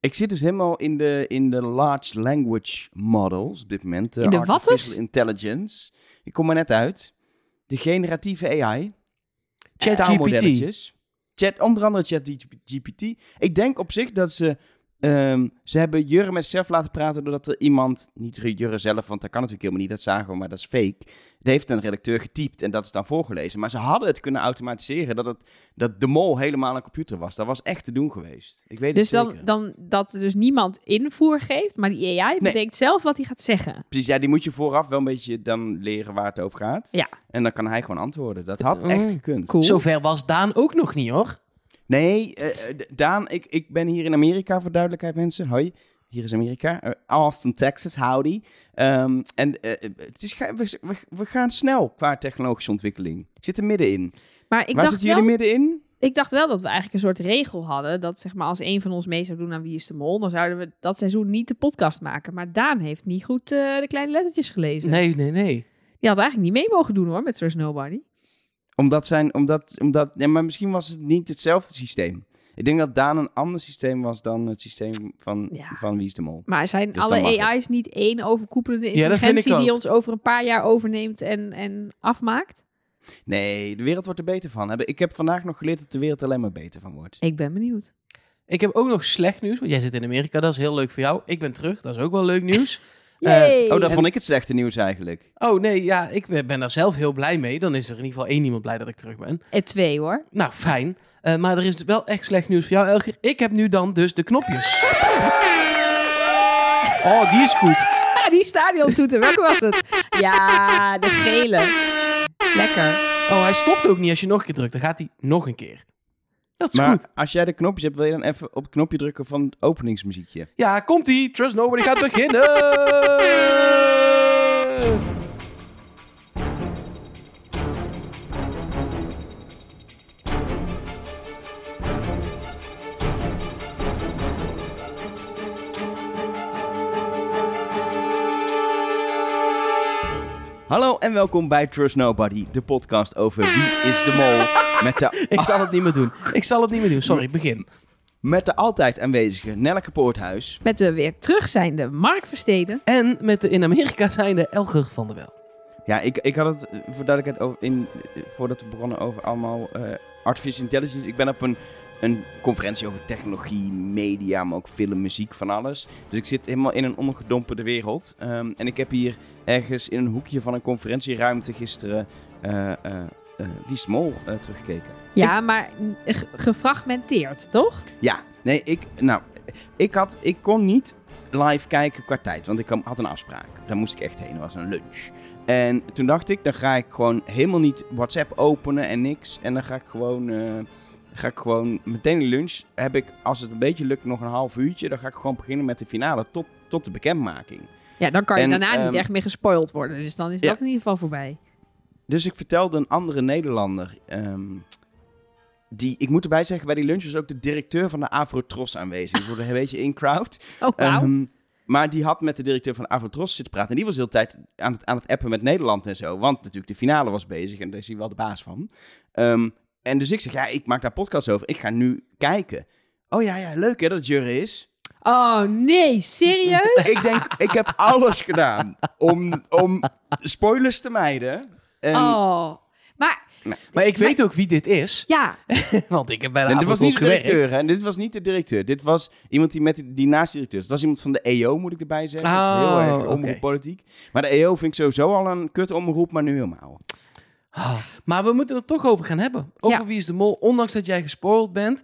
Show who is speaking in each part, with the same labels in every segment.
Speaker 1: Ik zit dus helemaal in de large language models op dit moment.
Speaker 2: In de
Speaker 1: artificial
Speaker 2: wattes?
Speaker 1: intelligence. Ik kom er net uit. De generatieve AI.
Speaker 3: ChatGPT.
Speaker 1: Taalmodelletjes. Onder andere ChatGPT. Ik denk op zich dat ze hebben Jurre met zichzelf laten praten doordat er iemand, niet Jurre zelf, want dat kan natuurlijk helemaal niet, dat zagen we, maar dat is fake. Die heeft een redacteur getypt en dat is dan voorgelezen. Maar ze hadden het kunnen automatiseren dat de mol helemaal een computer was. Dat was echt te doen geweest. Ik weet
Speaker 2: Dus
Speaker 1: het zeker.
Speaker 2: dan dat er dus niemand invoer geeft, maar die AI bedenkt zelf wat hij gaat zeggen.
Speaker 1: Precies, ja, die moet je vooraf wel een beetje dan leren waar het over gaat.
Speaker 2: Ja.
Speaker 1: En dan kan hij gewoon antwoorden. Dat had echt gekund.
Speaker 2: Cool.
Speaker 3: Zover was Daan ook nog niet, hoor.
Speaker 1: Nee, Daan, ik ben hier in Amerika, voor duidelijkheid mensen. Hoi, hier is Amerika. Austin, Texas, howdy. We gaan snel qua technologische ontwikkeling. Ik zit er middenin.
Speaker 2: Maar
Speaker 1: Waar zitten jullie middenin?
Speaker 2: Ik dacht wel dat we eigenlijk een soort regel hadden. Dat zeg maar als een van ons mee zou doen aan Wie is de Mol, dan zouden we dat seizoen niet de podcast maken. Maar Daan heeft niet goed de kleine lettertjes gelezen.
Speaker 3: Nee.
Speaker 2: Die had eigenlijk niet mee mogen doen hoor, met Trust Nobody.
Speaker 1: Omdat ja, maar misschien was het niet hetzelfde systeem. Ik denk dat Daan een ander systeem was dan het systeem van Wie is de Mol.
Speaker 2: Maar zijn
Speaker 1: Dus dan mag
Speaker 2: alle
Speaker 1: het.
Speaker 2: AI's niet één overkoepelende
Speaker 3: Ja, dat vind
Speaker 2: intelligentie
Speaker 3: ik
Speaker 2: die
Speaker 3: ook.
Speaker 2: ons over een paar jaar overneemt en afmaakt?
Speaker 1: Nee, de wereld wordt er beter van. Ik heb vandaag nog geleerd dat de wereld alleen maar beter van wordt.
Speaker 2: Ik ben benieuwd.
Speaker 3: Ik heb ook nog slecht nieuws, want jij zit in Amerika. Dat is heel leuk voor jou. Ik ben terug, dat is ook wel leuk nieuws.
Speaker 2: Yay!
Speaker 1: Dat
Speaker 3: En-
Speaker 1: vond ik het slechte nieuws eigenlijk.
Speaker 3: Oh nee, ja, ik ben daar zelf heel blij mee. Dan is er in ieder geval 1 iemand blij dat ik terug ben.
Speaker 2: 2 hoor.
Speaker 3: Nou, fijn. Maar er is wel echt slecht nieuws voor jou, Elger. Ik heb nu dan dus de knopjes. Oh, die is goed.
Speaker 2: Ah, die stadiontoeter, welke was het? Ja, de gele. Lekker.
Speaker 3: Oh, hij stopt ook niet als je nog een keer drukt. Dan gaat hij nog een keer. Dat is
Speaker 1: Maar
Speaker 3: goed.
Speaker 1: als jij de knopjes hebt, wil je dan even op het knopje drukken van het openingsmuziekje.
Speaker 3: Ja, komt-ie. Trust Nobody gaat beginnen.
Speaker 1: Hallo en welkom bij Trust Nobody, de podcast over Wie is de Mol.
Speaker 3: Ik zal het niet meer doen. Sorry, begin.
Speaker 1: Met de altijd aanwezige Nelleke Poorthuis.
Speaker 2: Met de weer terugzijnde Mark Versteden.
Speaker 3: En met de in Amerika zijnde Elger van der Wel.
Speaker 1: Ja, ik had het voor duidelijkheid voordat we begonnen over allemaal artificial intelligence. Ik ben op een conferentie over technologie, media, maar ook film, muziek, van alles. Dus ik zit helemaal in een ondergedompelde wereld. En ik heb hier ergens in een hoekje van een conferentieruimte gisteren Wie is de Mol teruggekeken.
Speaker 2: Ja, maar gefragmenteerd, toch?
Speaker 1: Ja, nee, ik kon niet live kijken qua tijd, want ik had een afspraak. Daar moest ik echt heen, dat was een lunch. En toen dacht ik, dan ga ik gewoon helemaal niet WhatsApp openen en niks. En dan ga ik gewoon meteen de lunch. Heb ik, als het een beetje lukt, nog een half uurtje. Dan ga ik gewoon beginnen met de finale tot de bekendmaking.
Speaker 2: Ja, dan kan je
Speaker 1: En,
Speaker 2: daarna niet echt meer gespoild worden. Dus dan is
Speaker 1: ja.
Speaker 2: dat in ieder geval voorbij.
Speaker 1: Dus ik vertelde een andere Nederlander. Ik moet erbij zeggen, bij die lunch was ook de directeur van de Avrotros aanwezig. Voor een beetje in-crowd.
Speaker 2: Oh, wauw.
Speaker 1: Maar die had met de directeur van de Avrotros zitten praten. En die was de hele tijd aan het appen met Nederland en zo. Want natuurlijk de finale was bezig en daar is hij wel de baas van. En dus ik zeg, ja, ik maak daar podcast over. Ik ga nu kijken. Oh ja, leuk hè dat het Jurre is.
Speaker 2: Oh nee, serieus?
Speaker 1: Ik denk, ik heb alles gedaan om spoilers te mijden. En,
Speaker 3: Maar ik weet ook wie dit is.
Speaker 2: Ja,
Speaker 3: Want ik heb bij de
Speaker 1: En dit was niet de
Speaker 3: gewerkt.
Speaker 1: directeur, hè? Dit was niet de directeur. Dit was iemand die naast de directeur. Het was iemand van de EO, moet ik erbij zeggen. Het is heel erg omroeppolitiek. Maar de EO vind ik sowieso al een kut omroep, maar nu helemaal.
Speaker 3: Maar we moeten het toch over gaan hebben. Over Wie is de Mol, ondanks dat jij gespoild bent.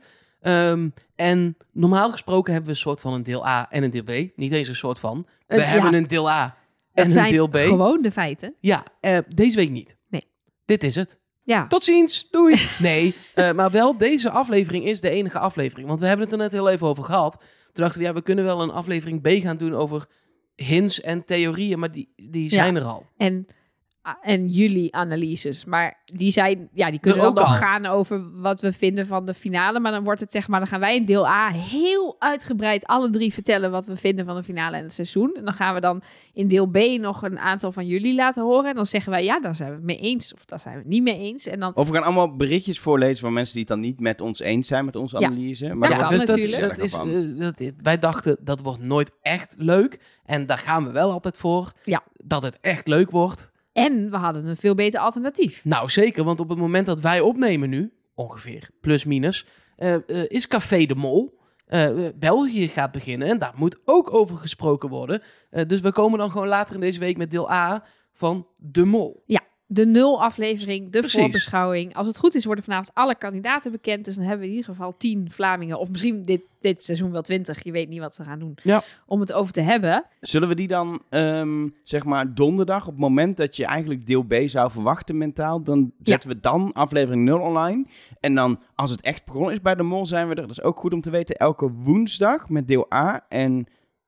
Speaker 3: En normaal gesproken hebben we een soort van een deel A en een deel B. Niet eens een soort van. We hebben een deel A en
Speaker 2: dat
Speaker 3: een deel B.
Speaker 2: zijn gewoon de feiten.
Speaker 3: Ja, deze week niet.
Speaker 2: Nee.
Speaker 3: Dit is het.
Speaker 2: Ja.
Speaker 3: Tot ziens, doei. Nee, maar wel deze aflevering is de enige aflevering. Want we hebben het er net heel even over gehad. Toen dachten we, ja, we kunnen wel een aflevering B gaan doen over hints en theorieën, maar die zijn er al.
Speaker 2: En en jullie analyses. Maar die zijn, die kunnen
Speaker 3: Er
Speaker 2: dan
Speaker 3: ook
Speaker 2: nog
Speaker 3: al.
Speaker 2: gaan over wat we vinden van de finale. Maar dan wordt het zeg maar, dan gaan wij in deel A heel uitgebreid alle 3 vertellen wat we vinden van de finale en het seizoen. En dan gaan we dan in deel B nog een aantal van jullie laten horen. En dan zeggen wij, ja, daar zijn we het mee eens. Of daar zijn we het niet mee eens. En dan...
Speaker 1: Of we gaan allemaal berichtjes voorlezen van mensen die het dan niet met ons eens zijn, met onze
Speaker 2: Ja.
Speaker 1: analyse. Maar
Speaker 2: Dat
Speaker 1: daar
Speaker 2: kan
Speaker 1: wordt
Speaker 2: natuurlijk.
Speaker 1: gezelliger van.
Speaker 3: Wij dachten, dat wordt nooit echt leuk. En daar gaan we wel altijd voor.
Speaker 2: Ja.
Speaker 3: Dat het echt leuk wordt.
Speaker 2: En we hadden een veel beter alternatief.
Speaker 3: Nou, zeker. Want op het moment dat wij opnemen nu, ongeveer, plus minus, is Café de Mol. België gaat beginnen en daar moet ook over gesproken worden. Dus we komen dan gewoon later in deze week met deel A van De Mol.
Speaker 2: Ja, de 0 aflevering, de
Speaker 3: Precies.
Speaker 2: voorbeschouwing. Als het goed is, worden vanavond alle kandidaten bekend. Dus dan hebben we in ieder geval 10 Vlamingen. Of misschien dit seizoen wel 20. Je weet niet wat ze gaan doen.
Speaker 3: Ja.
Speaker 2: Om het over te hebben.
Speaker 1: Zullen we die dan, zeg maar, donderdag, op het moment dat je eigenlijk deel B zou verwachten mentaal, dan zetten we dan aflevering 0 online. En dan, als het echt begonnen is bij de Mol, zijn we er. Dat is ook goed om te weten, elke woensdag met deel A en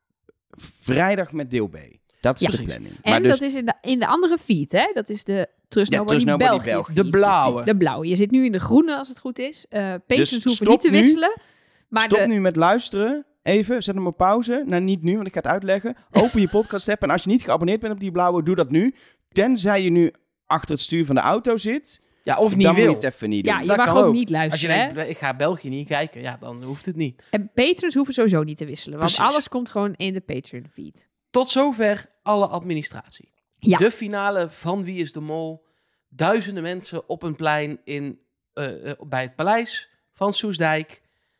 Speaker 1: vrijdag met deel B. Dat is
Speaker 2: Ja.
Speaker 1: de
Speaker 3: Precies.
Speaker 1: planning.
Speaker 2: En
Speaker 1: Maar dus,
Speaker 2: dat is in de andere feed, hè? Dat is de Trust
Speaker 1: Ja,
Speaker 2: Nobody,
Speaker 1: Trust Nobody
Speaker 2: België
Speaker 1: België.
Speaker 2: feed.
Speaker 3: De blauwe.
Speaker 2: De blauwe. Je zit nu in de groene, als het goed is. Patrons
Speaker 1: Dus
Speaker 2: hoeven
Speaker 1: stop
Speaker 2: niet te
Speaker 1: nu.
Speaker 2: wisselen. Maar
Speaker 1: stop nu met luisteren. Even, zet hem op pauze. Nou, niet nu, want ik ga het uitleggen. Open je podcast-app en als je niet geabonneerd bent op die blauwe, doe dat nu. Tenzij je nu achter het stuur van de auto zit,
Speaker 3: Ja, of niet
Speaker 1: dan moet
Speaker 3: wil.
Speaker 1: je het even niet doen.
Speaker 2: Ja, je
Speaker 3: Dat
Speaker 2: mag
Speaker 3: kan
Speaker 2: ook
Speaker 3: ook.
Speaker 2: niet
Speaker 3: Als je
Speaker 2: luisteren, hè?
Speaker 3: denkt, ik ga België niet kijken, ja, dan hoeft het niet.
Speaker 2: En patrons hoeven sowieso niet te wisselen. Want
Speaker 3: Precies.
Speaker 2: alles komt gewoon in de Patreon feed.
Speaker 3: Tot zover alle administratie.
Speaker 2: Ja.
Speaker 3: De finale van Wie is de Mol. Duizenden mensen op een plein bij het paleis van Soestdijk.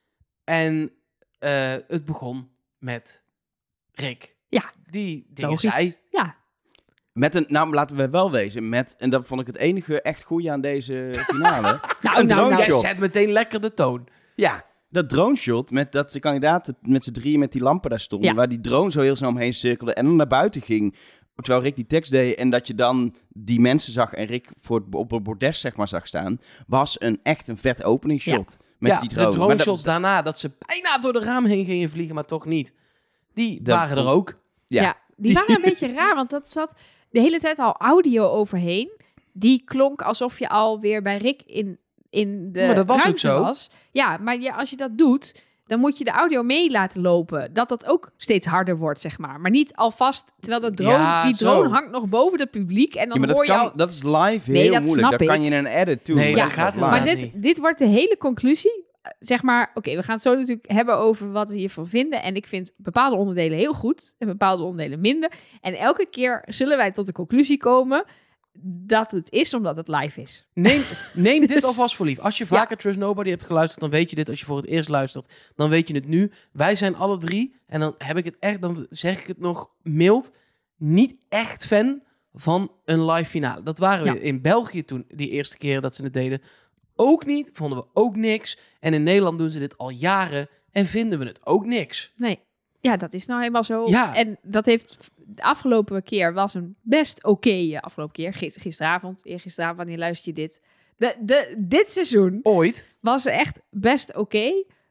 Speaker 3: En het begon met Rick.
Speaker 2: Ja.
Speaker 3: Die dingen
Speaker 2: Logisch.
Speaker 3: zei.
Speaker 2: Ja.
Speaker 1: Nou, laten we wel wezen, en dat vond ik het enige echt goede aan deze finale.
Speaker 2: Nou,
Speaker 1: drone
Speaker 3: Jij
Speaker 1: shot.
Speaker 3: zet meteen lekker de toon.
Speaker 1: Ja, dat drone shot met dat de kandidaten met z'n drieën met die lampen daar stonden,
Speaker 2: Ja.
Speaker 1: waar die drone zo heel snel omheen cirkelde en dan naar buiten ging, terwijl Rick die tekst deed en dat je dan die mensen zag en Rick op het bordes zeg maar zag staan, was echt een vet openingsshot met
Speaker 3: Ja,
Speaker 1: die
Speaker 3: de
Speaker 1: drone.
Speaker 3: drone
Speaker 1: Maar dat-
Speaker 3: shots daarna, dat ze bijna door de raam heen gingen vliegen, maar toch niet. Die
Speaker 1: Dat
Speaker 3: waren er
Speaker 1: vond-
Speaker 3: ook.
Speaker 2: Ja. Die waren een beetje raar, want dat zat de hele tijd al audio overheen. Die klonk alsof je alweer bij Rick in de
Speaker 3: Maar dat was ook
Speaker 2: ruimte
Speaker 3: zo.
Speaker 2: was. Ja, maar als je dat doet, dan moet je de audio mee laten lopen. Dat ook steeds harder wordt, zeg maar. Maar niet alvast, terwijl
Speaker 3: Ja,
Speaker 2: die drone
Speaker 3: zo.
Speaker 2: hangt nog boven het publiek. En dan
Speaker 1: Ja, maar
Speaker 2: hoor
Speaker 1: dat,
Speaker 2: je
Speaker 1: kan,
Speaker 2: al...
Speaker 1: dat is live
Speaker 2: Nee,
Speaker 1: heel
Speaker 2: dat
Speaker 1: moeilijk.
Speaker 2: snap
Speaker 1: Dat kan
Speaker 2: ik.
Speaker 1: je in een edit doen.
Speaker 3: Nee,
Speaker 1: maar
Speaker 3: dat
Speaker 1: is
Speaker 3: gaat
Speaker 1: live.
Speaker 3: inderdaad
Speaker 2: Maar
Speaker 3: niet.
Speaker 2: dit wordt de hele conclusie. Zeg maar, oké, we gaan het zo natuurlijk hebben over wat we hiervan vinden. En ik vind bepaalde onderdelen heel goed en bepaalde onderdelen minder. En elke keer zullen wij tot de conclusie komen dat het is omdat het live is.
Speaker 3: Neem dit
Speaker 2: Dus-
Speaker 3: alvast voor lief. Als je vaker Trust Nobody hebt geluisterd, dan weet je dit. Als je voor het eerst luistert, dan weet je het nu. Wij zijn alle drie, en dan heb ik het echt, dan zeg ik het nog mild, niet echt fan van een live finale. Dat waren we
Speaker 2: Ja.
Speaker 3: in België toen, die eerste keer dat ze het deden, ook niet. Vonden we ook niks. En in Nederland doen ze dit al jaren en vinden we het ook niks.
Speaker 2: Nee. Ja, dat is nou helemaal zo.
Speaker 3: Ja.
Speaker 2: En dat heeft de afgelopen keer was een best oké afgelopen keer. Gisteravond, eergisteravond, wanneer luister je dit? Dit seizoen
Speaker 3: Ooit.
Speaker 2: was echt best oké.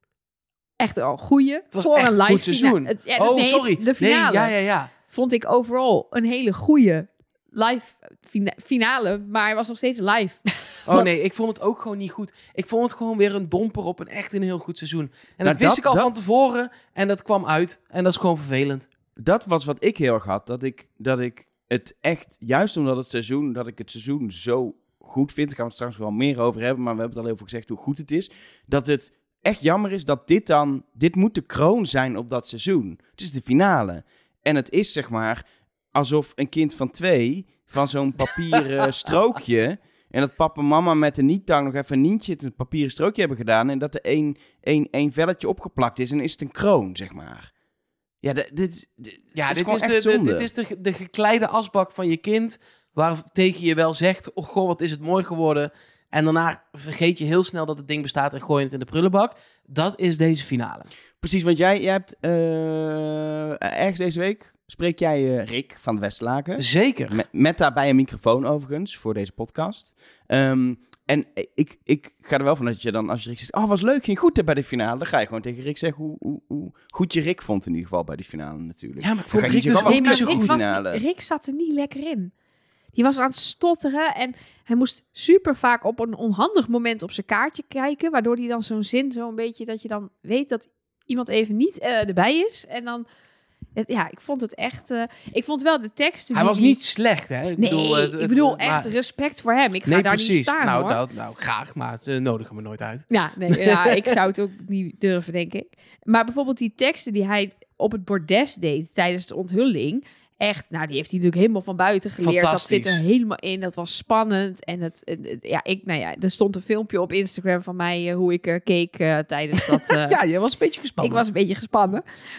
Speaker 2: Echt wel een goeie.
Speaker 3: Het was
Speaker 2: voor
Speaker 3: echt
Speaker 2: een
Speaker 3: een
Speaker 2: live
Speaker 3: goed seizoen. Sorry.
Speaker 2: De finale.
Speaker 3: Nee, ja.
Speaker 2: Vond ik overal een hele goede live finale. Maar hij was nog steeds live.
Speaker 3: Oh nee, ik vond het ook gewoon niet goed. Ik vond het gewoon weer een domper op een echt een heel goed seizoen. En dat wist ik al van tevoren en dat kwam uit. En dat is gewoon vervelend.
Speaker 1: Dat was wat ik heel erg had. Dat ik het echt, juist omdat dat ik het seizoen zo goed vind. Daar gaan we het straks wel meer over hebben. Maar we hebben het al heel veel gezegd hoe goed het is. Dat het echt jammer is dat dit moet de kroon zijn op dat seizoen. Het is de finale. En het is zeg maar alsof een kind van 2 van zo'n papieren strookje. En dat papa en mama met een niet-tang nog even een nientje in het papieren strookje hebben gedaan. En dat er één velletje opgeplakt is. En is het een kroon, zeg maar. Ja, dit is gewoon echt zonde.
Speaker 3: Dit is de gekleide asbak van je kind, waar tegen je wel zegt, oh goh, wat is het mooi geworden. En daarna vergeet je heel snel dat het ding bestaat en gooi je het in de prullenbak. Dat is deze finale.
Speaker 1: Precies, want jij hebt ergens deze week, spreek jij Rick van de Westlaken.
Speaker 3: Zeker.
Speaker 1: Met daarbij een microfoon overigens, voor deze podcast. En ik ga er wel van dat je dan, als je Rick zegt, oh, was leuk, ging goed bij de finale. Dan ga je gewoon tegen Rick zeggen hoe goed je Rick vond in ieder geval bij die finale natuurlijk.
Speaker 3: Ja, maar ik vond
Speaker 1: Dan ga je
Speaker 3: Rick
Speaker 1: niet
Speaker 3: dus
Speaker 1: zeggen,
Speaker 3: ook
Speaker 1: oh,
Speaker 3: niet
Speaker 1: was
Speaker 3: zo
Speaker 1: een
Speaker 3: goed.
Speaker 1: goede finale.
Speaker 2: Rick zat er niet lekker in. Die was aan het stotteren en hij moest super vaak op een onhandig moment op zijn kaartje kijken, waardoor hij dan zo'n zin zo'n beetje, dat je dan weet dat iemand even niet erbij is. En dan, ik vond het echt... ik vond wel de teksten...
Speaker 3: Hij was niet slecht, hè?
Speaker 2: Ik bedoel echt respect voor hem. Ik ga daar niet staan, hoor.
Speaker 3: Nou, graag, maar ze nodigen me nooit uit.
Speaker 2: Ja, ik zou het ook niet durven, denk ik. Maar bijvoorbeeld die teksten die hij op het bordes deed tijdens de onthulling... Echt, die heeft hij natuurlijk helemaal van buiten geleerd. Dat zit er helemaal in. Dat was spannend. En er stond een filmpje op Instagram van mij hoe ik keek tijdens dat.
Speaker 3: Ja, jij was een beetje gespannen.
Speaker 2: Ik was een beetje gespannen.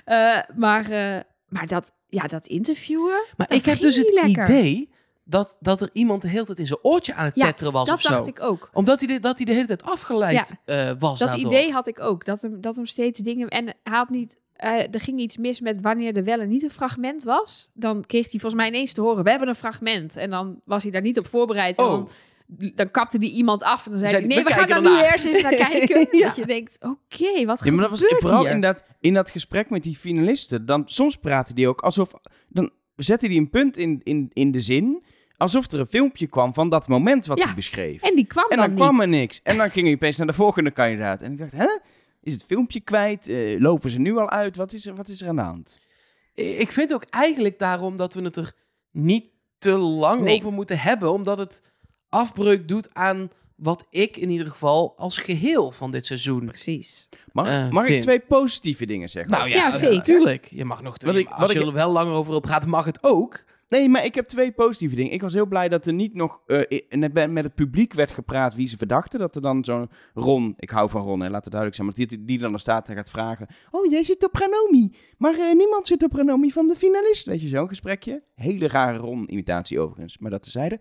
Speaker 2: Maar dat interviewen.
Speaker 3: Maar ik heb dus het idee dat er iemand de hele tijd in zijn oortje aan het tetteren was.
Speaker 2: Dat dacht ik ook.
Speaker 3: Omdat hij de hele tijd afgeleid was.
Speaker 2: Dat idee had ik ook. Dat hem steeds dingen. En hij had niet. Er ging iets mis met wanneer er wel en niet een fragment was. Dan kreeg hij volgens mij ineens te horen, we hebben een fragment. En dan was hij daar niet op voorbereid. En dan kapte hij iemand af en dan zei hij, nee, we gaan daar nu eerst even naar kijken. Ja. Dat je denkt, oké, wat gebeurt
Speaker 1: maar dat was vooral
Speaker 2: hier?
Speaker 1: In dat gesprek met die finalisten. Dan soms praatte hij ook alsof... Dan zette hij een punt in de zin... Alsof er een filmpje kwam van dat moment wat hij beschreef.
Speaker 2: En die kwam
Speaker 1: dan
Speaker 2: niet.
Speaker 1: kwam er niks. En dan ging hij opeens naar de volgende kandidaat. En ik dacht, hè? Is het filmpje kwijt? Lopen ze nu al uit? Wat is er aan de hand?
Speaker 3: Ik vind ook eigenlijk daarom dat we het er niet te lang over moeten hebben. Omdat het afbreuk doet aan wat ik in ieder geval als geheel van dit seizoen...
Speaker 2: Precies.
Speaker 1: Mag ik 2 positieve dingen zeggen?
Speaker 3: Nou ja, zeker. Tuurlijk. Je mag nog 2. Als je er wel langer over wil praten, mag het ook.
Speaker 1: Nee, maar ik heb 2 positieve dingen. Ik was heel blij dat er niet nog met het publiek werd gepraat wie ze verdachten. Dat er dan zo'n Ron, ik hou van Ron, laat het duidelijk zijn, maar die dan er staat en gaat vragen. Oh, jij zit op Ranomi, maar niemand zit op Ranomi van de finalist. Weet je, zo'n gesprekje. Hele rare Ron-imitatie overigens, maar dat tezijde.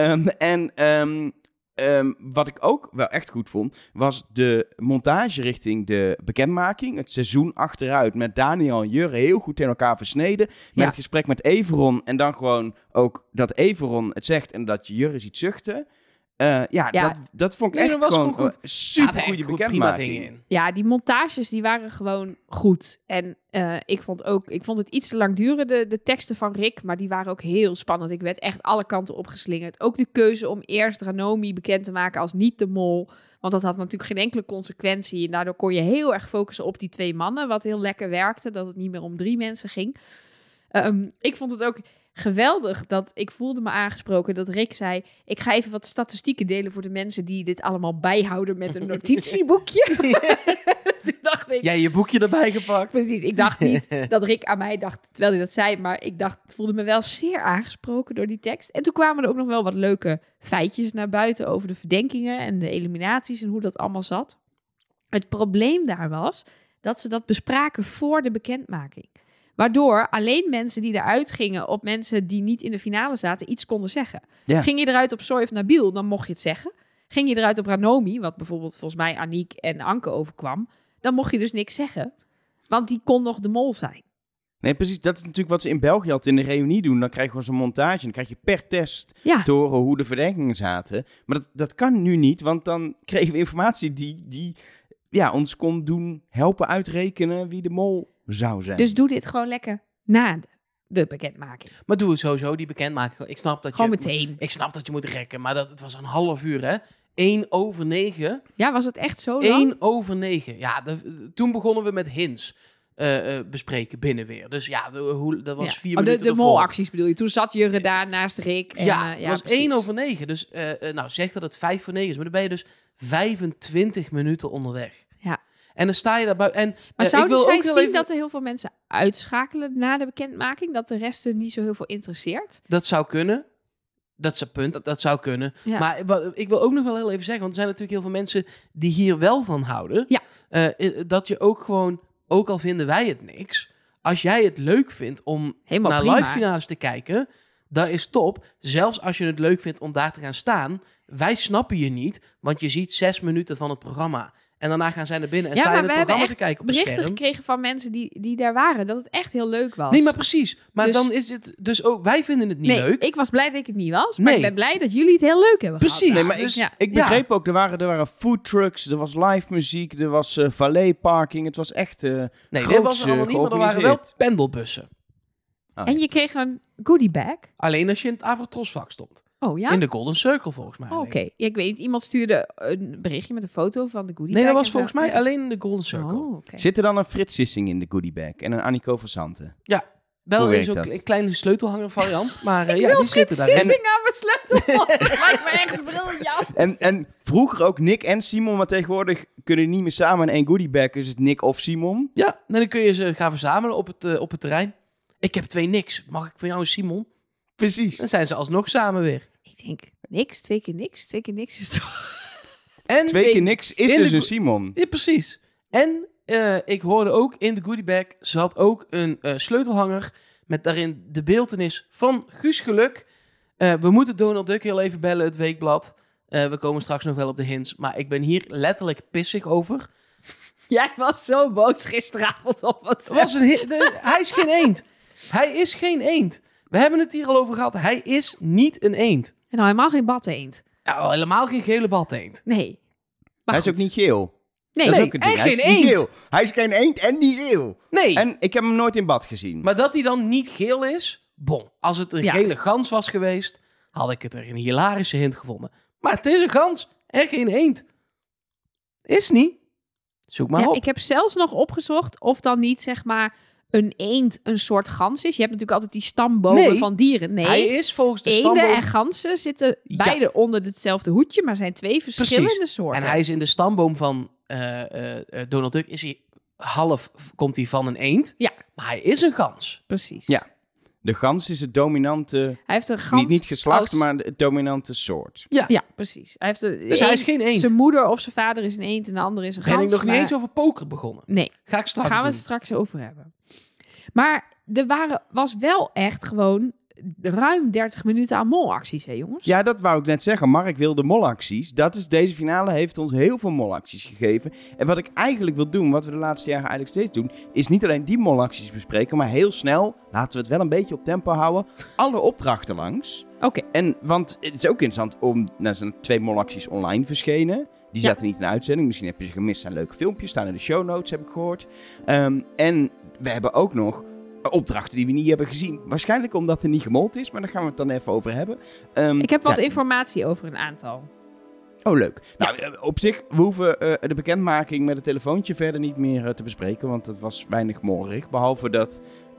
Speaker 1: Wat ik ook wel echt goed vond, was de montage richting de bekendmaking. Het seizoen achteruit met Daniel en Jurre heel goed in elkaar versneden. Met het gesprek met Everon en dan gewoon ook dat Everon het zegt en dat Jurre ziet zuchten. Dat vond ik echt gewoon goed. Super goede bekendmaking.
Speaker 2: Ja, die montages die waren gewoon goed. En ik vond het iets te lang duren, de teksten van Rick. Maar die waren ook heel spannend. Ik werd echt alle kanten opgeslingerd. Ook de keuze om eerst Ranomi bekend te maken als niet de mol. Want dat had natuurlijk geen enkele consequentie. En daardoor kon je heel erg focussen op die 2 mannen. Wat heel lekker werkte. Dat het niet meer om 3 mensen ging. Ik vond het ook geweldig dat ik voelde me aangesproken dat Rick zei, ik ga even wat statistieken delen voor de mensen die dit allemaal bijhouden met een notitieboekje. Toen dacht ik...
Speaker 3: Jij je boekje erbij gepakt.
Speaker 2: Precies, ik dacht niet dat Rick aan mij dacht terwijl hij dat zei, maar ik voelde me wel zeer aangesproken door die tekst. En toen kwamen er ook nog wel wat leuke feitjes naar buiten over de verdenkingen en de eliminaties en hoe dat allemaal zat. Het probleem daar was dat ze dat bespraken voor de bekendmaking. Waardoor alleen mensen die eruit gingen op mensen die niet in de finale zaten iets konden zeggen. Ja. Ging je eruit op Soy of Nabil, dan mocht je het zeggen. Ging je eruit op Ranomi, wat bijvoorbeeld volgens mij Aniek en Anke overkwam, dan mocht je dus niks zeggen. Want die kon nog de mol zijn.
Speaker 1: Nee, precies. Dat is natuurlijk wat ze in België altijd in de reunie doen. Dan krijg je gewoon zo'n montage. En dan krijg je per test te horen hoe de verdenkingen zaten. Maar dat kan nu niet, want dan kregen we informatie die ons kon doen helpen uitrekenen wie de mol zou zijn.
Speaker 2: Dus doe dit gewoon lekker na de bekendmaking.
Speaker 3: Maar doe het sowieso, die bekendmaking. Ik snap dat
Speaker 2: gewoon meteen.
Speaker 3: Ik snap dat je moet rekken, maar het was een half uur, hè? 8:50.
Speaker 2: Ja, was het echt zo lang?
Speaker 3: 8:50. Ja, toen begonnen we met hints bespreken binnen weer. Dus ja, dat was 4 minuten
Speaker 2: de molacties bedoel je? Toen zat Jurre daar naast Rick. En,
Speaker 3: het was 1:09. Dus zeg dat het 5:09 is. Maar dan ben je dus 25 minuten onderweg.
Speaker 2: Ja.
Speaker 3: En dan sta je daar buiten.
Speaker 2: Maar zouden zij zien dat er heel veel mensen uitschakelen na de bekendmaking? Dat de rest er niet zo heel veel interesseert?
Speaker 3: Dat zou kunnen. Dat is het punt. Dat zou kunnen. Ja. Maar ik wil ook nog wel heel even zeggen, want er zijn natuurlijk heel veel mensen die hier wel van houden.
Speaker 2: Ja.
Speaker 3: Dat je ook gewoon, ook al vinden wij het niks, als jij het leuk vindt om naar live finales te kijken, dat is top. Zelfs als je het leuk vindt om daar te gaan staan, wij snappen je niet, want je ziet 6 minuten van het programma. En daarna gaan zij naar binnen en sta je het programma te kijken op het scherm.
Speaker 2: We hebben berichten gekregen van mensen die daar waren, dat het echt heel leuk was.
Speaker 3: Nee, maar precies. Maar dan is het dus ook, wij vinden het niet leuk.
Speaker 2: Ik was blij dat ik het niet was, maar ik ben blij dat jullie het heel leuk hebben gehad.
Speaker 3: Precies.
Speaker 1: Nee, maar ik begreep ook, er waren food trucks, er was live muziek, er was valet parking. Het was echt
Speaker 3: nee, dit was er allemaal niet, maar er waren wel pendelbussen.
Speaker 1: Oh,
Speaker 2: En je kreeg een goodie bag.
Speaker 3: Alleen als je in het Avotrosvak stond.
Speaker 2: Oh ja?
Speaker 3: In de Golden Circle volgens mij.
Speaker 2: Oké. Ja, ik weet niet. Iemand stuurde een berichtje met een foto van de goodie
Speaker 3: Nee,
Speaker 2: bag.
Speaker 3: dat was
Speaker 2: en
Speaker 3: volgens
Speaker 2: zo.
Speaker 3: mij alleen in de Golden Circle.
Speaker 2: Oh, oké.
Speaker 1: Zit er dan een Frits Sissing in de goodiebag en een Annico van Santen?
Speaker 3: Ja, wel
Speaker 1: Hoe
Speaker 3: in
Speaker 1: werkt
Speaker 3: zo'n
Speaker 1: dat?
Speaker 3: kleine sleutelhanger variant. Maar
Speaker 2: Ik
Speaker 3: ja,
Speaker 2: wil
Speaker 3: die zitten
Speaker 2: Frits
Speaker 3: daarin.
Speaker 2: Sissing aan mijn sleutelbos. Dat lijkt me echt briljant.
Speaker 1: En vroeger ook Nick en Simon, maar tegenwoordig kunnen die niet meer samen in één goodiebag. Is het Nick of Simon?
Speaker 3: Ja, en dan kun je ze gaan verzamelen op het terrein. Ik heb 2 Nicks. Mag ik van jou een Simon?
Speaker 1: Precies.
Speaker 3: Dan zijn ze alsnog samen weer.
Speaker 2: Ik denk, niks. 2 keer niks. 2 keer niks is toch...
Speaker 3: En
Speaker 1: 2 keer niks is
Speaker 3: in de
Speaker 1: dus een
Speaker 3: go-
Speaker 1: Simon.
Speaker 3: Ja, precies. En ik hoorde ook in de goodiebag zat ook een sleutelhanger met daarin de beeltenis van Guus Geluk. We moeten Donald Duck heel even bellen, het weekblad. We komen straks nog wel op de hints, maar ik ben hier letterlijk pissig over.
Speaker 2: Jij was zo boos gisteravond op het...
Speaker 3: Het was hij is geen eend. Hij is geen eend. We hebben het hier al over gehad. Hij is niet een eend.
Speaker 2: En nou helemaal geen badeend.
Speaker 3: Ja, al helemaal geen gele badeend.
Speaker 2: Nee. Maar
Speaker 1: Hij is
Speaker 2: goed.
Speaker 1: ook niet geel.
Speaker 2: Nee,
Speaker 1: Dat is
Speaker 3: nee,
Speaker 1: ook het ding.
Speaker 3: en
Speaker 1: Hij is
Speaker 3: geen
Speaker 1: niet
Speaker 3: eend.
Speaker 1: geel. Hij is geen eend en niet geel.
Speaker 3: Nee,
Speaker 1: En ik heb hem nooit in bad gezien.
Speaker 3: maar dat hij dan niet geel is, bon. Als het een
Speaker 2: Ja.
Speaker 3: gele gans was geweest, had ik het er een hilarische hint gevonden. Maar het is een gans en geen eend. Is niet. Zoek maar
Speaker 2: ja,
Speaker 3: op.
Speaker 2: ik heb zelfs nog opgezocht of dan niet, zeg maar, een eend een soort gans is. Je hebt natuurlijk altijd die stambomen
Speaker 3: Nee.
Speaker 2: van dieren. Nee,
Speaker 3: Hij is volgens de
Speaker 2: eenden
Speaker 3: stamboom...
Speaker 2: en ganzen zitten
Speaker 3: Ja.
Speaker 2: beide onder hetzelfde hoedje, maar zijn 2 verschillende
Speaker 3: Precies.
Speaker 2: soorten.
Speaker 3: En hij is in de stamboom van Donald Duck, is hij komt hij van een eend.
Speaker 2: Ja.
Speaker 3: Maar hij is een gans.
Speaker 2: Precies.
Speaker 1: Ja. De gans is het dominante,
Speaker 2: Hij heeft een gans
Speaker 1: niet geslacht,
Speaker 2: als-
Speaker 1: maar het dominante soort.
Speaker 2: Ja, precies. Hij heeft
Speaker 3: Dus hij is geen eend.
Speaker 2: Zijn moeder of zijn vader is een eend en de andere is een gans.
Speaker 3: Ben ik nog niet
Speaker 2: maar-
Speaker 3: eens over poker begonnen.
Speaker 2: Nee,
Speaker 3: Ga ik straks
Speaker 2: daar gaan we
Speaker 3: doen.
Speaker 2: het straks over hebben. Maar was wel echt gewoon ruim 30 minuten aan molacties, hè jongens?
Speaker 1: Ja, dat wou ik net zeggen. Mark wilde molacties. Deze finale heeft ons heel veel molacties gegeven. En wat ik eigenlijk wil doen, wat we de laatste jaren eigenlijk steeds doen, is niet alleen die molacties bespreken, maar heel snel, laten we het wel een beetje op tempo houden, alle opdrachten langs.
Speaker 2: Oké.
Speaker 1: Want het is ook interessant er zijn 2 molacties online verschenen. Die
Speaker 2: Ja.
Speaker 1: zaten niet in de uitzending. Misschien heb je ze gemist. Zijn leuke filmpjes. Staan in de show notes, heb ik gehoord. En we hebben ook nog opdrachten die we niet hebben gezien. Waarschijnlijk omdat er niet gemold is. Maar daar gaan we het dan even over hebben.
Speaker 2: Ik heb wat
Speaker 1: ja.
Speaker 2: informatie over een aantal.
Speaker 1: Oh, leuk. Nou, op zich, we hoeven de bekendmaking met het telefoontje verder niet meer te bespreken. Want het was weinig mollig. Behalve dat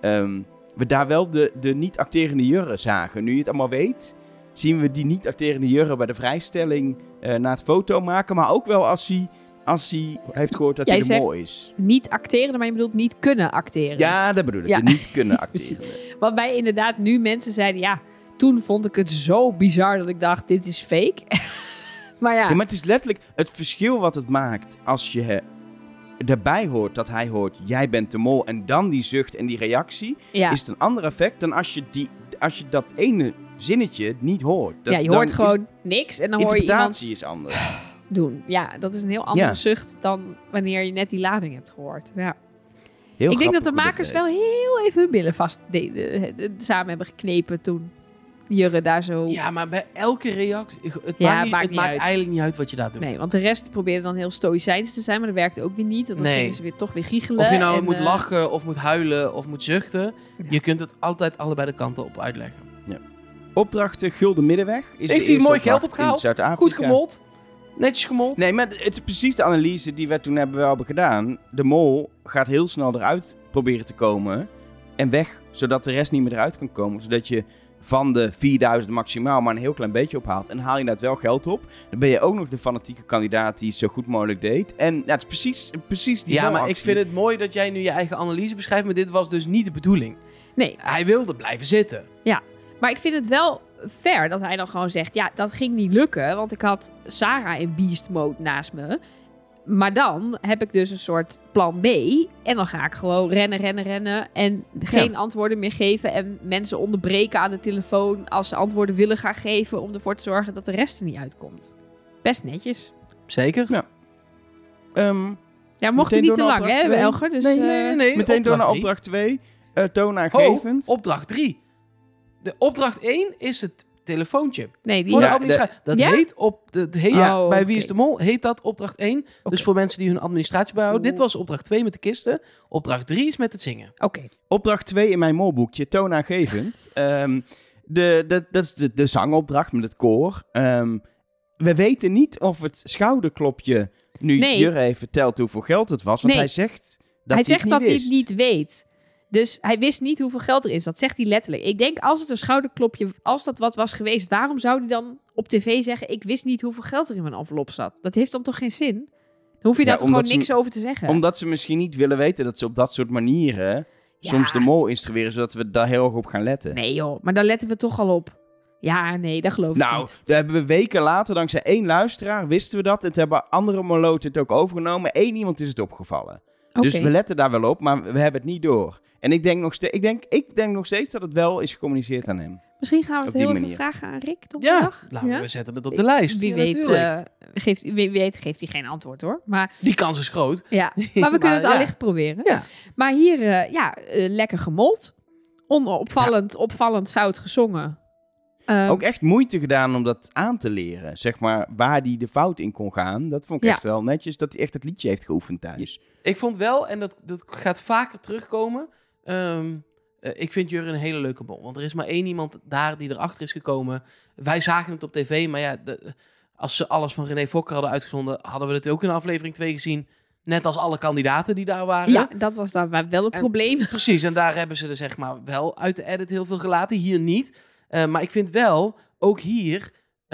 Speaker 1: we daar wel de niet-acterende jurren zagen. Nu je het allemaal weet, zien we die niet-acterende jurren bij de vrijstelling na het foto maken. Maar ook wel als hij heeft gehoord dat
Speaker 2: Jij
Speaker 1: hij de mol
Speaker 2: zegt
Speaker 1: is.
Speaker 2: Niet acteren, maar je bedoelt niet kunnen acteren.
Speaker 1: Ja, dat bedoel ik.
Speaker 2: Ja.
Speaker 1: De niet kunnen acteren.
Speaker 2: Want wij inderdaad nu mensen zeiden, ja, toen vond ik het zo bizar dat ik dacht, dit is fake. Maar ja,
Speaker 1: Ja, maar het is letterlijk het verschil wat het maakt als je erbij hoort dat hij hoort, jij bent de mol. En dan die zucht en die reactie.
Speaker 2: ja.
Speaker 1: Is het een ander effect dan als je dat ene zinnetje niet hoort.
Speaker 2: Ja, je hoort gewoon niks en dan hoor je iemand
Speaker 1: interpretatie is anders.
Speaker 2: doen. Ja, dat is een heel andere
Speaker 1: Ja.
Speaker 2: zucht dan wanneer je net die lading hebt gehoord. Ja.
Speaker 1: Heel
Speaker 2: Ik denk dat de
Speaker 1: grappig hoe
Speaker 2: makers
Speaker 1: dit
Speaker 2: wel
Speaker 1: werkt.
Speaker 2: heel even hun billen vast samen hebben geknepen toen Jurre daar zo...
Speaker 3: Ja, maar bij elke reactie... Het
Speaker 2: Ja,
Speaker 3: maakt,
Speaker 2: maakt
Speaker 3: het
Speaker 2: niet
Speaker 3: maakt
Speaker 2: uit.
Speaker 3: eigenlijk niet uit wat je daar doet.
Speaker 2: Nee, want de rest probeerde dan heel stoïcijns te zijn, maar dat werkte ook weer niet. Want dan
Speaker 3: Nee.
Speaker 2: gingen ze weer toch weer giechelen.
Speaker 3: Of je nou
Speaker 2: en,
Speaker 3: moet lachen, of moet huilen, of moet zuchten. Je kunt het altijd allebei de kanten op uitleggen.
Speaker 1: Opdracht Gulden Middenweg. Is de
Speaker 3: Heeft hij
Speaker 1: eerste
Speaker 3: mooi geld
Speaker 1: opdracht in
Speaker 3: opgehaald?
Speaker 1: Zuid-Afrika.
Speaker 3: Goed gemold. Netjes gemold.
Speaker 1: Nee, maar het is precies de analyse die we toen hebben gedaan. De mol gaat heel snel eruit proberen te komen en weg, zodat de rest niet meer eruit kan komen. Zodat je van de 4000 maximaal maar een heel klein beetje ophaalt. En haal je inderdaad wel geld op. Dan ben je ook nog de fanatieke kandidaat die het zo goed mogelijk deed. En ja, het is precies die
Speaker 3: Ja, maar ik
Speaker 1: molactie.
Speaker 3: vind het mooi dat jij nu je eigen analyse beschrijft, maar dit was dus niet de bedoeling.
Speaker 2: Nee,
Speaker 3: Hij wilde blijven zitten.
Speaker 2: maar ik vind het wel fair dat hij dan gewoon zegt... Ja, dat ging niet lukken, want ik had Sarah in beast mode naast me. Maar dan heb ik dus een soort plan B. En dan ga ik gewoon rennen en geen antwoorden meer geven. En mensen onderbreken aan de telefoon als ze antwoorden willen gaan geven... om ervoor te zorgen dat de rest er niet uitkomt. Best netjes.
Speaker 3: Zeker?
Speaker 1: Ja.
Speaker 2: Ja, mocht
Speaker 1: Meteen
Speaker 2: niet te
Speaker 1: door naar
Speaker 2: lang, hè,
Speaker 1: opdracht 2?
Speaker 2: Elger? Dus,
Speaker 3: Nee.
Speaker 1: Meteen door naar
Speaker 3: drie.
Speaker 1: opdracht 2. Toonaangevend.
Speaker 3: Opdracht 3. De opdracht 1 is het telefoontje.
Speaker 2: Nee, die...
Speaker 3: Voor de
Speaker 1: Ja,
Speaker 3: administratie. Dat
Speaker 2: Ja?
Speaker 3: heet
Speaker 2: Ja,
Speaker 3: bij
Speaker 2: oké.
Speaker 3: Wie is de Mol heet dat opdracht 1.
Speaker 2: Oké.
Speaker 3: Dus voor mensen die hun administratie bijhouden.
Speaker 2: Oeh.
Speaker 3: Dit was opdracht 2 met de kisten. Opdracht 3 is met het zingen.
Speaker 2: Oké.
Speaker 1: Opdracht 2 in mijn molboekje, toonaangevend. Dat is de zangopdracht met het koor. We weten niet of het schouderklopje nu
Speaker 2: Nee.
Speaker 1: Jurre heeft verteld hoeveel geld het was. Want
Speaker 2: Nee.
Speaker 1: hij zegt dat
Speaker 2: Hij zegt dat hij het
Speaker 1: wist.
Speaker 2: niet weet. Dus hij wist niet hoeveel geld er is. Dat zegt hij letterlijk. Ik denk, als het een schouderklopje, als dat wat was geweest, waarom zou hij dan op tv zeggen, ik wist niet hoeveel geld er in mijn envelop zat? Dat heeft dan toch geen zin? Dan hoef je
Speaker 1: Ja,
Speaker 2: daar toch gewoon
Speaker 1: omdat ze-
Speaker 2: niks over te zeggen?
Speaker 1: Omdat ze misschien niet willen weten dat ze op dat soort manieren
Speaker 2: Ja.
Speaker 1: soms de mol instrueren, zodat we daar heel erg op gaan letten.
Speaker 2: Nee joh, maar daar letten we toch al op. Ja, nee, dat geloof ik
Speaker 1: Nou,
Speaker 2: niet.
Speaker 1: daar hebben we weken later, dankzij 1 luisteraar, wisten we dat. En toen hebben andere moloten het ook overgenomen. 1 iemand is het opgevallen. Dus
Speaker 2: Oké.
Speaker 1: we letten daar wel op, maar we hebben het niet door. En ik denk nog steeds dat het wel is gecommuniceerd aan hem.
Speaker 2: Misschien gaan we het
Speaker 1: op die
Speaker 2: heel even
Speaker 1: manier.
Speaker 2: vragen aan Rick toch
Speaker 3: Ja,
Speaker 2: vandaag?
Speaker 3: nou,
Speaker 2: Ja?
Speaker 3: we zetten het op de lijst.
Speaker 2: Wie
Speaker 3: Ja,
Speaker 2: weet,
Speaker 3: natuurlijk.
Speaker 2: geeft hij geen antwoord hoor. Maar
Speaker 3: Die kans is groot.
Speaker 2: ja, maar we kunnen het
Speaker 3: ja.
Speaker 2: allicht proberen.
Speaker 3: Ja.
Speaker 2: Maar hier, lekker gemold. Opvallend fout gezongen.
Speaker 1: Ook echt moeite gedaan om dat aan te leren. Zeg maar, waar hij de fout in kon gaan. Dat vond ik
Speaker 2: Ja.
Speaker 1: echt wel netjes, dat hij echt het liedje heeft geoefend thuis.
Speaker 3: Ik vond wel, en dat gaat vaker terugkomen. Ik vind Jurre een hele leuke mol. Want er is maar 1 iemand daar die erachter is gekomen. Wij zagen het op tv, maar ja, als ze alles van René Fokker hadden uitgezonden, hadden we het ook in aflevering 2 gezien. Net als alle kandidaten die daar waren.
Speaker 2: Ja, dat was dan wel het
Speaker 3: En-
Speaker 2: probleem.
Speaker 3: Precies, en daar hebben ze er zeg maar wel uit de edit heel veel gelaten. Hier niet. Maar ik vind wel, ook hier,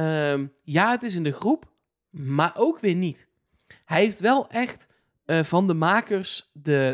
Speaker 3: ja, het is in de groep, maar ook weer niet. Hij heeft wel echt van de makers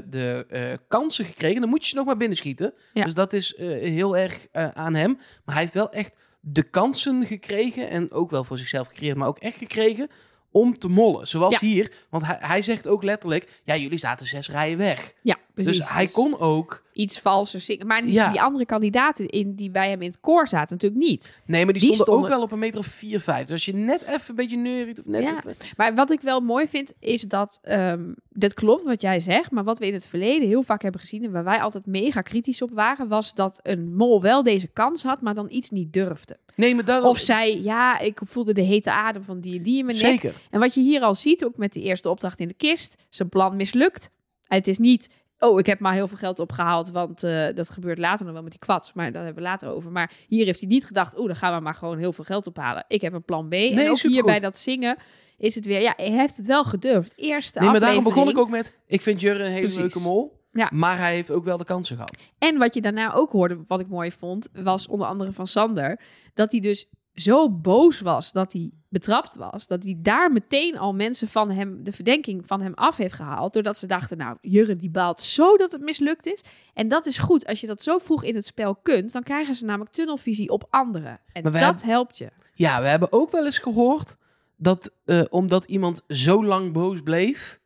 Speaker 3: de kansen gekregen. Dan moet je ze nog maar binnenschieten.
Speaker 2: Ja.
Speaker 3: Dus dat is heel erg aan hem. Maar hij heeft wel echt de kansen gekregen en ook wel voor zichzelf gecreëerd, maar ook echt gekregen om te mollen. Zoals
Speaker 2: Ja.
Speaker 3: hier, want hij zegt ook letterlijk, ja, jullie zaten 6 rijen weg.
Speaker 2: Ja, precies.
Speaker 3: Dus hij kon ook...
Speaker 2: iets valsers zingen. Maar
Speaker 3: Ja.
Speaker 2: die andere kandidaten die bij hem in het koor zaten natuurlijk niet.
Speaker 3: Nee, maar die
Speaker 2: Die
Speaker 3: stonden ook
Speaker 2: stonden-
Speaker 3: wel op 1,4 meter. Dus als je net even een beetje neuriet of net
Speaker 2: Ja.
Speaker 3: even...
Speaker 2: Maar wat ik wel mooi vind, is dat... dit klopt wat jij zegt, maar wat we in het verleden heel vaak hebben gezien en waar wij altijd mega kritisch op waren, was dat een mol wel deze kans had, maar dan iets niet durfde.
Speaker 3: Nee, maar dat...
Speaker 2: Of zei, ja, ik voelde de hete adem van die en die in mijn nek.
Speaker 3: Zeker.
Speaker 2: En wat je hier al ziet, ook met de eerste opdracht in de kist, zijn plan mislukt. Het is niet, oh, ik heb maar heel veel geld opgehaald, want dat gebeurt later nog wel met die kwats, maar daar hebben we later over. Maar hier heeft hij niet gedacht, dan gaan we maar gewoon heel veel geld ophalen. Ik heb een plan B. En ook hier
Speaker 3: supergoed.
Speaker 2: bij dat zingen is het weer, ja, hij heeft het wel gedurfd. Eerste
Speaker 3: Nee, maar daarom
Speaker 2: aflevering.
Speaker 3: begon ik ook met... Ik vind Jurre een hele
Speaker 2: Precies.
Speaker 3: leuke mol.
Speaker 2: Ja.
Speaker 3: Maar hij heeft ook wel de kansen gehad.
Speaker 2: En wat je daarna ook hoorde, wat ik mooi vond, was onder andere van Sander, dat hij dus zo boos was dat hij betrapt was, dat hij daar meteen al mensen van hem, de verdenking van hem af heeft gehaald, doordat ze dachten, nou, Jurre die baalt zo dat het mislukt is. En dat is goed. Als je dat zo vroeg in het spel kunt, dan krijgen ze namelijk tunnelvisie op anderen. En
Speaker 3: Maar
Speaker 2: dat helpt je.
Speaker 3: Ja, we hebben ook wel eens gehoord dat omdat iemand zo lang boos bleef,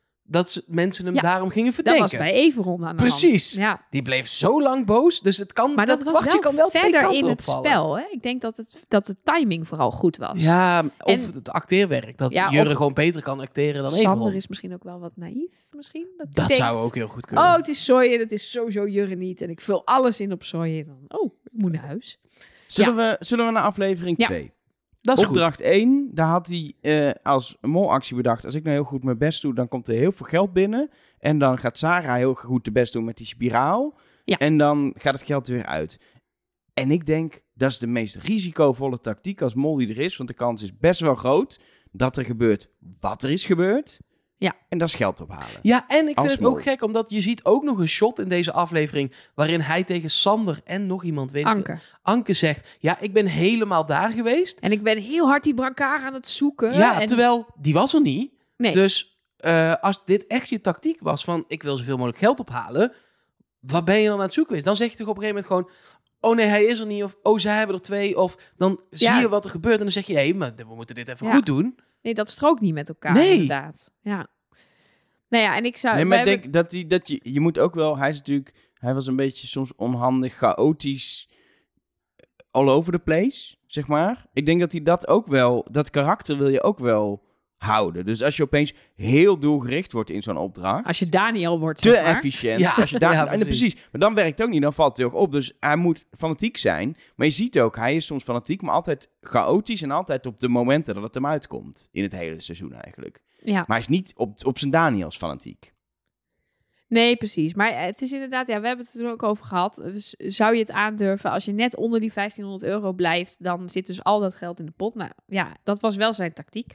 Speaker 3: dat mensen hem
Speaker 2: Ja,
Speaker 3: daarom gingen
Speaker 2: Dat
Speaker 3: verdenken.
Speaker 2: was bij Everon aan de
Speaker 3: Precies.
Speaker 2: hand. Ja.
Speaker 3: Die bleef zo lang boos, dus het kan...
Speaker 2: Maar dat was
Speaker 3: kwartje
Speaker 2: wel
Speaker 3: kan wel twee
Speaker 2: verder
Speaker 3: kanten
Speaker 2: in het
Speaker 3: opvallen.
Speaker 2: spel. Hè? Ik denk dat de timing vooral goed was.
Speaker 3: Ja, of
Speaker 2: En-
Speaker 3: het acteerwerk. Dat
Speaker 2: Ja,
Speaker 3: Jurre
Speaker 2: of-
Speaker 3: gewoon beter kan acteren dan
Speaker 2: Sander
Speaker 3: Everon.
Speaker 2: is misschien ook wel wat naïef. Misschien,
Speaker 3: Dat
Speaker 2: denkt,
Speaker 3: zou ook heel goed kunnen.
Speaker 2: Oh, het is soja, dat is sowieso Jurre niet. En ik vul alles in op soja. Dan, oh, ik moet naar huis.
Speaker 1: Zullen we naar aflevering
Speaker 2: Ja.
Speaker 1: 2?
Speaker 3: dat is
Speaker 1: Opdracht 1, daar had hij als molactie bedacht, als ik nou heel goed mijn best doe, dan komt er heel veel geld binnen. En dan gaat Sarah heel goed de best doen met die spiraal.
Speaker 2: Ja.
Speaker 1: En dan gaat het geld er weer uit. En ik denk, dat is de meest risicovolle tactiek als mol die er is. Want de kans is best wel groot dat er gebeurt wat er is gebeurd.
Speaker 2: Ja.
Speaker 1: En dat is geld ophalen.
Speaker 3: Ja, en ik
Speaker 1: Als
Speaker 3: vind het ook
Speaker 1: mol.
Speaker 3: gek, omdat je ziet ook nog een shot in deze aflevering waarin hij tegen Sander en nog iemand, weet ik
Speaker 2: Anke.
Speaker 3: Anke zegt, ja, ik ben helemaal daar geweest.
Speaker 2: En ik ben heel hard die brancard aan het zoeken.
Speaker 3: Ja,
Speaker 2: en...
Speaker 3: terwijl die was er niet.
Speaker 2: Nee.
Speaker 3: Dus als dit echt je tactiek was van, ik wil zoveel mogelijk geld ophalen, wat ben je dan aan het zoeken geweest? Dan zeg je toch op een gegeven moment gewoon, oh nee, hij is er niet, of oh, zij hebben er 2, of dan zie je wat er gebeurt en dan zeg je, hé, maar we moeten dit even
Speaker 2: Ja.
Speaker 3: goed doen.
Speaker 2: Nee, dat strookt niet met elkaar,
Speaker 3: Nee.
Speaker 2: inderdaad. Ja. Nou ja, en ik zou...
Speaker 1: Nee, maar
Speaker 2: we
Speaker 1: ik denk dat je moet ook wel, hij was een beetje soms onhandig, chaotisch, all over the place, zeg maar. Ik denk dat hij dat ook wel, dat karakter wil je ook wel houden. Dus als je opeens heel doelgericht wordt in zo'n opdracht...
Speaker 2: Als je Daniel wordt,
Speaker 1: te
Speaker 2: zeg maar.
Speaker 1: efficiënt.
Speaker 3: Ja,
Speaker 1: Als je daar,
Speaker 3: ja,
Speaker 1: en precies. Maar dan werkt het ook niet. Dan valt het heel erg op. Dus hij moet fanatiek zijn. Maar je ziet ook, hij is soms fanatiek, maar altijd chaotisch. En altijd op de momenten dat het hem uitkomt. In het hele seizoen eigenlijk.
Speaker 2: Ja.
Speaker 1: Maar hij is niet op zijn Daniels fanatiek.
Speaker 2: Nee, precies. Maar het is inderdaad, we hebben het er toen ook over gehad. Zou je het aandurven als je net onder die €1500 blijft, dan zit dus al dat geld in de pot. Nou ja, dat was wel zijn tactiek.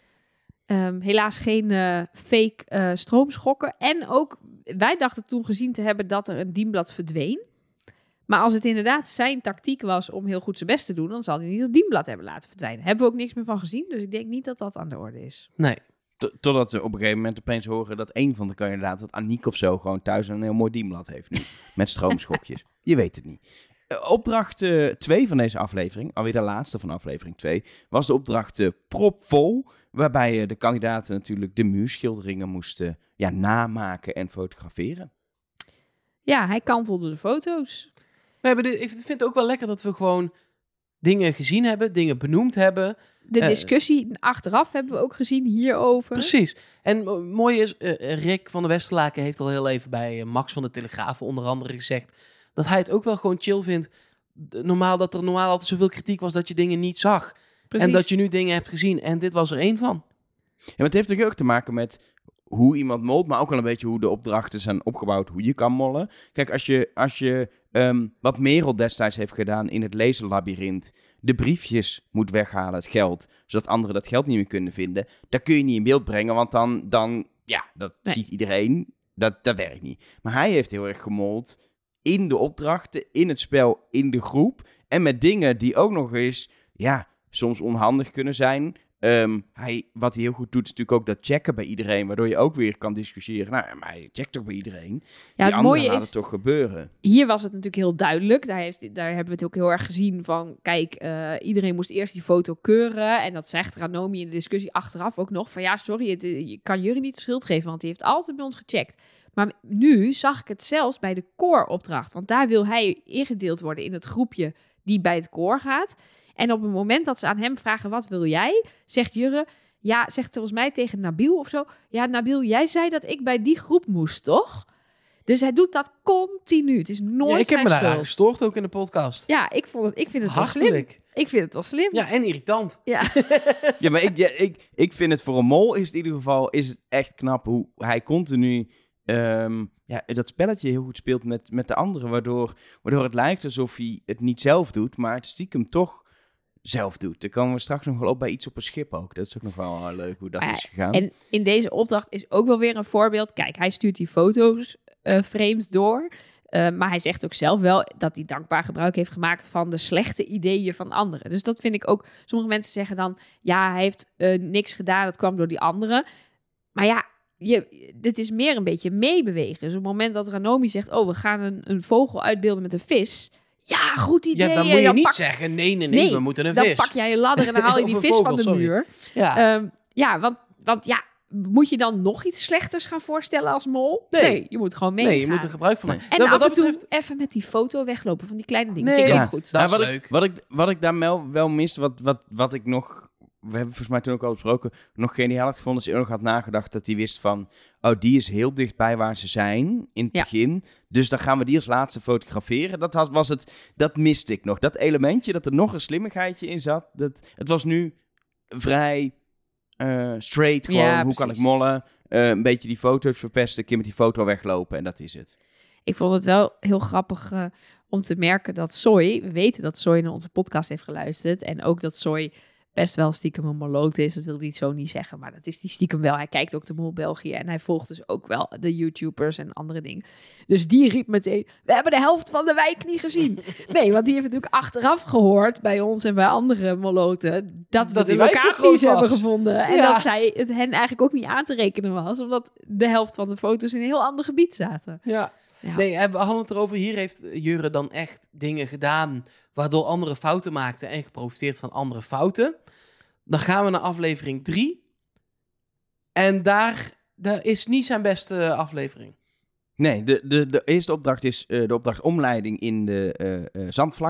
Speaker 2: Helaas geen fake stroomschokken. En ook, wij dachten toen gezien te hebben dat er een dienblad verdween. Maar als het inderdaad zijn tactiek was om heel goed zijn best te doen, dan zal hij niet het dienblad hebben laten verdwijnen. Hebben we ook niks meer van gezien, dus ik denk niet dat dat aan de orde is.
Speaker 3: Nee.
Speaker 1: Totdat we op een gegeven moment opeens horen dat een van de kandidaten, dat Aniek of zo, gewoon thuis een heel mooi dienblad heeft nu. Met stroomschokjes. Je weet het niet. Opdracht 2 van deze aflevering, alweer de laatste van aflevering 2, was de opdracht propvol. Waarbij de kandidaten natuurlijk de muurschilderingen moesten namaken en fotograferen.
Speaker 2: Ja, hij kantelde de foto's.
Speaker 3: Ik vind het ook wel lekker dat we gewoon dingen gezien hebben, dingen benoemd hebben.
Speaker 2: De discussie achteraf hebben we ook gezien hierover.
Speaker 3: Precies. En mooi is, Rick van der Westerlaken heeft al heel even bij Max van de Telegraaf onder andere gezegd dat hij het ook wel gewoon chill vindt. Normaal altijd zoveel kritiek was dat je dingen niet zag.
Speaker 2: Precies.
Speaker 3: En dat je nu dingen hebt gezien. En dit was er één van.
Speaker 1: Ja, maar het heeft natuurlijk ook te maken met hoe iemand molt, maar ook wel een beetje hoe de opdrachten zijn opgebouwd, hoe je kan mollen. Kijk, als je wat Merel destijds heeft gedaan in het lezenlabyrint, de briefjes moet weghalen, het geld, zodat anderen dat geld niet meer kunnen vinden, dat kun je niet in beeld brengen, want dan dat ziet iedereen, dat werkt niet. Maar hij heeft heel erg gemold in de opdrachten, in het spel, in de groep, en met dingen die ook nog eens, soms onhandig kunnen zijn. Wat hij heel goed doet, is natuurlijk ook dat checken bij iedereen, waardoor je ook weer kan discussiëren. Nou, maar hij checkt toch bij iedereen.
Speaker 2: Ja,
Speaker 1: die
Speaker 2: het mooie
Speaker 1: laten
Speaker 2: is,
Speaker 1: het toch gebeuren.
Speaker 2: Hier was het natuurlijk heel duidelijk. Daar hebben we het ook heel erg gezien van, kijk, iedereen moest eerst die foto keuren. En dat zegt Ranomi in de discussie achteraf ook nog van, sorry, je kan Jurre niet de schuld geven, want hij heeft altijd bij ons gecheckt. Maar nu zag ik het zelfs bij de core-opdracht, want daar wil hij ingedeeld worden in het groepje die bij het core gaat. En op het moment dat ze aan hem vragen, wat wil jij? Zegt Jurre, zegt volgens mij tegen Nabil of zo. Ja, Nabil, jij zei dat ik bij die groep moest, toch? Dus hij doet dat continu. Het is nooit
Speaker 3: ik heb
Speaker 2: zijn
Speaker 3: me daar
Speaker 2: schuld.
Speaker 3: aan gestoord, ook in de podcast.
Speaker 2: Ja, ik vind het wel slim.
Speaker 3: Hartelijk.
Speaker 2: Ik vind het wel slim.
Speaker 3: Ja, en irritant.
Speaker 2: Ja.
Speaker 1: Ja, maar ik vind het voor een mol is het in ieder geval is het echt knap hoe hij continu dat spelletje heel goed speelt met de anderen, waardoor het lijkt alsof hij het niet zelf doet, maar het stiekem toch zelf doet. Daar komen we straks nog wel op bij iets op een schip ook. Dat is ook nog wel leuk hoe dat is gegaan.
Speaker 2: En in deze opdracht is ook wel weer een voorbeeld. Kijk, hij stuurt die foto's frames door. Maar hij zegt ook zelf wel dat hij dankbaar gebruik heeft gemaakt van de slechte ideeën van anderen. Dus dat vind ik ook. Sommige mensen zeggen dan, hij heeft niks gedaan, dat kwam door die anderen. Maar dit is meer een beetje meebewegen. Dus op het moment dat Ranomi zegt, we gaan een vogel uitbeelden met een vis. Ja, goed idee.
Speaker 3: Ja, dan moet je niet zeggen, nee, we moeten een vis.
Speaker 2: Dan pak jij een ladder en dan haal je die vis van de muur.
Speaker 3: Ja.
Speaker 2: Want moet je dan nog iets slechters gaan voorstellen als mol? Nee, je moet gewoon meegaan.
Speaker 3: Nee, je moet er gebruik van maken.
Speaker 2: En af en toe even met die foto weglopen van die kleine dingen.
Speaker 3: Nee,
Speaker 2: vind ik ook goed.
Speaker 3: Dat is leuk.
Speaker 1: Wat ik daar wel mist, wat ik nog... We hebben volgens mij toen ook al besproken, nog geniaal had gevonden, is hij nog had nagedacht dat hij wist van, die is heel dichtbij waar ze zijn in het begin. Dus dan gaan we die als laatste fotograferen. Dat miste ik nog. Dat elementje, dat er nog een slimmigheidje in zat. Het was nu vrij straight gewoon.
Speaker 2: Ja,
Speaker 1: hoe kan ik mollen? Een beetje die foto's verpesten, een keer met die foto weglopen en dat is het.
Speaker 2: Ik vond het wel heel grappig om te merken dat Soy, we weten dat Soy naar onze podcast heeft geluisterd en ook dat Soy best wel stiekem een moloot is. Dat wil hij zo niet zeggen, maar dat is die stiekem wel. Hij kijkt ook de Mol België en hij volgt dus ook wel de YouTubers en andere dingen. Dus die riep meteen, we hebben de helft van de wijk niet gezien. Nee, want die heeft natuurlijk achteraf gehoord bij ons en bij andere moloten dat we de locaties hebben gevonden. En dat zij het hen eigenlijk ook niet aan te rekenen was, omdat de helft van de foto's in een heel ander gebied zaten.
Speaker 3: Ja. Nee, we hadden het erover. Hier heeft Jurre dan echt dingen gedaan waardoor anderen fouten maakten en geprofiteerd van andere fouten. Dan gaan we naar aflevering 3. En daar is niet zijn beste aflevering.
Speaker 1: Nee, de eerste opdracht is de opdracht omleiding in de zandvlakte.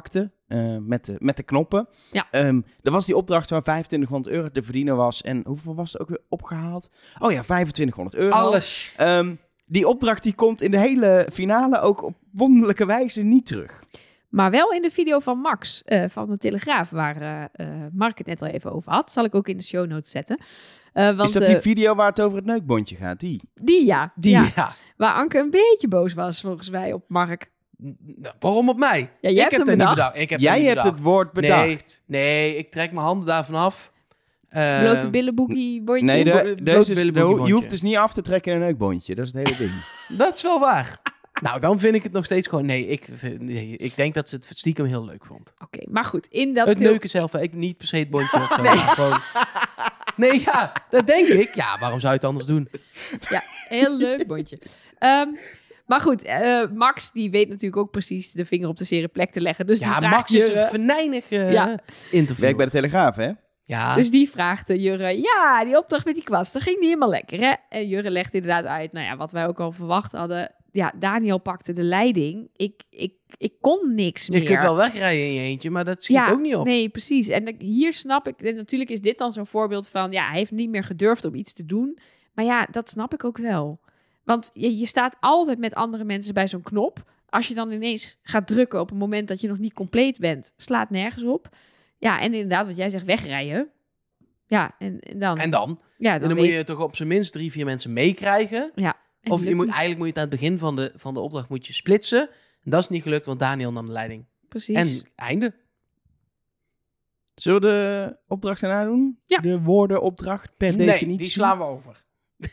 Speaker 1: met de knoppen.
Speaker 2: Ja.
Speaker 1: Er was die opdracht waar €2500 te verdienen was. En hoeveel was het ook weer opgehaald? Oh ja, €2500.
Speaker 3: Alles.
Speaker 1: Die opdracht die komt in de hele finale ook op wonderlijke wijze niet terug.
Speaker 2: Maar wel in de video van Max van de Telegraaf, waar Mark het net al even over had. Zal ik ook in de show notes zetten. Want,
Speaker 1: is dat die video waar het over het neukbondje gaat? Die?
Speaker 2: Ja. Waar Anke een beetje boos was, volgens mij, op Mark.
Speaker 3: Waarom op mij?
Speaker 2: Ja, jij hebt hem bedacht.
Speaker 1: Jij hebt het woord bedacht.
Speaker 3: Nee, ik trek mijn handen daarvan af.
Speaker 2: Blote billen boogie bondje.
Speaker 1: Nee,
Speaker 3: bondje.
Speaker 1: je hoeft dus niet af te trekken in een neukbondje. Dat is het hele ding.
Speaker 3: Dat is wel waar. Nou, dan vind ik het nog steeds gewoon... Nee, ik denk dat ze het stiekem heel leuk vond.
Speaker 2: Oké, maar goed. In dat
Speaker 3: het neuken zelf, niet per se het bondje of zo.
Speaker 2: Nee.
Speaker 3: Gewoon... Nee, ja, dat denk ik. Ja, waarom zou je het anders doen?
Speaker 2: Ja, heel leuk bondje. Maar goed, Max die weet natuurlijk ook precies de vinger op de zere plek te leggen. Dus die vraagt
Speaker 3: Max is
Speaker 2: Jurre...
Speaker 3: een venijnig interview.
Speaker 1: Werk bij de Telegraaf, hè?
Speaker 3: Ja.
Speaker 2: Dus die vraagt Jurre, ja, die opdracht met die kwast, dat ging niet helemaal lekker, hè? En Jurre legt inderdaad uit, nou ja, wat wij ook al verwacht hadden. Ja, Daniel pakte de leiding. Ik kon niks meer.
Speaker 3: Je kunt wel wegrijden in je eentje, maar dat schiet ook niet op.
Speaker 2: Nee, precies. En hier snap ik... En natuurlijk is dit dan zo'n voorbeeld van... Ja, hij heeft niet meer gedurfd om iets te doen. Maar ja, dat snap ik ook wel. Want je staat altijd met andere mensen bij zo'n knop. Als je dan ineens gaat drukken op een moment dat je nog niet compleet bent... slaat nergens op. Ja, en inderdaad, wat jij zegt, wegrijden. Ja, en dan...
Speaker 3: En dan?
Speaker 2: Ja,
Speaker 3: dan moet je toch op zijn minst 3-4 mensen meekrijgen.
Speaker 2: Ja.
Speaker 3: Of eigenlijk moet je het aan het begin van de opdracht moet je splitsen. En dat is niet gelukt, want Daniel nam de leiding.
Speaker 2: Precies.
Speaker 3: En einde.
Speaker 1: Zullen we de opdracht erna doen?
Speaker 2: Ja.
Speaker 1: De woordenopdracht per definitie?
Speaker 3: Nee, die slaan we over.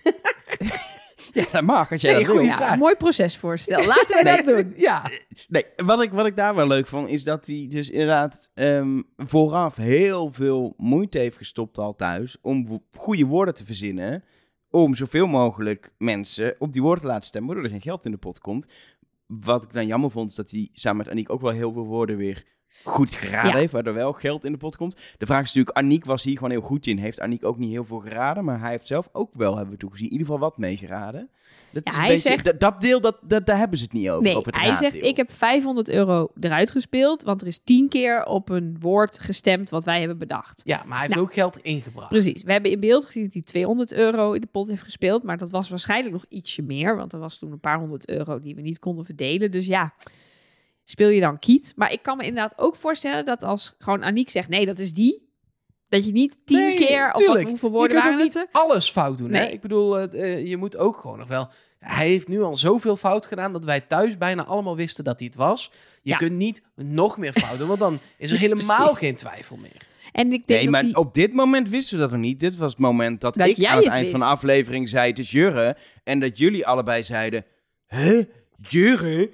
Speaker 1: Ja, dat mag als jij dat wil.
Speaker 2: Ja, mooi procesvoorstel. Laten we dat doen.
Speaker 3: Ja.
Speaker 1: Nee, wat ik daar wel leuk vond, is dat hij dus inderdaad vooraf heel veel moeite heeft gestopt al thuis om goede woorden te verzinnen, om zoveel mogelijk mensen op die woorden te laten stemmen, waardoor er geen geld in de pot komt. Wat ik dan jammer vond, is dat hij samen met Aniek ook wel heel veel woorden weer goed geraden heeft, waardoor wel geld in de pot komt. De vraag is natuurlijk, Aniek was hier gewoon heel goed in. Heeft Aniek ook niet heel veel geraden, maar hij heeft zelf ook wel, hebben we toegezien, in ieder geval wat meegeraden. Dat deel, daar hebben ze het niet over.
Speaker 2: Nee,
Speaker 1: over het
Speaker 2: hij zegt, ik heb €500 eruit gespeeld, want er is 10 keer op een woord gestemd wat wij hebben bedacht.
Speaker 3: Ja, maar hij heeft ook geld ingebracht.
Speaker 2: Precies. We hebben in beeld gezien dat hij €200 in de pot heeft gespeeld, maar dat was waarschijnlijk nog ietsje meer, want er was toen een paar €100 die we niet konden verdelen. Dus ja, speel je dan kiet. Maar ik kan me inderdaad ook voorstellen dat als gewoon Aniek zegt, nee, dat is die, dat je niet 10 keer, of wat, hoeveel woorden waren het?
Speaker 3: Je kunt ook niet alles fout doen. Nee. Hè? Ik bedoel, je moet ook gewoon nog wel... Hij heeft nu al zoveel fout gedaan dat wij thuis bijna allemaal wisten dat hij het was. Je kunt niet nog meer fout doen, want dan is er helemaal geen twijfel meer.
Speaker 2: En ik denk
Speaker 1: maar op dit moment wisten we dat nog niet. Dit was het moment dat ik aan het eind van de aflevering zei, het is Jurre. En dat jullie allebei zeiden, hè? Jurre?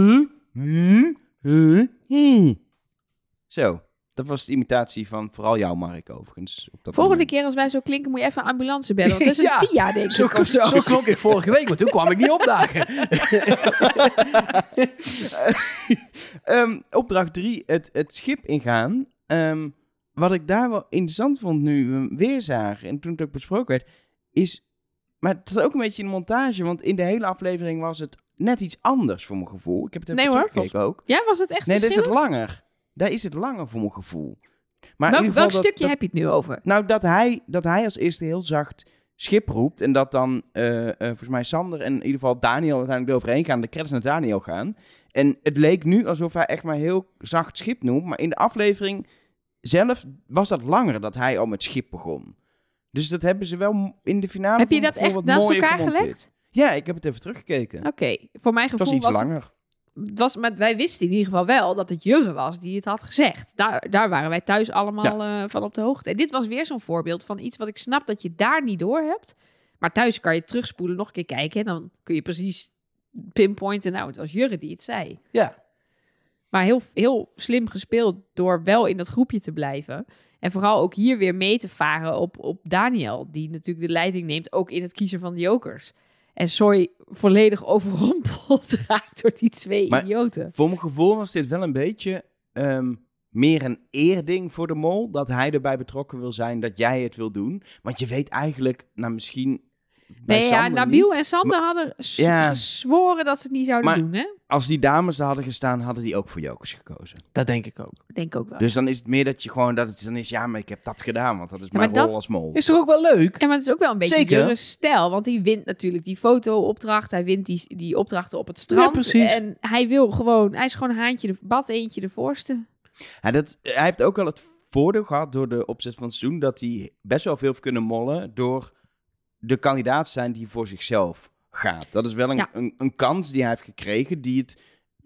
Speaker 1: Zo. Dat was de imitatie van vooral jou, Mark, overigens. Op dat
Speaker 2: Volgende keer als wij zo klinken, moet je even een ambulance bellen. Want dat is een TIA, denk ik.
Speaker 3: Zo klonk ik vorige week, maar toen kwam ik niet opdagen.
Speaker 1: Opdracht 3, het schip ingaan. Wat ik daar wel interessant vond nu we weer zagen, en toen het ook besproken werd, is... Maar het is ook een beetje in de montage, want in de hele aflevering was het net iets anders voor mijn gevoel. Ik heb het even teruggekeken ook.
Speaker 2: Ja, was het echt
Speaker 1: Nee, dat is het langer. Daar is het langer voor mijn gevoel. Maar
Speaker 2: welk stukje heb je het nu over?
Speaker 1: Nou, dat hij als eerste heel zacht schip roept. En dat dan volgens mij Sander en in ieder geval Daniel uiteindelijk eroverheen gaan. De credits naar Daniel gaan. En het leek nu alsof hij echt maar heel zacht schip noemt. Maar in de aflevering zelf was dat langer dat hij al met schip begon. Dus dat hebben ze wel in de finale...
Speaker 2: Heb je dat echt naast elkaar gelegd?
Speaker 1: Ja, ik heb het even teruggekeken.
Speaker 2: Oké, voor mijn gevoel
Speaker 1: was iets langer.
Speaker 2: Maar wij wisten in ieder geval wel dat het Jurre was die het had gezegd. Daar waren wij thuis allemaal van op de hoogte. En dit was weer zo'n voorbeeld van iets wat ik snap dat je daar niet door hebt. Maar thuis kan je terugspoelen, nog een keer kijken. En dan kun je precies pinpointen. Nou, het was Jurre die het zei.
Speaker 3: Ja.
Speaker 2: Maar heel, heel slim gespeeld door wel in dat groepje te blijven. En vooral ook hier weer mee te varen op Daniel. Die natuurlijk de leiding neemt, ook in het kiezen van de jokers. En Soy volledig overrompeld raakt door die twee idioten.
Speaker 1: Voor mijn gevoel was dit wel een beetje meer een eerding voor de mol. Dat hij erbij betrokken wil zijn, dat jij het wil doen. Want je weet eigenlijk, nou misschien bij
Speaker 2: Nee, ja,
Speaker 1: Sander
Speaker 2: Nabil
Speaker 1: niet.
Speaker 2: en Sander hadden
Speaker 1: Ja.
Speaker 2: gezworen dat ze het niet zouden
Speaker 1: Maar-
Speaker 2: doen, hè?
Speaker 1: Als die dames er hadden gestaan, hadden die ook voor jokers gekozen.
Speaker 3: Dat denk ik ook.
Speaker 2: Denk ook wel.
Speaker 1: Dus dan is het meer dat je gewoon, dat het dan is, ja, maar ik heb dat gedaan, want dat is
Speaker 2: Ja,
Speaker 1: mijn
Speaker 2: maar
Speaker 1: rol
Speaker 2: dat-
Speaker 1: als mol.
Speaker 3: Is toch ook wel leuk?
Speaker 2: Ja, maar het is ook wel een beetje
Speaker 1: Zeker.
Speaker 2: Jurre's stijl. Want hij wint natuurlijk die foto-opdracht. Hij wint die opdrachten op het strand.
Speaker 3: Ja, precies.
Speaker 2: En hij is gewoon haantje de bad, eentje de voorste.
Speaker 1: Ja, hij heeft ook wel het voordeel gehad door de opzet van het seizoen, dat hij best wel veel heeft kunnen mollen door de kandidaat te zijn die voor zichzelf gaat. Dat is wel
Speaker 2: Ja.
Speaker 1: een kans die hij heeft gekregen, die het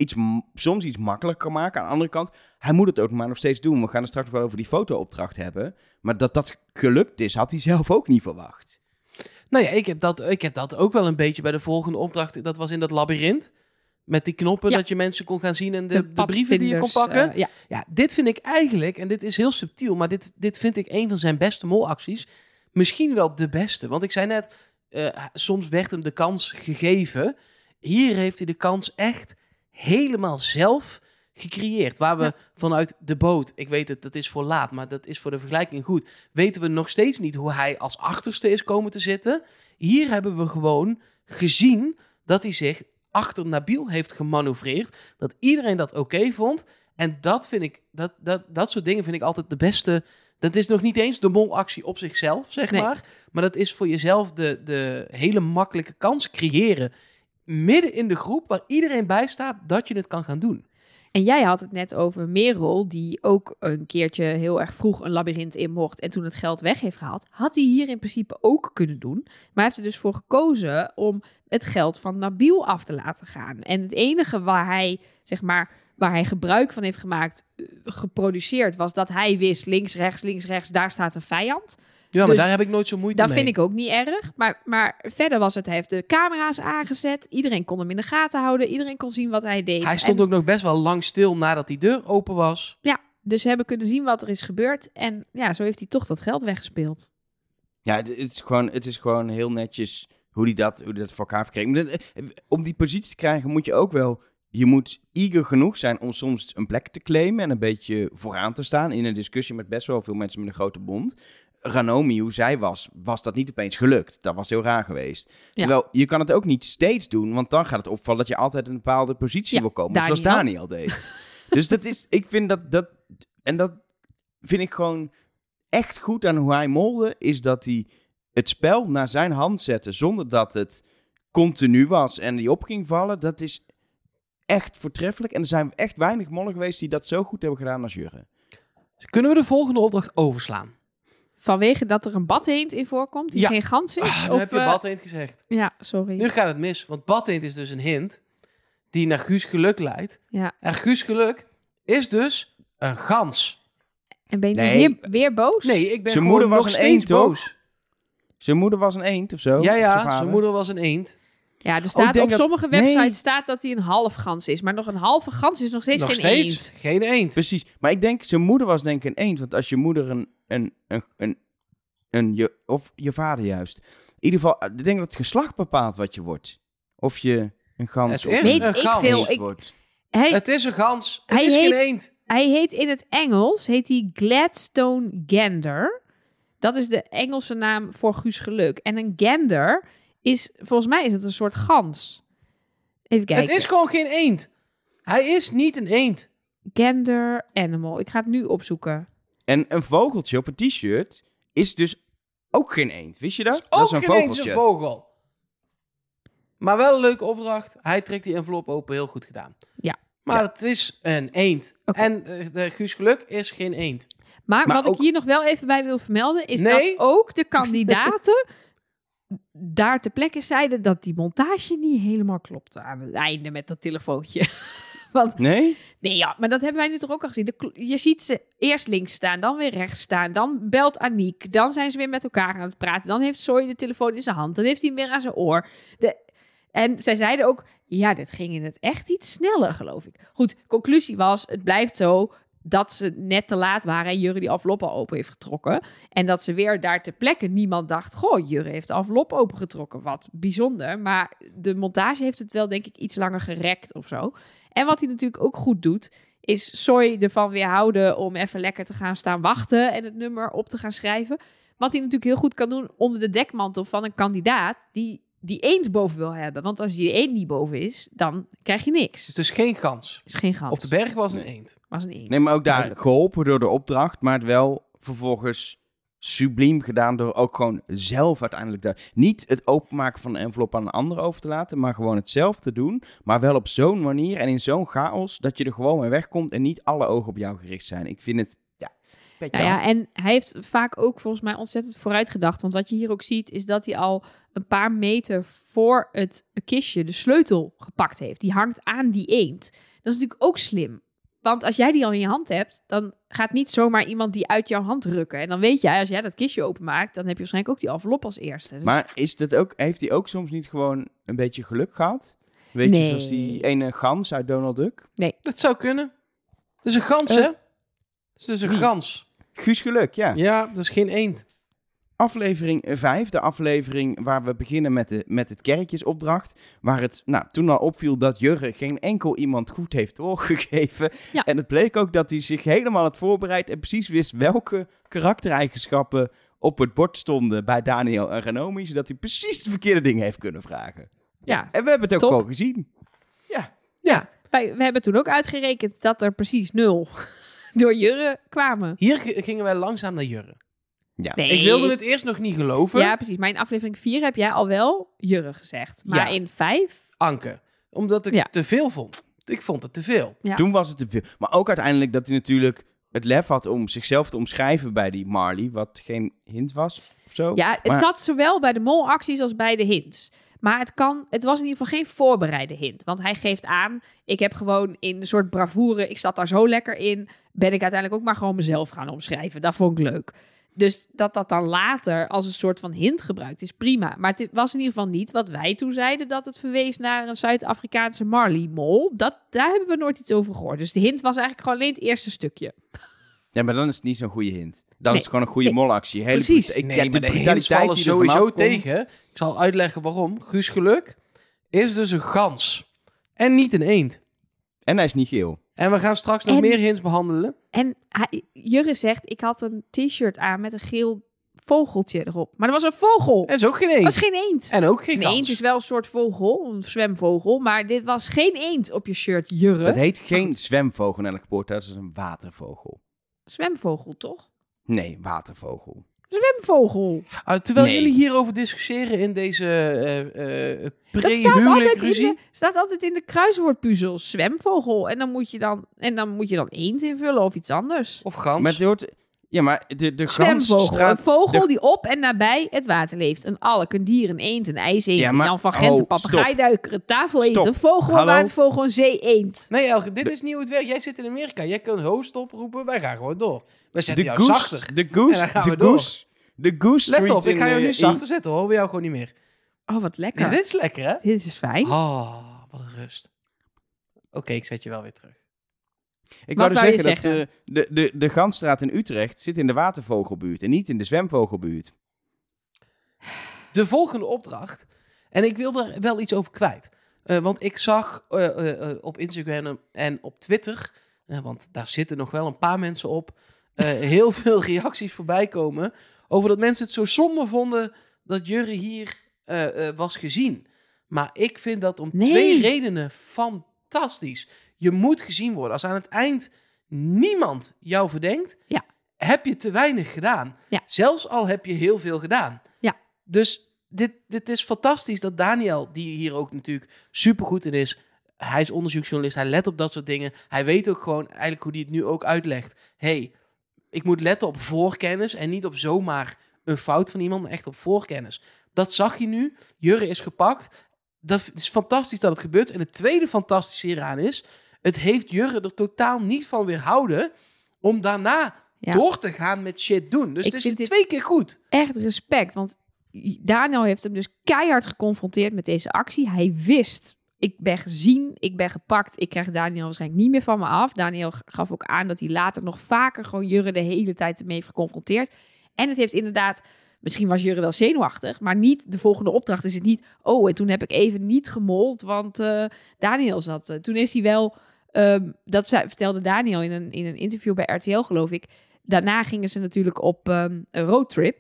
Speaker 1: soms iets makkelijker kan maken. Aan de andere kant, hij moet het ook maar nog steeds doen. We gaan het straks wel over die foto-opdracht hebben. Maar dat gelukt is, had hij zelf ook niet verwacht.
Speaker 3: Nou ja, ik heb dat ook wel een beetje bij de volgende opdracht. Dat was in dat labyrint. Met die knoppen
Speaker 2: Ja.
Speaker 3: dat je mensen kon gaan zien en de brieven die je kon
Speaker 2: padvinders,
Speaker 3: pakken.
Speaker 2: ja.
Speaker 3: Ja, dit vind ik eigenlijk, en dit is heel subtiel, maar dit vind ik een van zijn beste molacties. Misschien wel de beste. Want ik zei net, soms werd hem de kans gegeven. Hier heeft hij de kans echt helemaal zelf gecreëerd. Waar we vanuit de boot, ik weet het, dat is voor laat, maar dat is voor de vergelijking goed, weten we nog steeds niet hoe hij als achterste is komen te zitten. Hier hebben we gewoon gezien dat hij zich achter Nabil heeft gemanoeuvreerd. Dat iedereen dat oké vond. En dat vind ik, dat soort dingen vind ik altijd de beste. Dat is nog niet eens de molactie op zichzelf, zeg
Speaker 2: Nee.
Speaker 3: maar. Maar dat is voor jezelf de hele makkelijke kans creëren. Midden in de groep waar iedereen bij staat dat je het kan gaan doen.
Speaker 2: En jij had het net over Merel, die ook een keertje heel erg vroeg een labyrint in mocht en toen het geld weg heeft gehaald. Had hij hier in principe ook kunnen doen. Maar hij heeft er dus voor gekozen om het geld van Nabil af te laten gaan. En het enige waar hij, zeg maar, waar hij gebruik van heeft gemaakt, geproduceerd, was dat hij wist links, rechts, daar staat een vijand.
Speaker 3: Ja, maar
Speaker 2: Dus
Speaker 3: daar heb ik nooit zo moeite
Speaker 2: Dat
Speaker 3: mee.
Speaker 2: vind ik ook niet erg. Maar verder was het, hij heeft de camera's aangezet. Iedereen kon hem in de gaten houden. Iedereen kon zien wat hij deed.
Speaker 3: Hij stond ook nog best wel lang stil nadat die deur open was.
Speaker 2: Ja, dus ze hebben kunnen zien wat er is gebeurd. En ja, zo heeft hij toch dat geld weggespeeld.
Speaker 1: Ja, het is gewoon heel netjes hoe hij dat voor elkaar heeft gekregen. Om die positie te krijgen moet je ook wel... Je moet eager genoeg zijn om soms een plek te claimen en een beetje vooraan te staan in een discussie met best wel veel mensen met een grote mond. Ranomi, hoe zij was dat niet opeens gelukt. Dat was heel raar geweest.
Speaker 2: Ja.
Speaker 1: Terwijl, je kan het ook niet steeds doen, want dan gaat het opvallen dat je altijd in een bepaalde positie
Speaker 2: Ja,
Speaker 1: wil komen. Zoals
Speaker 2: Daniel
Speaker 1: deed. Dus dat is, ik vind dat vind ik gewoon echt goed aan hoe hij molde, is dat hij het spel naar zijn hand zette zonder dat het continu was en die op ging vallen. Dat is echt voortreffelijk. En er zijn echt weinig mollen geweest die dat zo goed hebben gedaan als Jurre.
Speaker 3: Kunnen we de volgende opdracht overslaan?
Speaker 2: Vanwege dat er een badheend in voorkomt die
Speaker 3: Ja.
Speaker 2: geen gans is?
Speaker 3: Nu heb je badheend gezegd.
Speaker 2: Ja, sorry.
Speaker 3: Nu gaat het mis, want badheend is dus een hint die naar Guus Geluk leidt.
Speaker 2: Ja.
Speaker 3: En Guus Geluk is dus een gans.
Speaker 2: En ben je
Speaker 1: Nee.
Speaker 2: nu weer boos?
Speaker 3: Nee, ik ben
Speaker 1: Zijn
Speaker 3: gewoon
Speaker 1: moeder was
Speaker 3: nog
Speaker 1: een
Speaker 3: steeds
Speaker 1: eend, toch?
Speaker 3: boos.
Speaker 1: Zijn moeder was een eend of zo?
Speaker 3: Ja,
Speaker 1: vader?
Speaker 3: zijn moeder was een eend.
Speaker 2: Ja, er staat
Speaker 1: denk
Speaker 2: op
Speaker 1: dat-
Speaker 2: sommige websites
Speaker 1: nee.
Speaker 2: staat dat hij een half gans is. Maar nog een halve gans is nog steeds
Speaker 3: Nog
Speaker 2: geen
Speaker 3: steeds
Speaker 2: eend.
Speaker 3: geen eend.
Speaker 1: Precies. Maar ik denk, zijn moeder was denk ik een eend. Want als je moeder of je vader juist. In ieder geval, ik denk dat het geslacht bepaalt wat je wordt. Of je een gans
Speaker 3: Het
Speaker 1: of
Speaker 3: is
Speaker 1: een
Speaker 2: Weet
Speaker 3: een
Speaker 2: ik
Speaker 3: gans.
Speaker 2: veel.
Speaker 1: eend wordt.
Speaker 3: Het is een gans. Het
Speaker 2: Hij
Speaker 3: is geen
Speaker 2: heet-
Speaker 3: eend.
Speaker 2: Hij heet in het Engels, Gladstone Gander. Dat is de Engelse naam voor Guus Geluk. En een gander is, volgens mij is het een soort gans. Even kijken.
Speaker 3: Het is gewoon geen eend. Hij is niet een eend.
Speaker 2: Gander animal. Ik ga het nu opzoeken.
Speaker 1: En een vogeltje op een t-shirt is dus ook geen eend. Wist je dat?
Speaker 3: Ook
Speaker 1: Dat is een
Speaker 3: geen eend
Speaker 1: vogeltje.
Speaker 3: zijn vogel. Maar wel een leuke opdracht. Hij trekt die envelop open. Heel goed gedaan.
Speaker 2: Ja.
Speaker 3: Maar het is een eend.
Speaker 2: Oké.
Speaker 3: En de Guus Geluk is geen eend.
Speaker 2: Maar
Speaker 1: Maar
Speaker 2: wat
Speaker 1: ook-
Speaker 2: ik hier nog wel even bij wil vermelden, is
Speaker 3: Nee.
Speaker 2: dat ook de kandidaten daar ter plekke zeiden dat die montage niet helemaal klopte aan het einde met dat telefoontje. Want
Speaker 1: Nee?
Speaker 2: nee, ja, maar dat hebben wij nu toch ook al gezien. Je ziet ze eerst links staan, dan weer rechts staan. Dan belt Aniek. Dan zijn ze weer met elkaar aan het praten. Dan heeft Soy de telefoon in zijn hand. Dan heeft hij hem weer aan zijn oor. En zij zeiden ook, ja, dit ging in het echt iets sneller, geloof ik. Goed, conclusie was, het blijft zo dat ze net te laat waren en Jurre die envelop al open heeft getrokken. En dat ze weer daar ter plekke niemand dacht, goh, Jurre heeft de envelop opengetrokken. Wat bijzonder. Maar de montage heeft het wel, denk ik, iets langer gerekt of zo. En wat hij natuurlijk ook goed doet, is Soy ervan weerhouden om even lekker te gaan staan wachten en het nummer op te gaan schrijven. wat hij natuurlijk heel goed kan doen onder de dekmantel van een kandidaat die eend boven wil hebben. Want als die eend niet boven is, dan krijg je niks.
Speaker 3: Dus geen gans.
Speaker 2: Is geen gans.
Speaker 3: Op de berg was een eend.
Speaker 2: Was een eend.
Speaker 1: Nee, maar ook daar geholpen door de opdracht, maar het wel vervolgens subliem gedaan door ook gewoon zelf uiteindelijk niet het openmaken van een envelop aan een ander over te laten, maar gewoon het zelf te doen, maar wel op zo'n manier en in zo'n chaos dat je er gewoon mee wegkomt en niet alle ogen op jou gericht zijn. Ik vind het,
Speaker 2: en hij heeft vaak ook volgens mij ontzettend vooruit gedacht, want wat je hier ook ziet is dat hij al een paar meter voor het kistje de sleutel gepakt heeft. Die hangt aan die eend. Dat is natuurlijk ook slim. Want als jij die al in je hand hebt, dan gaat niet zomaar iemand die uit jouw hand rukken. En dan weet jij, als jij dat kistje openmaakt, dan heb je waarschijnlijk ook die envelop als eerste. Dus...
Speaker 1: Maar heeft hij ook soms niet gewoon een beetje geluk gehad? Weet je, zoals die ene gans uit Donald Duck?
Speaker 2: Nee.
Speaker 3: Dat zou kunnen. Dat is een gans, hè? Dat is dus een gans.
Speaker 1: Guus Geluk, ja.
Speaker 3: Ja, dat is geen eend.
Speaker 1: Aflevering 5, de aflevering waar we beginnen met het kerkjesopdracht. Waar het toen al opviel dat Jurre geen enkel iemand goed heeft doorgegeven.
Speaker 2: Ja.
Speaker 1: En het bleek ook dat hij zich helemaal had voorbereid en precies wist welke karaktereigenschappen op het bord stonden bij Daniel en Renomi. Zodat hij precies de verkeerde dingen heeft kunnen vragen.
Speaker 2: Ja.
Speaker 1: En we hebben het ook
Speaker 2: Top.
Speaker 1: gewoon gezien.
Speaker 3: Ja.
Speaker 2: We hebben toen ook uitgerekend dat er precies 0 door Jurre kwamen.
Speaker 3: Hier gingen wij langzaam naar Jurre.
Speaker 1: Ja.
Speaker 2: Nee.
Speaker 3: Ik wilde het eerst nog niet geloven.
Speaker 2: Ja, precies. Maar in aflevering 4 heb jij al wel Jurre gezegd. Maar
Speaker 3: Ja.
Speaker 2: in 5...
Speaker 3: Anke. Omdat ik te veel vond. Ik vond het te veel.
Speaker 2: Ja.
Speaker 1: Toen was het te veel. Maar ook uiteindelijk dat hij natuurlijk het lef had om zichzelf te omschrijven bij die Marley. Wat geen hint was of zo.
Speaker 2: Ja, het
Speaker 1: Maar-
Speaker 2: zat zowel bij de molacties als bij de hints. Maar het was in ieder geval geen voorbereide hint. Want hij geeft aan, ik heb gewoon in een soort bravoure, ik zat daar zo lekker in, ben ik uiteindelijk ook maar gewoon mezelf gaan omschrijven. Dat vond ik leuk. Dus dat dan later als een soort van hint gebruikt is prima. Maar het was in ieder geval niet wat wij toen zeiden, dat het verwees naar een Zuid-Afrikaanse Marley-mol. Daar hebben we nooit iets over gehoord. Dus de hint was eigenlijk gewoon alleen het eerste stukje.
Speaker 1: Ja, maar dan is het niet zo'n goede hint. Dan
Speaker 2: Nee.
Speaker 1: is het gewoon een goede molactie. Hele
Speaker 2: Precies.
Speaker 1: brut-
Speaker 3: Nee, maar de hints
Speaker 1: brutaliteit
Speaker 3: vallen
Speaker 1: die er vanaf
Speaker 3: sowieso
Speaker 1: komt.
Speaker 3: tegen. Ik zal uitleggen waarom. Guus Geluk is dus een gans. En niet een eend.
Speaker 1: En hij is niet geel.
Speaker 3: En we gaan straks nog
Speaker 2: En-
Speaker 3: meer hints behandelen.
Speaker 2: En Jurre zegt, ik had een t-shirt aan met een geel vogeltje erop. Maar dat was een vogel.
Speaker 3: En is ook geen
Speaker 2: Dat
Speaker 3: eend.
Speaker 2: was geen eend.
Speaker 3: En ook geen
Speaker 2: Een
Speaker 3: gans.
Speaker 2: eend is wel een soort vogel, een zwemvogel. Maar dit was geen eend op je shirt, Jurre.
Speaker 1: Het heet geen zwemvogel naar de geboorte. Dat is een watervogel.
Speaker 2: Zwemvogel, toch?
Speaker 1: Nee, watervogel.
Speaker 2: Zwemvogel.
Speaker 3: Terwijl
Speaker 1: Nee.
Speaker 3: jullie hierover discussiëren in deze
Speaker 2: Dat staat altijd in de kruiswoordpuzzel. Zwemvogel. En dan moet je dan eend invullen of iets anders.
Speaker 3: Of gans.
Speaker 1: Maar het hoort... Ja, maar de gans
Speaker 2: Zwemvogel.
Speaker 1: straat...
Speaker 2: Een vogel
Speaker 1: de-
Speaker 2: die op en nabij het water leeft. Een alk, een dier, een eend, een ijseend,
Speaker 1: Ja, maar-
Speaker 2: een Jan van Gent, een
Speaker 1: oh,
Speaker 2: papegaaiduiker, een tafeleend,
Speaker 1: Stop.
Speaker 2: een vogel, een
Speaker 1: Hallo?
Speaker 2: watervogel, een zee-eend.
Speaker 3: Nee, Elge, dit is niet hoe het werkt. Jij zit in Amerika. Jij kunt host oproepen. Wij gaan gewoon door. Wij zetten
Speaker 1: De
Speaker 3: jou zachter.
Speaker 1: goose... De
Speaker 3: En dan
Speaker 1: goose...
Speaker 3: gaan
Speaker 1: De
Speaker 3: we door.
Speaker 1: goose... De goose
Speaker 3: Let
Speaker 1: Street
Speaker 3: op, ik ga jou
Speaker 1: in,
Speaker 3: nu zachter zetten hoor. We jou gewoon niet meer.
Speaker 2: Oh, wat lekker.
Speaker 3: Ja, dit is lekker hè?
Speaker 2: Dit is fijn.
Speaker 3: Oh, wat een rust. Oké, ik zet je wel weer terug.
Speaker 1: Ik
Speaker 2: Wat
Speaker 1: wou dus
Speaker 2: wou je
Speaker 1: zeggen dat de Gansstraat in Utrecht zit in de watervogelbuurt en niet in de zwemvogelbuurt.
Speaker 3: De volgende opdracht. En ik wil er wel iets over kwijt. Want ik zag op Instagram en op Twitter, want daar zitten nog wel een paar mensen op, heel veel reacties voorbij komen over dat mensen het zo zonde vonden dat Jurre hier was gezien. Maar ik vind dat om
Speaker 2: Nee.
Speaker 3: 2 redenen fantastisch. Je moet gezien worden. Als aan het eind niemand jou verdenkt,
Speaker 2: Ja.
Speaker 3: heb je te weinig gedaan.
Speaker 2: Ja.
Speaker 3: Zelfs al heb je heel veel gedaan.
Speaker 2: Ja.
Speaker 3: Dus dit is fantastisch dat Daniel, die hier ook natuurlijk supergoed in is, hij is onderzoeksjournalist, hij let op dat soort dingen. Hij weet ook gewoon eigenlijk hoe hij het nu ook uitlegt. Hey, ik moet letten op voorkennis en niet op zomaar een fout van iemand, maar echt op voorkennis. Dat zag je nu. Jurre is gepakt. Dat is fantastisch dat het gebeurt. En het tweede fantastische hieraan is, het heeft Jurre er totaal niet van weerhouden om daarna
Speaker 2: Ja.
Speaker 3: door te gaan met shit doen. Dus
Speaker 2: Ik
Speaker 3: het is
Speaker 2: vind dit-
Speaker 3: 2 keer goed.
Speaker 2: Echt respect, want Daniel heeft hem dus keihard geconfronteerd met deze actie. Hij wist, ik ben gezien, ik ben gepakt, ik krijg Daniel waarschijnlijk niet meer van me af. Daniel gaf ook aan dat hij later nog vaker gewoon Jurre de hele tijd ermee heeft geconfronteerd. En het heeft inderdaad, misschien was Jurre wel zenuwachtig, maar niet de volgende opdracht is het niet, oh, en toen heb ik even niet gemold, want Daniel zat. Toen is hij wel, vertelde Daniel in een interview bij RTL, geloof ik. Daarna gingen ze natuurlijk op een roadtrip.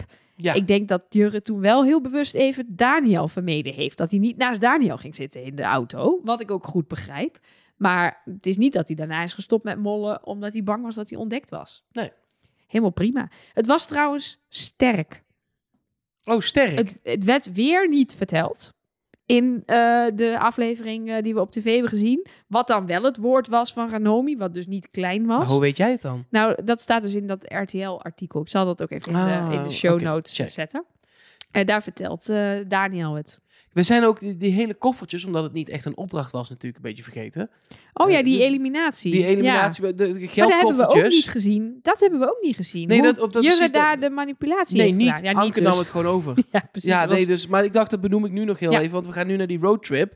Speaker 3: Ja.
Speaker 2: Ik denk dat Jurre toen wel heel bewust even Daniel vermeden heeft. Dat hij niet naast Daniel ging zitten in de auto. Wat ik ook goed begrijp. Maar het is niet dat hij daarna is gestopt met mollen, omdat hij bang was dat hij ontdekt was.
Speaker 3: Nee.
Speaker 2: Helemaal prima. Het was trouwens sterk.
Speaker 3: Oh, sterk.
Speaker 2: Het werd weer niet verteld in de aflevering die we op tv hebben gezien. Wat dan wel het woord was van Ranomi, wat dus niet klein was.
Speaker 3: Maar hoe weet jij het dan?
Speaker 2: Nou, dat staat dus in dat RTL-artikel. Ik zal dat ook even in de show notes zetten. En daar vertelt Daniel het.
Speaker 3: We zijn ook die hele koffertjes, omdat het niet echt een opdracht was, natuurlijk een beetje vergeten.
Speaker 2: Oh ja, die eliminatie.
Speaker 3: Die eliminatie, de geldkoffertjes.
Speaker 2: Maar dat hebben we ook niet gezien. Dat hebben we ook niet gezien.
Speaker 3: Nee,
Speaker 2: Hoe
Speaker 3: dat
Speaker 2: Jurre
Speaker 3: precies
Speaker 2: daar de manipulatie
Speaker 3: Nee,
Speaker 2: heeft
Speaker 3: niet.
Speaker 2: gedaan. Ja,
Speaker 3: Anke
Speaker 2: dus.
Speaker 3: nam het gewoon over.
Speaker 2: Ja, precies.
Speaker 3: Ja,
Speaker 2: Dat was-
Speaker 3: nee, dus, maar ik dacht, dat benoem ik nu nog heel even, want we gaan nu naar die roadtrip.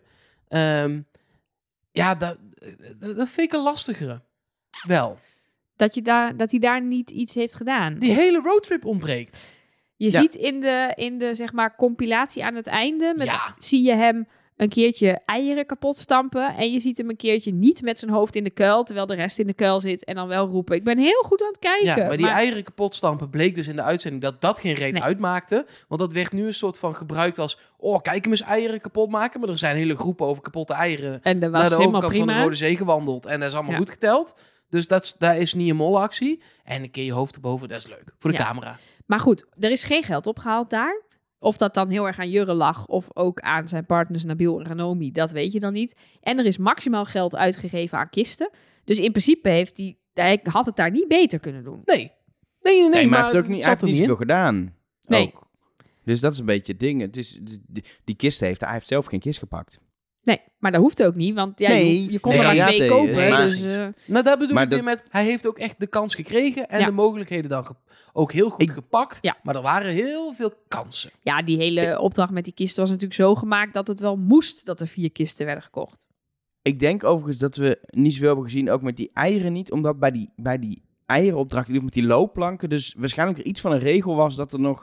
Speaker 3: Dat vind ik een lastigere. Wel.
Speaker 2: dat hij daar niet iets heeft gedaan.
Speaker 3: Die hele roadtrip ontbreekt.
Speaker 2: Je
Speaker 1: Ja.
Speaker 2: ziet in de zeg maar compilatie aan het einde,
Speaker 3: Ja.
Speaker 2: zie je hem een keertje eieren kapot stampen en je ziet hem een keertje niet met zijn hoofd in de kuil, terwijl de rest in de kuil zit en dan wel roepen. Ik ben heel goed aan het kijken.
Speaker 3: Ja, maar die eieren kapot stampen bleek dus in de uitzending dat geen reet
Speaker 2: Nee.
Speaker 3: uitmaakte. Want dat werd nu een soort van gebruikt als, kijk hem eens eieren kapot maken. Maar er zijn hele groepen over kapotte eieren
Speaker 2: En dat was
Speaker 3: naar de
Speaker 2: helemaal
Speaker 3: overkant van de
Speaker 2: prima.
Speaker 3: Rode Zee gewandeld. En dat is allemaal
Speaker 2: Ja.
Speaker 3: goed geteld. Dus daar is niet een molactie. En een keer je hoofd erboven, dat is leuk. Voor de
Speaker 2: Ja.
Speaker 3: camera.
Speaker 2: Maar goed, er is geen geld opgehaald daar. Of dat dan heel erg aan Jurre lag of ook aan zijn partners Nabil en Ranomi, dat weet je dan niet. En er is maximaal geld uitgegeven aan kisten. Dus in principe hij had het daar niet beter kunnen doen.
Speaker 3: Nee,
Speaker 1: Nee,
Speaker 3: maar
Speaker 1: maar hij heeft ook niet,
Speaker 3: het
Speaker 1: hij
Speaker 3: zat
Speaker 1: heeft niet
Speaker 3: er
Speaker 1: zoveel gedaan.
Speaker 2: Nee.
Speaker 1: Ook. Dus dat is een beetje het ding. Het is, die kist hij heeft zelf geen kist gepakt.
Speaker 2: Nee, maar dat hoeft ook niet, want ja,
Speaker 1: Nee,
Speaker 2: je kon
Speaker 1: nee,
Speaker 2: er maar
Speaker 1: ja,
Speaker 2: 2
Speaker 1: nee,
Speaker 2: kopen.
Speaker 1: nee, maar-
Speaker 2: Dus,
Speaker 3: Nou, daar bedoel
Speaker 1: Maar
Speaker 3: ik weer met, hij heeft ook echt de kans gekregen en
Speaker 2: Ja.
Speaker 3: de mogelijkheden dan ook heel goed gepakt.
Speaker 2: Ja.
Speaker 3: Maar er waren heel veel kansen.
Speaker 2: ja, die hele opdracht met die kisten was natuurlijk zo gemaakt dat het wel moest dat er 4 kisten werden gekocht.
Speaker 1: Ik denk overigens dat we niet zoveel hebben gezien, ook met die eieren niet. Omdat bij die eierenopdracht, met die loopplanken, dus waarschijnlijk er iets van een regel was dat er nog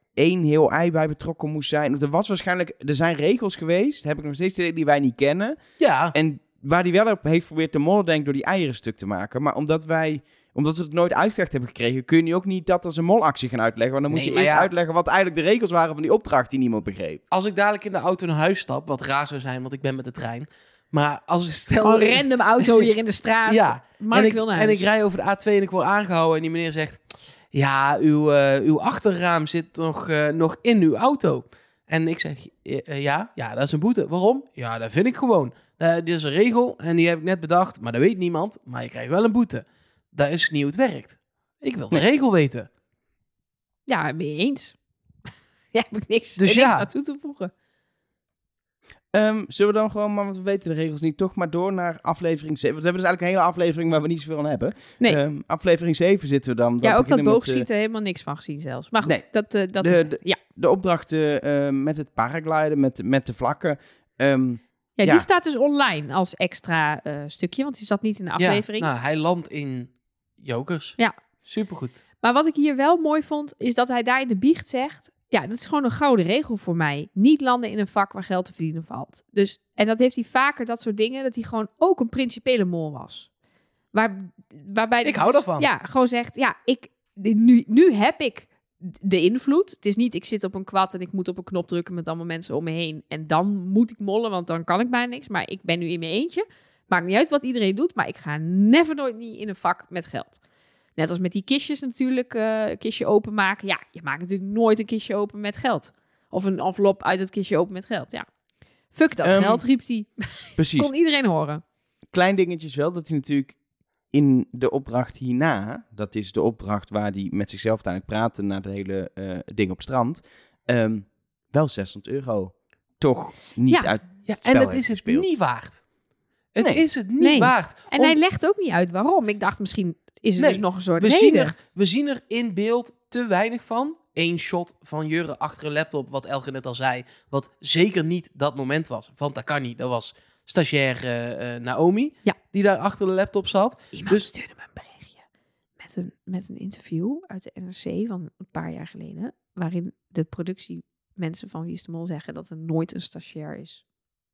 Speaker 1: 1 heel ei bij betrokken moest zijn. Er zijn regels geweest, heb ik nog steeds die wij niet kennen.
Speaker 3: Ja,
Speaker 1: En waar die wel op heeft geprobeerd te mollen, denk ik, door die eieren stuk te maken. Maar omdat we het nooit uitgelegd hebben gekregen, kun je nu ook niet dat als een molactie gaan uitleggen. Want dan moet
Speaker 3: Nee,
Speaker 1: je
Speaker 3: maar
Speaker 1: eerst
Speaker 3: ja.
Speaker 1: uitleggen wat eigenlijk de regels waren van die opdracht die niemand begreep.
Speaker 3: als ik dadelijk in de auto naar huis stap, wat raar zou zijn, want ik ben met de trein. Maar als ik stel...
Speaker 2: Gewoon een random auto hier in de straat.
Speaker 3: Ja,
Speaker 2: Mark wil naar
Speaker 3: en
Speaker 2: huis.
Speaker 3: ik rij over de A2 en ik word aangehouden en die meneer zegt, ja, uw achterraam zit nog in uw auto. En ik zeg, ja, dat is een boete. Waarom? Ja, dat vind ik gewoon. Dit is een regel en die heb ik net bedacht, maar dat weet niemand. Maar je krijgt wel een boete. Dat is niet hoe het werkt. Ik wil de regel weten.
Speaker 2: Ja, ben je eens. Ja, heb ik niks,
Speaker 3: Dus
Speaker 2: niks
Speaker 3: ja.
Speaker 2: aan toe te voegen.
Speaker 1: Zullen we dan gewoon, maar want we weten de regels niet, toch maar door naar aflevering 7. Want we hebben dus eigenlijk een hele aflevering waar we niet zoveel aan hebben.
Speaker 2: Nee.
Speaker 1: Aflevering 7 zitten we dan.
Speaker 2: Ja, ook dat
Speaker 1: beginnen met,
Speaker 2: boogschieten helemaal niks van gezien zelfs. Maar goed,
Speaker 1: Nee.
Speaker 2: dat
Speaker 1: de-
Speaker 2: is... Ja.
Speaker 1: de opdrachten met het paragliden, met de vlakken.
Speaker 2: Ja,
Speaker 1: Ja.
Speaker 2: die staat dus online als extra stukje, want die zat niet in de aflevering.
Speaker 3: Ja, nou, hij landt in Jokers.
Speaker 2: Ja.
Speaker 3: Supergoed.
Speaker 2: Maar wat ik hier wel mooi vond, is dat hij daar in de biecht zegt... Ja, dat is gewoon een gouden regel voor mij. Niet landen in een vak waar geld te verdienen valt. Dus, en dat heeft hij vaker, dat soort dingen, dat hij gewoon ook een principiële mol was. Waarbij
Speaker 3: Ik hou daarvan.
Speaker 2: Ja, gewoon zegt, ja, nu heb ik de invloed. Het is niet, ik zit op een kwad en ik moet op een knop drukken met allemaal mensen om me heen. En dan moet ik mollen, want dan kan ik bijna niks. Maar ik ben nu in mijn eentje. Maakt niet uit wat iedereen doet, maar ik ga nooit niet in een vak met geld. Net als met die kistjes natuurlijk, een kistje openmaken. Ja, je maakt natuurlijk nooit een kistje open met geld. Of een envelop uit het kistje open met geld, ja. Fuck dat geld, riep hij.
Speaker 1: Precies.
Speaker 2: Kon iedereen horen.
Speaker 1: Klein dingetjes wel, dat hij natuurlijk in de opdracht hierna, dat is de opdracht waar hij met zichzelf uiteindelijk praatte na de hele ding op strand, wel €600 toch niet
Speaker 2: Ja.
Speaker 1: uit
Speaker 3: Ja,
Speaker 1: het spel
Speaker 3: en dat
Speaker 1: heeft
Speaker 3: is het
Speaker 1: gespeeld.
Speaker 3: niet waard. Het
Speaker 1: Nee.
Speaker 3: is het niet
Speaker 2: Nee.
Speaker 3: waard.
Speaker 2: En hij legt ook niet uit waarom. Ik dacht, misschien is er
Speaker 3: Nee,
Speaker 2: dus nog een soort
Speaker 3: We
Speaker 2: reden.
Speaker 3: zien er in beeld te weinig van. 1 shot van Jurre achter een laptop, wat Elge net al zei. Wat zeker niet dat moment was. Want dat kan niet. Dat was stagiair Naomi.
Speaker 2: Ja.
Speaker 3: Die daar achter de laptop zat.
Speaker 2: Iemand
Speaker 3: Dus-
Speaker 2: stuurde me een berichtje met een interview uit de NRC van een paar jaar geleden. Waarin de productiemensen van Wie is de Mol zeggen dat er nooit een stagiair is.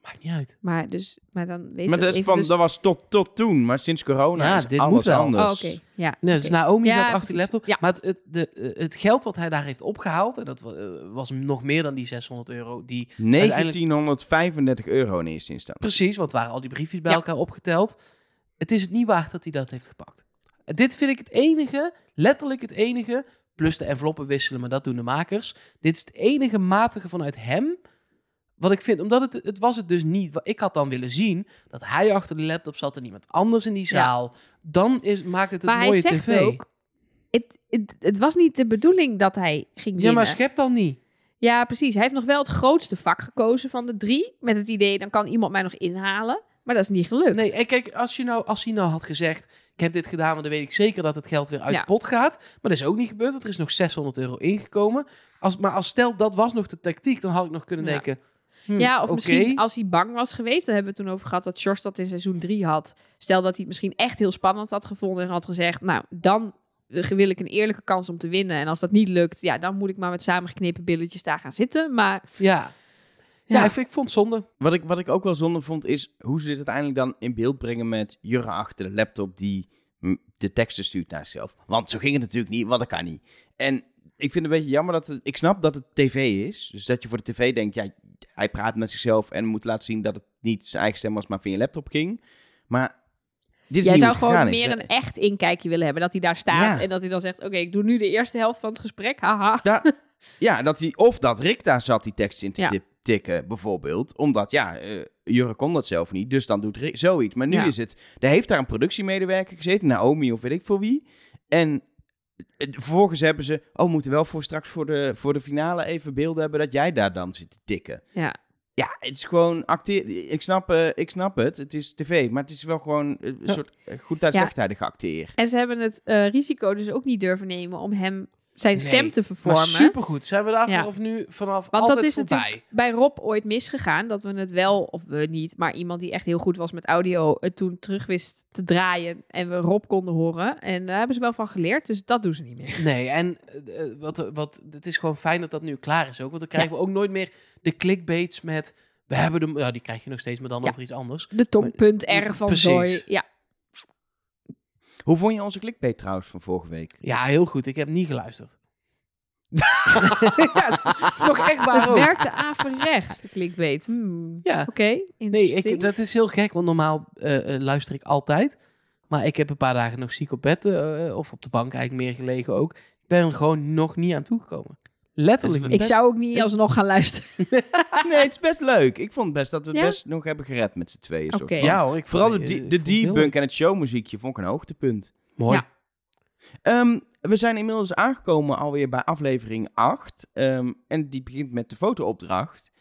Speaker 3: Maakt niet uit.
Speaker 2: Maar dan weten
Speaker 1: Maar
Speaker 2: we
Speaker 1: dat,
Speaker 2: even dus...
Speaker 1: dat was tot toen. Maar sinds corona
Speaker 3: Ja,
Speaker 1: is
Speaker 3: dit
Speaker 1: alles
Speaker 3: moet wel.
Speaker 1: anders.
Speaker 2: Oh, oké. Ja,
Speaker 3: Nee, dus Naomi
Speaker 2: Ja,
Speaker 3: zat achter de
Speaker 2: precies.
Speaker 3: laptop.
Speaker 2: Ja.
Speaker 3: Maar het geld wat hij daar heeft opgehaald... en dat was nog meer dan die €600... die uiteindelijk...
Speaker 1: €1935 in eerste instantie.
Speaker 3: Precies, want het waren al die briefjes bij elkaar opgeteld. Het is het niet waard dat hij dat heeft gepakt. Dit vind ik het enige, letterlijk het enige... plus de enveloppen wisselen, maar dat doen de makers. Dit is het enige matige vanuit hem... wat ik vind, omdat het was het dus niet... Ik had dan willen zien dat hij achter de laptop zat... en iemand anders in die zaal. Dan maakt het een
Speaker 2: Maar
Speaker 3: mooie
Speaker 2: hij zegt
Speaker 3: tv.
Speaker 2: ook... Het was niet de bedoeling dat hij ging winnen.
Speaker 3: Ja, maar schep dan niet.
Speaker 2: Ja, precies. Hij heeft nog wel het grootste vak gekozen van de 3. Met het idee, dan kan iemand mij nog inhalen. Maar dat is niet gelukt.
Speaker 3: Nee, en kijk, als hij nou had gezegd... ik heb dit gedaan, maar dan weet ik zeker dat het geld weer uit de pot gaat. Maar dat is ook niet gebeurd, want er is nog €600 ingekomen. Maar stel, dat was nog de tactiek, dan had ik nog kunnen denken...
Speaker 2: of misschien als hij bang was geweest... daar hebben we het toen over gehad dat Sjors dat in seizoen 3 had. Stel dat hij het misschien echt heel spannend had gevonden... en had gezegd, nou, dan wil ik een eerlijke kans om te winnen. En als dat niet lukt, ja, dan moet ik maar met samengeknepen billetjes daar gaan zitten. Maar...
Speaker 3: Ja, ik vond het zonde.
Speaker 1: Wat ik ook wel zonde vond, is hoe ze dit uiteindelijk dan in beeld brengen met Jurre achter de laptop die de teksten stuurt naar zichzelf. Want zo ging het natuurlijk niet, want dat kan niet. En ik vind het een beetje jammer dat ik snap dat het tv is. Dus dat je voor de tv denkt, ja, hij praat met zichzelf en moet laten zien dat het niet zijn eigen stem was, maar via je laptop ging. Maar dit is
Speaker 2: jij
Speaker 1: niet
Speaker 2: zou
Speaker 1: hoe het
Speaker 2: gewoon
Speaker 1: gegaan is.
Speaker 2: meer een echt inkijkje willen hebben. Dat hij daar staat en dat hij dan zegt, oké, ik doe nu de eerste helft van het gesprek. Haha.
Speaker 1: Ja, dat Rick daar zat die tekst in te tikken, bijvoorbeeld. Omdat, Jurre kon dat zelf niet, dus dan doet Rick zoiets. Maar nu is het... Er heeft daar een productiemedewerker gezeten, Naomi of weet ik veel wie. En vervolgens hebben ze... we moeten wel straks voor de finale even beelden hebben dat jij daar dan zit te tikken.
Speaker 2: Ja.
Speaker 1: Ja, het is gewoon acteer. Ik snap het. Het is tv, maar het is wel gewoon een soort goed uit slechtijdig acteer.
Speaker 2: En ze hebben het risico dus ook niet durven nemen om hem zijn stem te vervormen.
Speaker 3: Maar supergoed. Zijn we daar vanaf
Speaker 2: Want
Speaker 3: altijd
Speaker 2: dat is
Speaker 3: voorbij.
Speaker 2: natuurlijk bij Rob ooit misgegaan. Dat we het wel, of we niet, maar iemand die echt heel goed was met audio... het toen terug wist te draaien en we Rob konden horen. En daar hebben ze wel van geleerd, dus dat doen ze niet meer.
Speaker 3: Nee, en het is gewoon fijn dat dat nu klaar is ook. Want dan krijgen we ook nooit meer de clickbaits met... We hebben de... Ja, die krijg je nog steeds, maar dan over iets anders.
Speaker 2: De toppunt R van Zooi. Ja.
Speaker 1: Hoe vond je onze clickbait trouwens van vorige week?
Speaker 3: Ja, heel goed. Ik heb niet geluisterd. Het is nog echt waar.
Speaker 2: Het werkte averechts, de clickbait.
Speaker 3: Ja.
Speaker 2: Oké,
Speaker 3: nee, dat is heel gek, want normaal luister ik altijd. Maar ik heb een paar dagen nog ziek op bed, of op de bank eigenlijk meer gelegen ook. Ik ben er gewoon nog niet aan toegekomen. Letterlijk.
Speaker 2: Ik zou ook niet alsnog gaan luisteren.
Speaker 1: Nee, het is best leuk. Ik vond best dat we het best nog hebben gered met z'n tweeën.
Speaker 2: Oké.
Speaker 3: Ja hoor.
Speaker 1: Vooral de debunk en het showmuziekje vond ik een hoogtepunt.
Speaker 3: Mooi.
Speaker 1: Ja. We zijn inmiddels aangekomen alweer bij aflevering 8. En die begint met de fotoopdracht.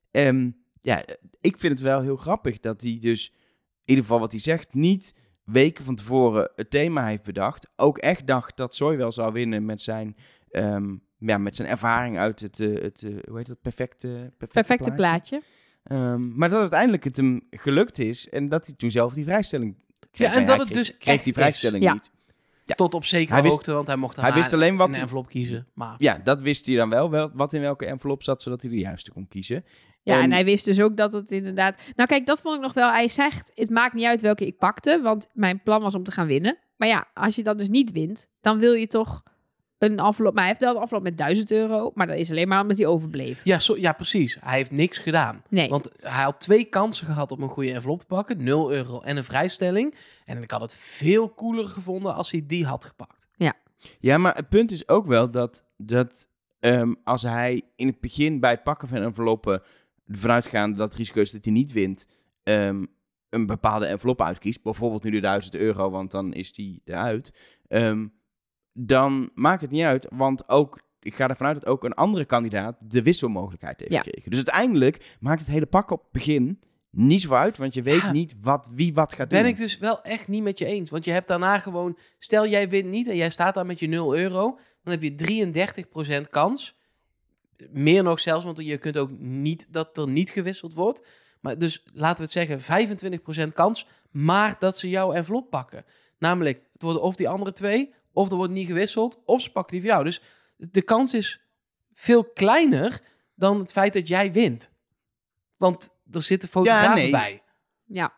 Speaker 1: Ik vind het wel heel grappig dat hij dus, in ieder geval wat hij zegt, niet weken van tevoren het thema heeft bedacht. Ook echt dacht dat Zooi wel zou winnen met zijn ervaring uit het hoe heet dat, perfecte
Speaker 2: plaatje.
Speaker 1: Maar dat uiteindelijk het hem gelukt is en dat hij toen zelf die vrijstelling kreeg.
Speaker 3: Ja, en dat het dus
Speaker 1: kreeg
Speaker 3: echt
Speaker 1: die vrijstelling niet.
Speaker 3: Ja. Tot op zekere hoogte, want hij mocht
Speaker 1: wist alleen wat
Speaker 3: een envelop kiezen. Maar...
Speaker 1: Ja, dat wist hij dan wel, wat in welke envelop zat, zodat hij de juiste kon kiezen.
Speaker 2: Ja, en hij wist dus ook dat het inderdaad... Nou kijk, dat vond ik nog wel... Hij zegt, het maakt niet uit welke ik pakte, want mijn plan was om te gaan winnen. Maar ja, als je dan dus niet wint, dan wil je toch een envelop... Maar hij heeft wel een envelop met €1000, maar dat is alleen maar omdat hij overbleef.
Speaker 3: Ja, precies. Hij heeft niks gedaan.
Speaker 2: Nee.
Speaker 3: Want hij had 2 kansen gehad om een goede envelop te pakken. €0 en een vrijstelling. En ik had het veel cooler gevonden als hij die had gepakt.
Speaker 1: Ja, maar het punt is ook wel dat als hij in het begin bij het pakken van enveloppen vanuitgaande dat het risico is dat hij niet wint, een bepaalde envelop uitkiest, bijvoorbeeld nu de €1000, want dan is die eruit, dan maakt het niet uit, want ook, ik ga ervan uit dat ook een andere kandidaat de wisselmogelijkheid heeft gekregen. Dus uiteindelijk maakt het hele pakken op het begin niet zo uit, want je weet niet wie wat gaat doen.
Speaker 3: Ben ik dus wel echt niet met je eens. Want je hebt daarna gewoon... Stel, jij wint niet en jij staat daar met je €0. Dan heb je 33% kans. Meer nog zelfs, want je kunt ook niet dat er niet gewisseld wordt. Maar dus laten we het zeggen, 25% kans. Maar dat ze jouw envelop pakken. Namelijk, het worden of die andere 2, of er wordt niet gewisseld, of ze pakken die voor jou. Dus de kans is veel kleiner dan het feit dat jij wint. Want er zitten fotografen bij.
Speaker 2: Ja.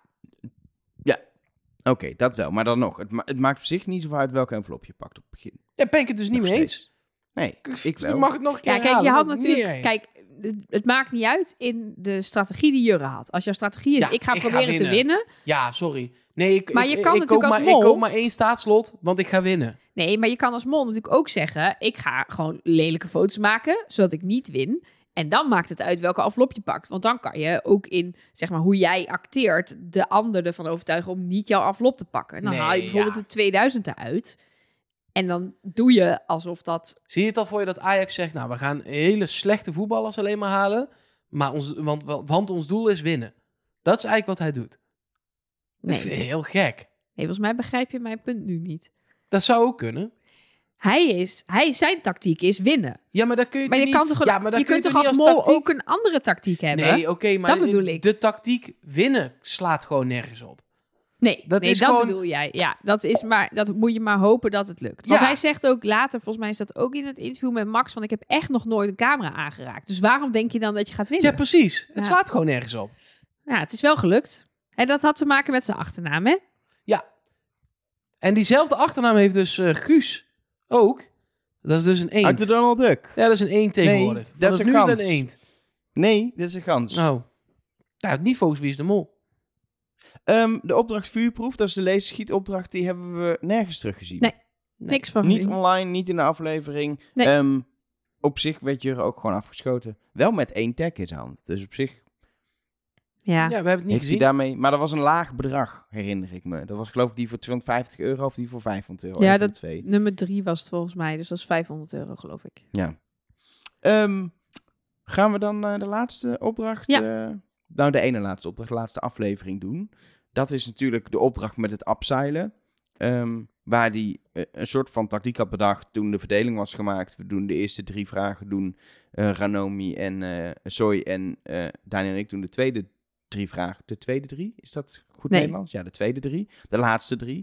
Speaker 1: Oké, dat wel. Maar dan nog. Het maakt op zich niet zoveel uit welke envelop je pakt op het begin.
Speaker 3: Ja, ben ik het dus niet
Speaker 1: Nog
Speaker 3: mee eens.
Speaker 1: steeds. Nee, ik wel.
Speaker 3: Je mag het nog een keer
Speaker 2: Ja, kijk, je
Speaker 3: herhalen,
Speaker 2: had
Speaker 3: ben ik niet
Speaker 2: natuurlijk...
Speaker 3: eens.
Speaker 2: Kijk, het maakt niet uit in de strategie die Jurre had. Als jouw strategie is,
Speaker 3: Ja,
Speaker 2: ik ga
Speaker 3: ik ga
Speaker 2: proberen te
Speaker 3: winnen.
Speaker 2: winnen.
Speaker 3: Ja, sorry. Nee,
Speaker 2: Maar je kan
Speaker 3: ik
Speaker 2: natuurlijk
Speaker 3: koop
Speaker 2: als
Speaker 3: maar,
Speaker 2: mol-
Speaker 3: Ik koop maar 1 staatslot, want ik ga winnen.
Speaker 2: Nee, maar je kan als mol natuurlijk ook zeggen... ik ga gewoon lelijke foto's maken, zodat ik niet win. En dan maakt het uit welke envelop je pakt. Want dan kan je ook in, zeg maar, hoe jij acteert... de ander ervan overtuigen om niet jouw envelop te pakken. En dan
Speaker 3: Nee,
Speaker 2: haal je bijvoorbeeld
Speaker 3: ja.
Speaker 2: de 2000 eruit. En dan doe je alsof dat...
Speaker 3: Zie je het al voor je dat Ajax zegt... nou, we gaan hele slechte voetballers alleen maar halen... maar want ons doel is winnen. Dat is eigenlijk wat hij doet. Dat
Speaker 2: Nee.
Speaker 3: vind ik heel gek.
Speaker 2: Nee, volgens mij begrijp je mijn punt nu niet.
Speaker 3: Dat zou ook kunnen.
Speaker 2: Zijn tactiek is winnen.
Speaker 3: Ja, maar dan kun je
Speaker 2: Maar je
Speaker 3: niet...
Speaker 2: kan toch,
Speaker 3: ja, maar dan
Speaker 2: je
Speaker 3: kun
Speaker 2: kunt toch
Speaker 3: niet
Speaker 2: als mol
Speaker 3: tactiek-
Speaker 2: ook een andere tactiek hebben?
Speaker 3: Nee, oké, maar
Speaker 2: Dat bedoel ik.
Speaker 3: de tactiek winnen slaat gewoon nergens op.
Speaker 2: Nee,
Speaker 3: Dat
Speaker 2: dat
Speaker 3: is gewoon-
Speaker 2: bedoel jij. Ja, dat moet je maar hopen dat het lukt. Want
Speaker 3: Ja.
Speaker 2: hij zegt ook later, volgens mij is dat ook in het interview met Max, van ik heb echt nog nooit een camera aangeraakt. Dus waarom denk je dan dat je gaat winnen?
Speaker 3: Ja, precies. Het
Speaker 2: Ja.
Speaker 3: slaat gewoon nergens op.
Speaker 2: Ja, het is wel gelukt. En dat had te maken met zijn achternaam, hè?
Speaker 3: Ja. En diezelfde achternaam heeft dus Guus ook. Dat is dus een eend.
Speaker 1: Uit de Donald Duck.
Speaker 3: Ja, dat is een eend tegenwoordig.
Speaker 1: Nee, dat is
Speaker 3: Vanaf
Speaker 1: een
Speaker 3: nu
Speaker 1: gans.
Speaker 3: is dat een eend.
Speaker 1: Nee, dit is een gans.
Speaker 3: Nou, niet volgens Wie is de Mol.
Speaker 1: De opdracht vuurproef, dat is de laserschietopdracht, die hebben we nergens teruggezien.
Speaker 2: Nee. Niks van
Speaker 1: Niet
Speaker 2: gezien.
Speaker 1: online, niet in de aflevering.
Speaker 2: Nee.
Speaker 1: Op zich werd je er ook gewoon afgeschoten. Wel met 1 tag in zijn hand. Dus op zich
Speaker 2: Ja.
Speaker 3: Ja, we hebben het niet
Speaker 1: heeft hij
Speaker 3: gezien.
Speaker 1: daarmee... Maar dat was een laag bedrag, herinner ik me. Dat was geloof ik die voor €250 of die voor €500.
Speaker 2: Ja,
Speaker 1: Een van
Speaker 2: dat-
Speaker 1: de twee.
Speaker 2: Nummer 3 was het volgens mij, dus dat is €500, geloof ik.
Speaker 1: Gaan we dan de laatste opdracht... nou, de ene laatste opdracht, de laatste aflevering doen. Dat is natuurlijk de opdracht met het upseilen. Waar hij een soort van tactiek had bedacht toen de verdeling was gemaakt. We doen de eerste 3 vragen, doen Ranomi en Soy en Daniel en ik doen de tweede 3 vragen. De tweede 3? Is dat goed
Speaker 2: Nee.
Speaker 1: Nederlands? Ja, de tweede 3. De laatste 3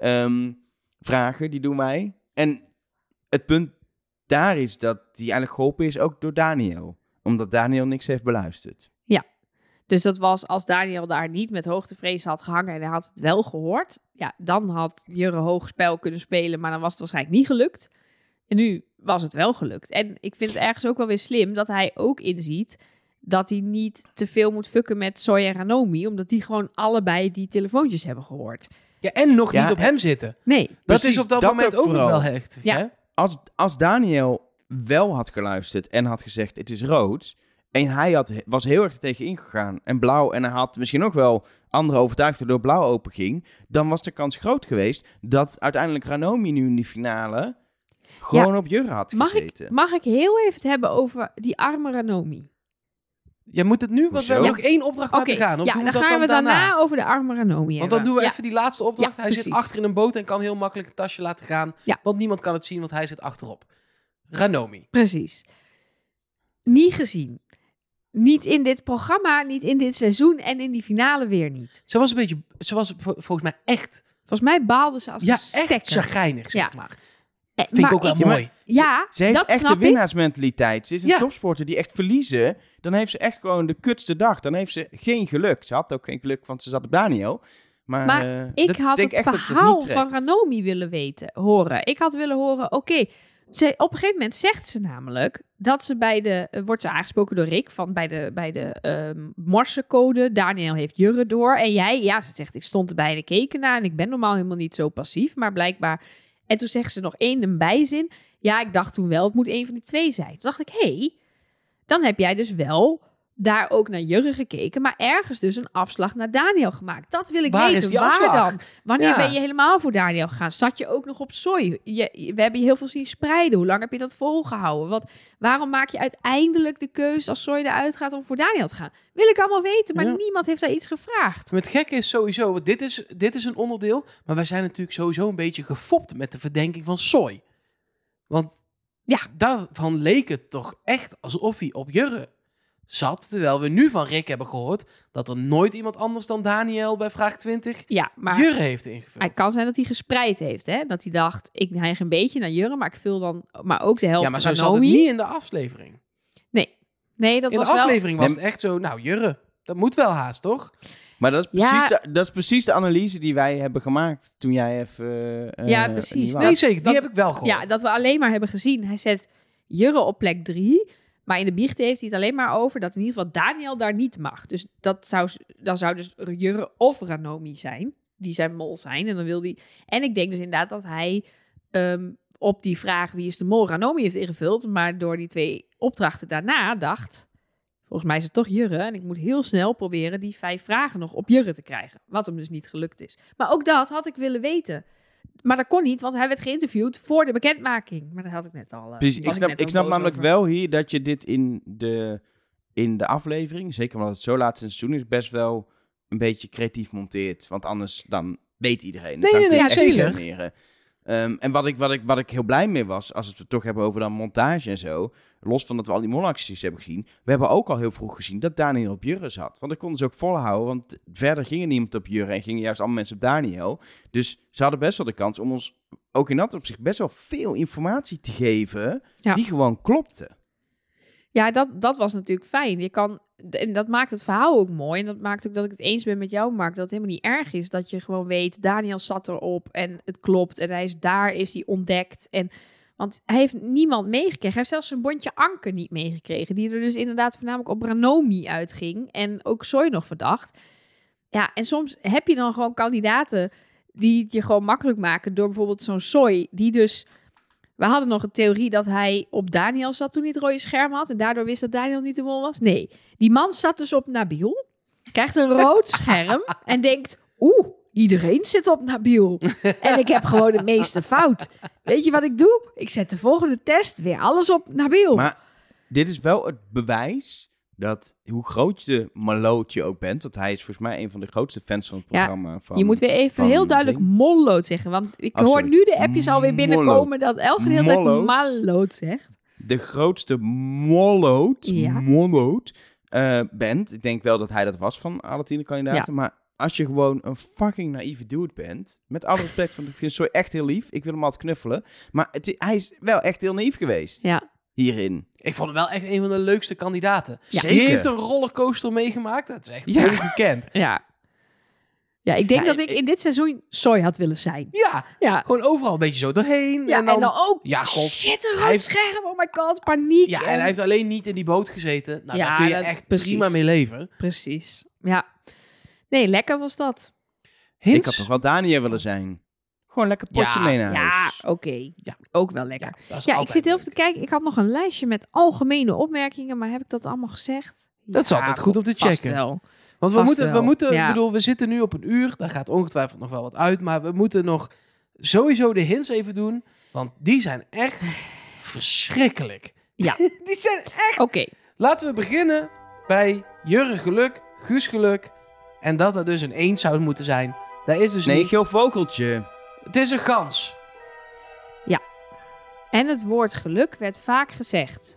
Speaker 1: vragen, die doen wij. En het punt daar is dat die eigenlijk geholpen is ook door Daniel. Omdat Daniel niks heeft beluisterd.
Speaker 2: Dus dat was, als Daniel daar niet met hoogtevrees had gehangen en hij had het wel gehoord, ja, dan had Jurre hoog spel kunnen spelen, maar dan was het waarschijnlijk niet gelukt. En nu was het wel gelukt. En ik vind het ergens ook wel weer slim dat hij ook inziet dat hij niet te veel moet fucken met Soy en Ranomi, omdat die gewoon allebei die telefoontjes hebben gehoord.
Speaker 3: Ja, en nog
Speaker 1: Ja,
Speaker 3: niet op hem zitten.
Speaker 2: Nee.
Speaker 3: Dat
Speaker 1: Precies,
Speaker 3: is op dat
Speaker 1: dat
Speaker 3: moment
Speaker 1: ook
Speaker 3: ook nog
Speaker 1: vooral.
Speaker 3: wel heftig.
Speaker 2: Ja.
Speaker 3: Hè?
Speaker 1: Als Daniel wel had geluisterd en had gezegd het is rood, en hij was heel erg er tegen ingegaan en blauw, en hij had misschien ook wel anderen overtuigd waardoor blauw open ging, dan was de kans groot geweest dat uiteindelijk Ranomi nu in die finale gewoon op Jurre had gezeten.
Speaker 2: Mag ik heel even het hebben over die arme Ranomi?
Speaker 3: Je moet het nu, want we
Speaker 1: Hoezo?
Speaker 3: hebben nog 1 opdracht
Speaker 2: Oké,
Speaker 3: laten gaan. Of
Speaker 2: ja,
Speaker 3: doen
Speaker 2: dan
Speaker 3: we dat
Speaker 2: gaan we
Speaker 3: daarna?
Speaker 2: daarna over de arme Ranomi
Speaker 3: Want dan
Speaker 2: hebben.
Speaker 3: doen we
Speaker 2: Ja.
Speaker 3: even die laatste opdracht.
Speaker 2: Ja,
Speaker 3: Hij zit
Speaker 2: precies.
Speaker 3: achter in een boot en kan heel makkelijk een tasje laten gaan.
Speaker 2: Ja.
Speaker 3: Want niemand kan het zien, want hij zit achterop. Ranomi.
Speaker 2: Precies. Niet gezien. Niet in dit programma, niet in dit seizoen en in die finale weer niet.
Speaker 3: Ze was volgens mij echt,
Speaker 2: Volgens mij baalde ze als
Speaker 3: ja,
Speaker 2: een stekker.
Speaker 3: echt chagrijnig, zeg
Speaker 2: Ja.
Speaker 3: maar.
Speaker 2: Eh,
Speaker 3: Vind ik
Speaker 2: maar
Speaker 3: ook wel mooi.
Speaker 2: Ja,
Speaker 1: Ze heeft
Speaker 2: dat
Speaker 1: echt
Speaker 2: snap
Speaker 1: de
Speaker 2: ik.
Speaker 1: winnaarsmentaliteit. Ze is een
Speaker 3: Ja.
Speaker 1: topsporter die echt verliezen. Dan heeft ze echt gewoon de kutste dag. Dan heeft ze geen geluk. Ze had ook geen geluk, want ze zat op Daniel. Maar
Speaker 2: Ik had
Speaker 1: denk
Speaker 2: het
Speaker 1: echt dat ze
Speaker 2: verhaal
Speaker 1: niet
Speaker 2: van
Speaker 1: trekt.
Speaker 2: Ranomi willen horen. Ik had willen horen, op een gegeven moment zegt ze namelijk dat ze wordt ze aangesproken door Rick bij de morsecode. Daniel heeft Jurre door. En ze zegt, ik stond erbij en ik keek ernaar en ik ben normaal helemaal niet zo passief, maar blijkbaar. En toen zegt ze nog een bijzin. Ja, ik dacht toen wel, het moet een van die 2 zijn. Toen dacht ik, dan heb jij dus wel daar ook naar Jurre gekeken, maar ergens dus een afslag naar Daniel gemaakt. Dat wil ik
Speaker 3: Waar
Speaker 2: weten.
Speaker 3: is die
Speaker 2: Waar
Speaker 3: afslag?
Speaker 2: dan? Wanneer
Speaker 3: Ja.
Speaker 2: ben je helemaal voor Daniel gegaan? Zat je ook nog op Soy? We hebben je heel veel zien spreiden. Hoe lang heb je dat volgehouden? Waarom maak je uiteindelijk de keuze als Soy eruit gaat om voor Daniel te gaan? Wil ik allemaal weten, maar
Speaker 3: Ja.
Speaker 2: niemand heeft daar iets gevraagd.
Speaker 3: Maar het gekke is sowieso, want dit is een onderdeel, maar wij zijn natuurlijk sowieso een beetje gefopt met de verdenking van Soy. Want
Speaker 2: Ja.
Speaker 3: daarvan leek het toch echt alsof hij op Jurre zat, terwijl we nu van Rick hebben gehoord dat er nooit iemand anders dan Daniel bij vraag 20
Speaker 2: Ja, maar
Speaker 3: Jurre heeft ingevuld.
Speaker 2: het kan zijn dat hij gespreid heeft. Hè? Dat hij dacht, ik neig een beetje naar Jurre, maar ik vul dan maar ook de helft
Speaker 3: Ja, maar zo zat het
Speaker 2: Ranomi.
Speaker 3: niet in de aflevering.
Speaker 2: Nee, dat
Speaker 3: In
Speaker 2: was
Speaker 3: de
Speaker 2: wel...
Speaker 3: aflevering was het echt zo, nou Jurre. Dat moet wel haast, toch?
Speaker 1: Maar dat is precies de analyse die wij hebben gemaakt toen jij even...
Speaker 2: Ja, precies.
Speaker 3: Nee, zeker. Die heb ik wel gehoord.
Speaker 2: Ja, dat we alleen maar hebben gezien. Hij zet Jurre op plek 3. Maar in de biechten heeft hij het alleen maar over dat in ieder geval Daniel daar niet mag. Dus dan zou dus Jurre of Ranomi zijn. Die zijn mol zijn. En dan wil hij... En ik denk dus inderdaad dat hij op die vraag wie is de mol Ranomi heeft ingevuld. Maar door die 2 opdrachten daarna dacht... Volgens mij is het toch Jurre. En ik moet heel snel proberen die 5 vragen nog op Jurre te krijgen. Wat hem dus niet gelukt is. Maar ook dat had ik willen weten. Maar dat kon niet, want hij werd geïnterviewd voor de bekendmaking. Maar dat had ik net al.
Speaker 1: Precies, ik snap namelijk wel hier dat je dit in de aflevering, zeker omdat het zo laat in het seizoen is, best wel een beetje creatief monteert. Want anders dan weet iedereen.
Speaker 3: Nee, zeker.
Speaker 1: En wat ik heel blij mee was, als we het toch hebben over dan montage en zo, los van dat we al die molacties hebben gezien, we hebben ook al heel vroeg gezien dat Daniel op Jurre zat. Want dat konden ze ook volhouden, want verder ging er niemand op Jurre en gingen juist allemaal mensen op Daniel. Dus ze hadden best wel de kans om ons ook in dat opzicht best wel veel informatie te geven die gewoon klopte.
Speaker 2: Ja, dat was natuurlijk fijn. En dat maakt het verhaal ook mooi. En dat maakt ook dat ik het eens ben met jou, Mark. Dat het helemaal niet erg is dat je gewoon weet... Daniel zat erop en het klopt. En hij is hij ontdekt. Want hij heeft niemand meegekregen. Hij heeft zelfs zijn bondje Anker niet meegekregen. Die er dus inderdaad voornamelijk op Ranomi uitging. En ook Soy nog verdacht. Ja, en soms heb je dan gewoon kandidaten... die het je gewoon makkelijk maken... door bijvoorbeeld zo'n Soy... die dus... We hadden nog een theorie dat hij op Daniel zat toen hij het rode scherm had. En daardoor wist dat Daniel niet de mol was. Nee, die man zat dus op Nabil. Krijgt een rood scherm en denkt... iedereen zit op Nabil. En ik heb gewoon het meeste fout. Weet je wat ik doe? Ik zet de volgende test weer alles op Nabil.
Speaker 1: Maar dit is wel het bewijs... dat hoe groot je Malloot je ook bent... want hij is volgens mij een van de grootste fans van het programma.
Speaker 2: Je moet weer even heel duidelijk Molloot zeggen. Want ik hoor nu de appjes alweer binnenkomen... dat elke hele tijd Malloot zegt.
Speaker 1: De grootste Molloot bent. Ik denk wel dat hij dat was van alle 10 kandidaten. Ja. Maar als je gewoon een fucking naïeve dude bent... met alle respect, want ik vind Soy echt heel lief. Ik wil hem altijd knuffelen. Maar hij is wel echt heel naïef geweest.
Speaker 2: Ja.
Speaker 1: Hierin.
Speaker 3: Ik vond hem wel echt een van de leukste kandidaten.
Speaker 1: Ja.
Speaker 3: Die heeft een rollercoaster meegemaakt. Dat is echt heel bekend.
Speaker 2: Ja, ik denk dat ik in dit seizoen Soy had willen zijn.
Speaker 3: Ja, gewoon overal een beetje zo doorheen.
Speaker 2: Ja, en dan ook,
Speaker 3: shit,
Speaker 2: een rood scherm, oh my god, paniek.
Speaker 3: Ja, en hij heeft alleen niet in die boot gezeten. Nou, daar kun je echt prima mee leven.
Speaker 2: Precies, ja. Nee, lekker was dat.
Speaker 1: Hints? Ik had toch wel Daniel willen zijn. Gewoon lekker potje mee naar huis.
Speaker 2: Ja, oké. Ja, ook wel lekker.
Speaker 3: Ja,
Speaker 2: ik zit heel even te kijken. Ik had nog een lijstje met algemene opmerkingen, maar heb ik dat allemaal gezegd?
Speaker 3: Dat is altijd goed om te checken.
Speaker 2: Wel.
Speaker 3: Want we moeten, ik bedoel, we zitten nu op een uur. Daar gaat ongetwijfeld nog wel wat uit. Maar we moeten nog sowieso de hints even doen. Want die zijn echt verschrikkelijk.
Speaker 2: Ja.
Speaker 3: Die zijn echt...
Speaker 2: Oké.
Speaker 3: Laten we beginnen bij Jurre geluk, Guus geluk. En dat er dus een 1 zou moeten zijn. Daar is dus
Speaker 1: niet... geel vogeltje.
Speaker 3: Het is een gans.
Speaker 2: Ja. En het woord geluk werd vaak gezegd.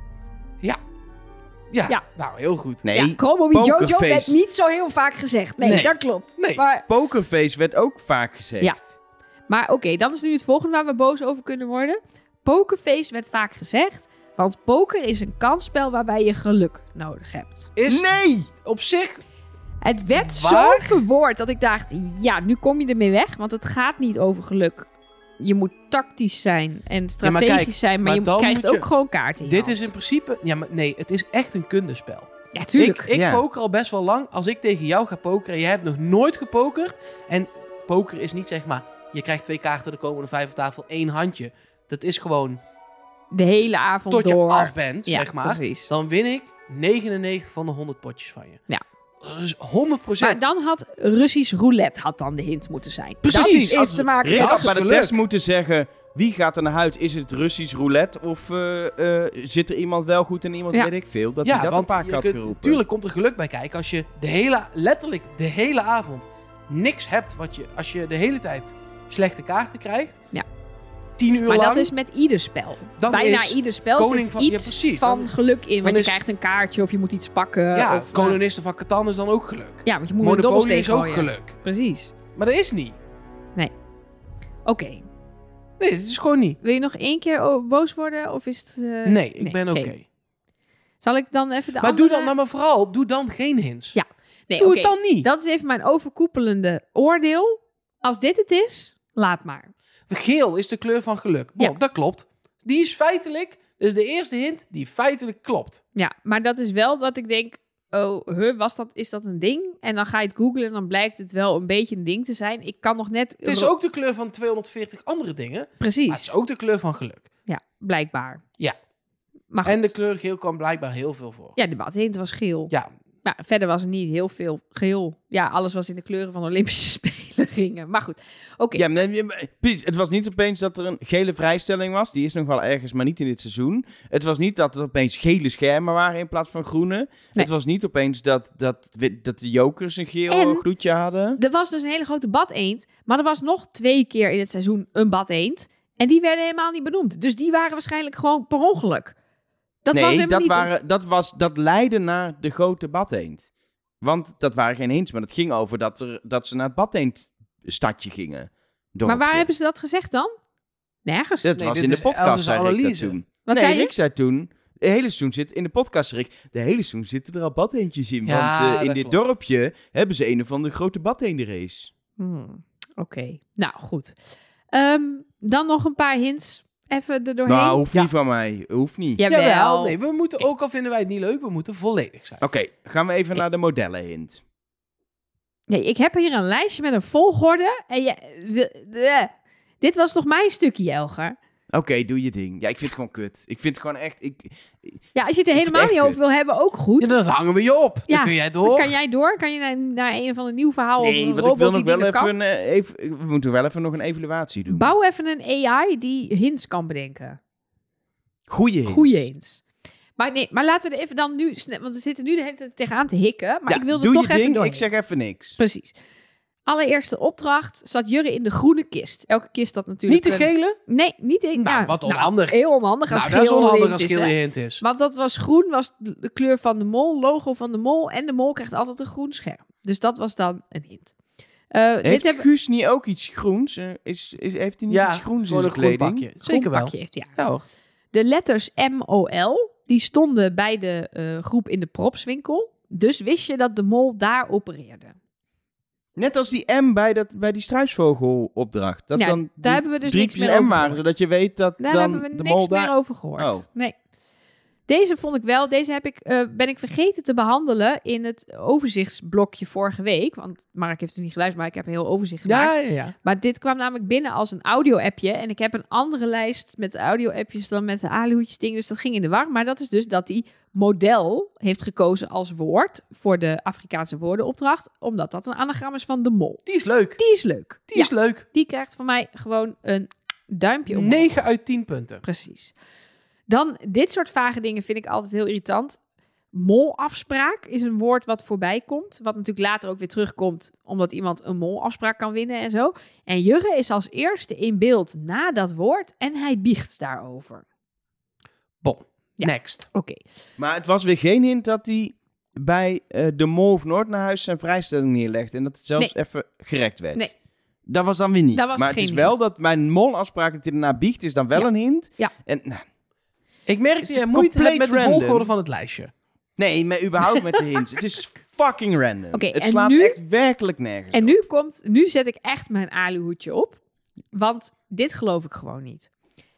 Speaker 3: Ja, nou heel goed.
Speaker 1: Nee,
Speaker 2: ja, Chromo Jojo werd niet zo heel vaak gezegd. Nee, dat klopt.
Speaker 3: Nee.
Speaker 2: Maar...
Speaker 1: Pokerface werd ook vaak gezegd.
Speaker 2: Ja. Maar oké, dan is nu het volgende waar we boos over kunnen worden. Pokerface werd vaak gezegd. Want poker is een kansspel waarbij je geluk nodig hebt.
Speaker 1: Nee!
Speaker 3: Op zich...
Speaker 2: Het werd zo verwoord dat ik dacht... Ja, nu kom je ermee weg. Want het gaat niet over geluk. Je moet tactisch zijn en strategisch zijn. Maar je krijgt ook gewoon kaarten in
Speaker 3: Dit is in principe... Ja, maar nee, het is echt een kundespel.
Speaker 2: Ja, tuurlijk.
Speaker 3: Ik poker al best wel lang. Als ik tegen jou ga pokeren en jij hebt nog nooit gepokerd. En poker is niet zeg maar... Je krijgt 2 kaarten, er komen er 5 op tafel, 1 handje. Dat is gewoon...
Speaker 2: De hele avond
Speaker 3: tot
Speaker 2: door.
Speaker 3: Je af bent, zeg maar.
Speaker 2: Precies.
Speaker 3: Dan win ik 99 van de 100 potjes van je.
Speaker 2: Ja.
Speaker 3: Dus 100%.
Speaker 2: Maar dan had Russisch roulette dan de hint moeten zijn.
Speaker 3: Precies.
Speaker 2: Dat heeft te maken
Speaker 1: met
Speaker 2: met
Speaker 1: bij de test moeten zeggen... Wie gaat er naar huis? Is het Russisch roulette? Of zit er iemand wel goed en iemand weet ik veel? Dat hij dat een paar keer had geroepen.
Speaker 3: Tuurlijk komt er geluk bij kijken. Als je letterlijk de hele avond niks hebt... als je de hele tijd slechte kaarten krijgt...
Speaker 2: Ja.
Speaker 3: 10 uur
Speaker 2: maar
Speaker 3: lang...
Speaker 2: dat is met ieder spel. Bijna ieder spel zit iets van geluk in. Want je krijgt een kaartje of je moet iets pakken.
Speaker 3: Ja,
Speaker 2: of
Speaker 3: kolonisten van Catan is dan ook geluk.
Speaker 2: Ja, want je moet
Speaker 3: Monopoly
Speaker 2: een dobbelsteen
Speaker 3: is ook
Speaker 2: gooien.
Speaker 3: geluk.
Speaker 2: Precies.
Speaker 3: Maar dat is niet.
Speaker 2: Nee. Oké.
Speaker 3: Nee, het is gewoon niet.
Speaker 2: Wil je nog 1 keer boos worden? Of is het...
Speaker 3: Nee, ik ben oké.
Speaker 2: Zal ik dan even de
Speaker 3: Maar
Speaker 2: andere...
Speaker 3: doe dan, maar vooral, doe dan geen hints.
Speaker 2: Ja. Nee,
Speaker 3: Doe
Speaker 2: oké.
Speaker 3: het dan niet.
Speaker 2: Dat is even mijn overkoepelende oordeel. Als dit het is, laat maar.
Speaker 3: Geel is de kleur van geluk. Bon,
Speaker 2: Ja.
Speaker 3: dat klopt. Die is feitelijk, dus de eerste hint die feitelijk klopt.
Speaker 2: Ja, maar dat is wel wat ik denk... is dat een ding? En dan ga je het googlen en dan blijkt het wel een beetje een ding te zijn. Ik kan nog net...
Speaker 3: Het is ook de kleur van 240 andere dingen.
Speaker 2: Precies.
Speaker 3: Maar het is ook de kleur van geluk.
Speaker 2: Ja, blijkbaar.
Speaker 3: Ja.
Speaker 2: Maar
Speaker 3: En
Speaker 2: goed.
Speaker 3: de kleur geel kwam blijkbaar heel veel voor.
Speaker 2: Ja, de badhint was geel.
Speaker 3: Ja,
Speaker 2: Nou, verder was er niet heel veel geel. Ja, alles was in de kleuren van de Olympische Spelen gingen. Maar goed, oké.
Speaker 1: Ja, precies. Het was niet opeens dat er een gele vrijstelling was. Die is nog wel ergens, maar niet in dit seizoen. Het was niet dat er opeens gele schermen waren in plaats van groene.
Speaker 2: Nee.
Speaker 1: Het was niet opeens dat de jokers een geel
Speaker 2: En-
Speaker 1: gloedje hadden.
Speaker 2: Er was dus een hele grote badeend. Maar er was nog 2 keer in het seizoen een badeend. En die werden helemaal niet benoemd. Dus die waren waarschijnlijk gewoon per ongeluk. Dat was helemaal niet...
Speaker 1: dat leidde naar de grote badeend. Want dat waren geen hints, maar het ging over dat ze naar het badeendstadje gingen.
Speaker 2: Maar waar hebben ze dat gezegd dan? Nergens.
Speaker 1: Dat
Speaker 3: Nee,
Speaker 1: was
Speaker 3: dit
Speaker 1: in de
Speaker 3: is
Speaker 1: podcast,
Speaker 3: Elvis'
Speaker 1: zei Rick dat
Speaker 3: analyse.
Speaker 1: toen.
Speaker 2: Wat
Speaker 1: nee,
Speaker 2: zei je?
Speaker 1: Rick zei toen... De hele seizoen zit in de podcast, Rick. De hele seizoen zitten er al badeendjes in.
Speaker 3: Ja,
Speaker 1: want in
Speaker 3: dat
Speaker 1: dit
Speaker 3: klopt.
Speaker 1: dorpje hebben ze een of andere grote badeendenrace.
Speaker 2: Oké. Nou, goed. Dan nog een paar hints. Even er doorheen.
Speaker 1: Nou, hoeft
Speaker 3: Ja.
Speaker 1: niet van mij. Hoeft niet.
Speaker 3: Jawel. Nee, we moeten, ook al vinden wij het niet leuk, we moeten volledig zijn.
Speaker 1: Oké, gaan we even naar de modellenhint.
Speaker 2: Nee, ik heb hier een lijstje met een volgorde. En dit was toch mijn stukje, Elger?
Speaker 1: Oké, doe je ding. Ja, ik vind het gewoon kut. Ik vind het gewoon echt...
Speaker 2: Ja, als je het er
Speaker 1: Ik vind
Speaker 2: helemaal
Speaker 1: het
Speaker 2: niet
Speaker 1: echt
Speaker 2: over wil hebben, ook goed.
Speaker 3: Ja, dan hangen we je op.
Speaker 2: Ja,
Speaker 3: Dan kun jij door.
Speaker 2: Kan jij door? Kan je naar een of ander nieuw verhaal over
Speaker 1: Nee,
Speaker 2: een
Speaker 1: want ik wil
Speaker 2: robot
Speaker 1: nog
Speaker 2: die
Speaker 1: wel
Speaker 2: dingen
Speaker 1: even
Speaker 2: kan?
Speaker 1: we moeten wel even nog een evaluatie doen.
Speaker 2: Bouw even een AI die hints kan bedenken.
Speaker 1: Goeie hints.
Speaker 2: Goeie hints. Maar laten we er even dan nu... Want we zitten nu de hele tijd tegenaan te hikken. Maar
Speaker 1: Ja,
Speaker 2: ik wilde
Speaker 1: doe
Speaker 2: toch
Speaker 1: je
Speaker 2: even
Speaker 1: ding,
Speaker 2: doorheen.
Speaker 1: ik zeg even niks.
Speaker 2: Precies. Allereerste opdracht zat Jurre in de groene kist. Elke kist had natuurlijk...
Speaker 3: Niet de gele?
Speaker 2: Nee, niet de...
Speaker 3: Nou, wat onhandig.
Speaker 2: heel onhandig als
Speaker 3: Nou, dat is
Speaker 2: geel
Speaker 3: onhandig
Speaker 2: hint
Speaker 3: als
Speaker 2: is,
Speaker 3: geel
Speaker 2: hè.
Speaker 3: hint is.
Speaker 2: Want dat was groen, was de kleur van de mol, logo van de mol. En de mol krijgt altijd een groen scherm. Dus dat was dan een hint.
Speaker 1: Heeft Guus niet ook iets groens? Heeft hij niet
Speaker 3: Ja,
Speaker 1: iets groens in
Speaker 3: gewoon
Speaker 1: zijn
Speaker 3: een groen
Speaker 1: kleding?
Speaker 3: pakje.
Speaker 2: groen
Speaker 3: Zeker wel.
Speaker 2: pakje heeft hij aan.
Speaker 3: Ja hoor.
Speaker 2: De letters MOL, die stonden bij de groep in de propswinkel. Dus wist je dat de mol daar opereerde.
Speaker 1: Net als die M bij die struisvogelopdracht. Dat
Speaker 2: Ja,
Speaker 1: dan
Speaker 2: daar hebben we dus
Speaker 1: briefjes
Speaker 2: niks meer
Speaker 1: en M
Speaker 2: over
Speaker 1: waren,
Speaker 2: gehoord.
Speaker 1: zodat je weet dat
Speaker 2: Daar
Speaker 1: dan
Speaker 2: hebben we
Speaker 1: de
Speaker 2: niks
Speaker 1: mol
Speaker 2: meer
Speaker 1: daar...
Speaker 2: over gehoord.
Speaker 1: Oh.
Speaker 2: Nee. Deze vond ik wel. Deze ben ik vergeten te behandelen in het overzichtsblokje vorige week. Want Mark heeft het niet geluisterd, maar ik heb een heel overzicht gemaakt.
Speaker 3: Ja.
Speaker 2: Maar dit kwam namelijk binnen als een audio-appje. En ik heb een andere lijst met audio-appjes dan met de aluhoedjes dingen. Dus dat ging in de war. Maar dat is dus dat hij model heeft gekozen als woord voor de Afrikaanse woordenopdracht. Omdat dat een anagram is van de mol.
Speaker 3: Die is leuk.
Speaker 2: Die is leuk.
Speaker 3: Die is leuk.
Speaker 2: Die krijgt van mij gewoon een duimpje omhoog.
Speaker 3: 9 uit 10 punten.
Speaker 2: Precies. Dan, dit soort vage dingen vind ik altijd heel irritant. Molafspraak is een woord wat voorbij komt. Wat natuurlijk later ook weer terugkomt, omdat iemand een molafspraak kan winnen en zo. En Jurre is als eerste in beeld na dat woord en hij biecht daarover.
Speaker 3: Bon.
Speaker 2: Ja.
Speaker 3: Next.
Speaker 2: Oké.
Speaker 1: Maar het was weer geen hint dat hij bij de Mol of Noord naar huis zijn vrijstelling neerlegde. En dat het zelfs even gerekt werd.
Speaker 2: Nee.
Speaker 1: Dat was dan weer niet.
Speaker 2: Dat was
Speaker 1: maar het
Speaker 2: geen
Speaker 1: is wel
Speaker 2: hint.
Speaker 1: dat mijn molafspraak dat hij daarna biecht is dan wel
Speaker 2: Ja.
Speaker 1: een hint.
Speaker 2: Ja.
Speaker 1: En, nou,
Speaker 3: Ik merk
Speaker 1: Het
Speaker 3: dat
Speaker 1: is
Speaker 3: jij moeite hebt
Speaker 1: compleet
Speaker 3: met de
Speaker 1: random.
Speaker 3: volgorde van het lijstje.
Speaker 1: nee, maar überhaupt met de hints. Het is fucking random.
Speaker 2: Oké,
Speaker 1: het
Speaker 2: en
Speaker 1: slaat
Speaker 2: nu-
Speaker 1: echt werkelijk nergens
Speaker 2: En
Speaker 1: op.
Speaker 2: nu zet ik echt mijn aluhoedje op. Want dit geloof ik gewoon niet.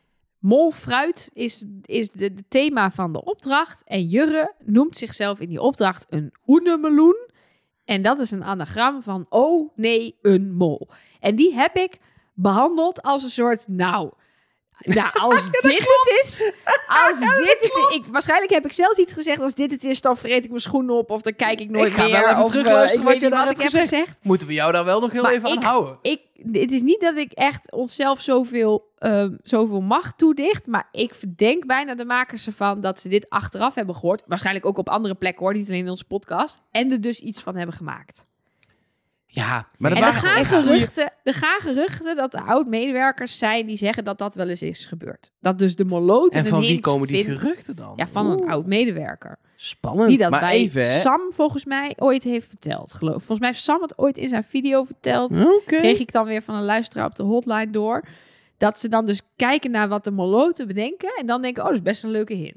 Speaker 2: Molfruit is de thema van de opdracht. En Jurre noemt zichzelf in die opdracht een oenemeloen. En dat is een anagram van, oh nee, een mol. En die heb ik behandeld als een soort, als dit het is, waarschijnlijk heb ik zelfs iets gezegd, als dit het is, dan vreet ik mijn schoenen op of dan kijk ik nooit
Speaker 3: Ik ga
Speaker 2: meer.
Speaker 3: wel even
Speaker 2: of,
Speaker 3: terugluisteren
Speaker 2: ik
Speaker 3: wat
Speaker 2: weet
Speaker 3: je
Speaker 2: niet
Speaker 3: daar
Speaker 2: wat ik
Speaker 3: hebt
Speaker 2: heb
Speaker 3: gezegd.
Speaker 2: gezegd.
Speaker 3: Moeten we jou daar wel nog heel
Speaker 2: Maar
Speaker 3: even aan houden.
Speaker 2: Het is niet dat ik echt onszelf zoveel macht toedicht, maar ik verdenk bijna de makers ervan dat ze dit achteraf hebben gehoord. Waarschijnlijk ook op andere plekken hoor, niet alleen in onze podcast. En er dus iets van hebben gemaakt.
Speaker 3: Ja,
Speaker 1: Maar
Speaker 2: En
Speaker 1: dat
Speaker 2: er
Speaker 1: waren
Speaker 2: gaan,
Speaker 1: echt
Speaker 2: geruchten dat er oud-medewerkers zijn die zeggen dat dat wel eens is gebeurd. Dat dus de moloten
Speaker 3: en
Speaker 2: een
Speaker 3: van wie
Speaker 2: hint
Speaker 3: komen die
Speaker 2: vindt-
Speaker 3: geruchten dan?
Speaker 2: Ja, van een oud-medewerker.
Speaker 3: Spannend.
Speaker 2: Die dat
Speaker 1: Maar
Speaker 2: bij
Speaker 1: even, hè.
Speaker 2: Sam volgens mij ooit heeft verteld. Volgens mij heeft Sam het ooit in zijn video verteld.
Speaker 3: Oké.
Speaker 2: Kreeg ik dan weer van een luisteraar op de hotline door. Dat ze dan dus kijken naar wat de moloten bedenken. En dan denken, oh, dat is best een leuke hint.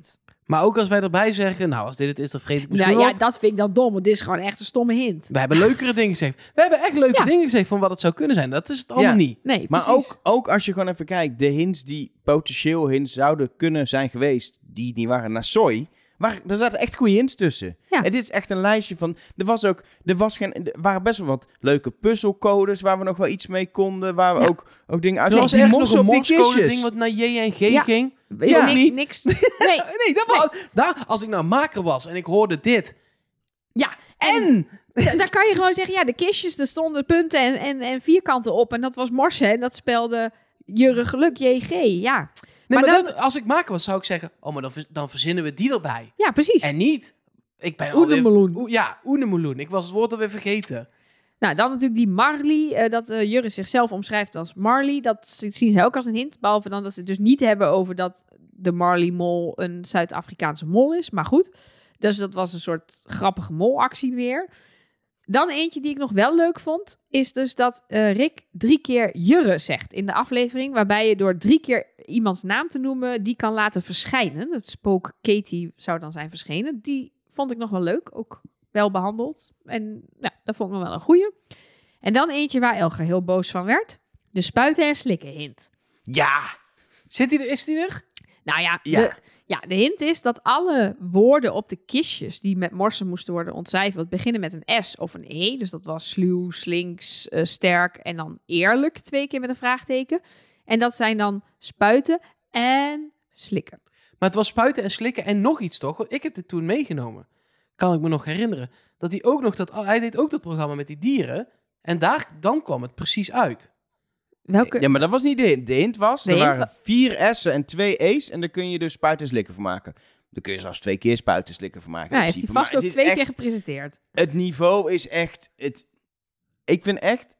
Speaker 3: Maar ook als wij erbij zeggen, nou, als dit het is, dan vreet ik misschien
Speaker 2: Nou ja,
Speaker 3: op.
Speaker 2: dat vind ik dan dom, want dit is gewoon echt een stomme hint.
Speaker 3: We hebben leukere dingen gezegd. We hebben echt leuke dingen gezegd van wat het zou kunnen zijn. Dat is het allemaal niet.
Speaker 2: Nee,
Speaker 1: Maar
Speaker 2: precies.
Speaker 1: ook als je gewoon even kijkt, de hints die potentieel hints zouden kunnen zijn geweest, die niet waren naar soy, er zaten echt goede hints tussen.
Speaker 2: Ja.
Speaker 1: En dit is echt een lijstje van, er waren best wel wat leuke puzzelcodes waar we nog wel iets mee konden, waar we ook dingen uit.
Speaker 3: Er was
Speaker 1: die
Speaker 3: echt nog
Speaker 1: mossen
Speaker 3: een
Speaker 1: op die
Speaker 3: Morse-code
Speaker 1: kistjes.
Speaker 3: ding wat naar J en G ging.
Speaker 2: Is
Speaker 1: Ja.
Speaker 2: niks. Nee.
Speaker 3: Nee, als ik nou maker was en ik hoorde dit.
Speaker 2: Ja,
Speaker 3: En
Speaker 2: dan kan je gewoon zeggen, ja, de kistjes, er stonden punten en vierkanten op. En dat was Morse en dat spelde Jurre Geluk, JG, ja.
Speaker 3: Nee, maar
Speaker 2: dan-
Speaker 3: dat, als ik maker was, zou ik zeggen, oh, maar dan verzinnen we die erbij.
Speaker 2: Ja, precies.
Speaker 3: En niet, ik ben
Speaker 2: Oenemeloen.
Speaker 3: Ja, Oenemeloen. Ik was het woord alweer vergeten.
Speaker 2: Nou, dan natuurlijk die Marley, dat Jurre zichzelf omschrijft als Marley. Dat zien zij ook als een hint. Behalve dan dat ze het dus niet hebben over dat de Marley-mol een Zuid-Afrikaanse mol is. Maar goed, dus dat was een soort grappige molactie weer. Dan eentje die ik nog wel leuk vond, is dus dat Rick 3 keer Jurre zegt in de aflevering. Waarbij je door 3 keer iemands naam te noemen, die kan laten verschijnen. Het spook Katie zou dan zijn verschenen. Die vond ik nog wel leuk, ook wel behandeld. En ja, dat vond ik nog wel een goeie. En dan eentje waar Elge heel boos van werd. De spuiten en slikken hint.
Speaker 1: Ja,
Speaker 3: Is die er?
Speaker 2: Nou ja,
Speaker 1: Ja.
Speaker 2: de hint is dat alle woorden op de kistjes die met Morse moesten worden ontcijferd, beginnen met een S of een E. Dus dat was sluw, slinks, sterk en dan eerlijk 2 keer met een vraagteken. En dat zijn dan spuiten en slikken.
Speaker 3: Maar het was spuiten en slikken en nog iets toch? Want ik heb dit toen meegenomen. Kan ik me nog herinneren. Dat hij ook nog hij deed ook dat programma met die dieren. En dan kwam het precies uit.
Speaker 2: Welke?
Speaker 1: Ja, maar dat was niet de hint. De hint was,
Speaker 2: De
Speaker 1: er
Speaker 2: hint
Speaker 1: waren 4 S'en en 2 E's en dan kun je dus spuiten en slikken van maken. Dan kun je zelfs 2 keer spuiten en slikken van maken.
Speaker 2: Ja,
Speaker 1: in
Speaker 2: heeft hij
Speaker 1: principe.
Speaker 2: vast ook
Speaker 1: Maar het
Speaker 2: 2
Speaker 1: is
Speaker 2: keer
Speaker 1: echt-
Speaker 2: gepresenteerd.
Speaker 1: Het niveau is echt... Ik vind echt...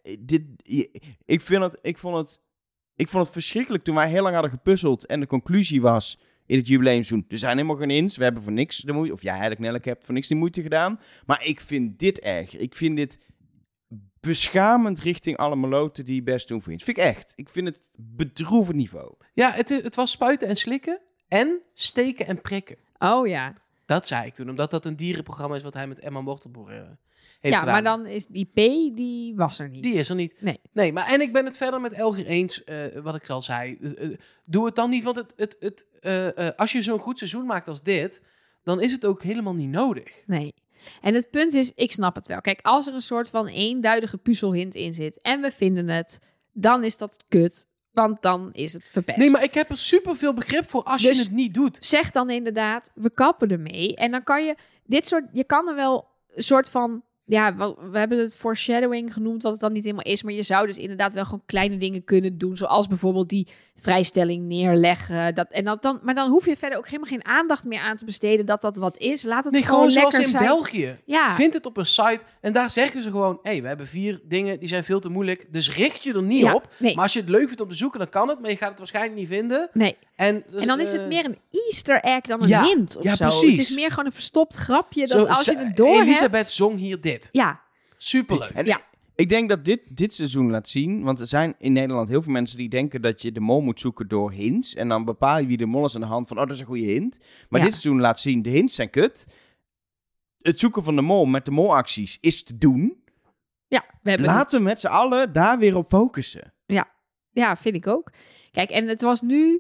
Speaker 1: Ik vond het verschrikkelijk toen wij heel lang hadden gepuzzeld en de conclusie was in het jubileumseizoen. Er zijn helemaal geen hints. We hebben voor niks de moeite... Of jij eigenlijk, Nelleke, hebt voor niks de moeite gedaan. Maar ik vind dit erger. Ik vind dit beschamend richting alle meloten die best doen voor hints. Vind ik echt. Ik vind het bedroevend niveau.
Speaker 3: Ja, het was spuiten en slikken. En steken en prikken.
Speaker 2: Oh ja.
Speaker 3: Dat zei ik toen. Omdat dat een dierenprogramma is wat hij met Emma Mortelboer heeft
Speaker 2: Ja,
Speaker 3: gedaan.
Speaker 2: maar dan is die P, die was er niet.
Speaker 3: Die is er niet.
Speaker 2: Nee.
Speaker 3: Maar en ik ben het verder met Elger eens, wat ik al zei. Doe het dan niet, want als je zo'n goed seizoen maakt als dit, dan is het ook helemaal niet nodig.
Speaker 2: Nee. En het punt is, ik snap het wel. Kijk, als er een soort van eenduidige puzzelhint in zit en we vinden het, dan is dat kut. Want dan is het verpest.
Speaker 3: Nee, maar ik heb er superveel begrip voor als
Speaker 2: Dus
Speaker 3: je het niet doet.
Speaker 2: zeg dan inderdaad, we kappen ermee. En dan kan je je kan er wel een soort van, ja, we hebben het foreshadowing genoemd, wat het dan niet helemaal is. Maar je zou dus inderdaad wel gewoon kleine dingen kunnen doen. Zoals bijvoorbeeld die vrijstelling neerleggen. Maar dan hoef je verder ook helemaal geen aandacht meer aan te besteden dat wat is. Laat het
Speaker 3: Nee,
Speaker 2: gewoon
Speaker 3: gewoon
Speaker 2: lekker
Speaker 3: zoals in
Speaker 2: zijn.
Speaker 3: België.
Speaker 2: Ja.
Speaker 3: Vind het op een site en daar zeggen ze gewoon, we hebben 4 dingen, die zijn veel te moeilijk. Dus richt je er niet
Speaker 2: Ja,
Speaker 3: op.
Speaker 2: nee.
Speaker 3: Maar als je het leuk vindt om te zoeken, dan kan het. Maar je gaat het waarschijnlijk niet vinden.
Speaker 2: Nee.
Speaker 3: En
Speaker 2: dan is het meer een Easter egg dan een
Speaker 3: ja,
Speaker 2: hint of
Speaker 3: ja,
Speaker 2: zo.
Speaker 3: precies.
Speaker 2: Het is meer gewoon een verstopt grapje dat als je het door
Speaker 3: Elisabeth
Speaker 2: hebt...
Speaker 3: zong hier dit.
Speaker 2: Ja,
Speaker 3: Superleuk.
Speaker 1: En
Speaker 2: Ja.
Speaker 1: ik denk dat dit seizoen laat zien, want er zijn in Nederland heel veel mensen die denken dat je de mol moet zoeken door hints. En dan bepaal je wie de mol is aan de hand van, dat is een goede hint. Maar
Speaker 2: Ja.
Speaker 1: dit seizoen laat zien, de hints zijn kut. Het zoeken van de mol met de molacties is te doen.
Speaker 2: ja, we hebben
Speaker 1: Laten we met z'n allen daar weer op focussen.
Speaker 2: Ja, vind ik ook. Kijk, en het was nu...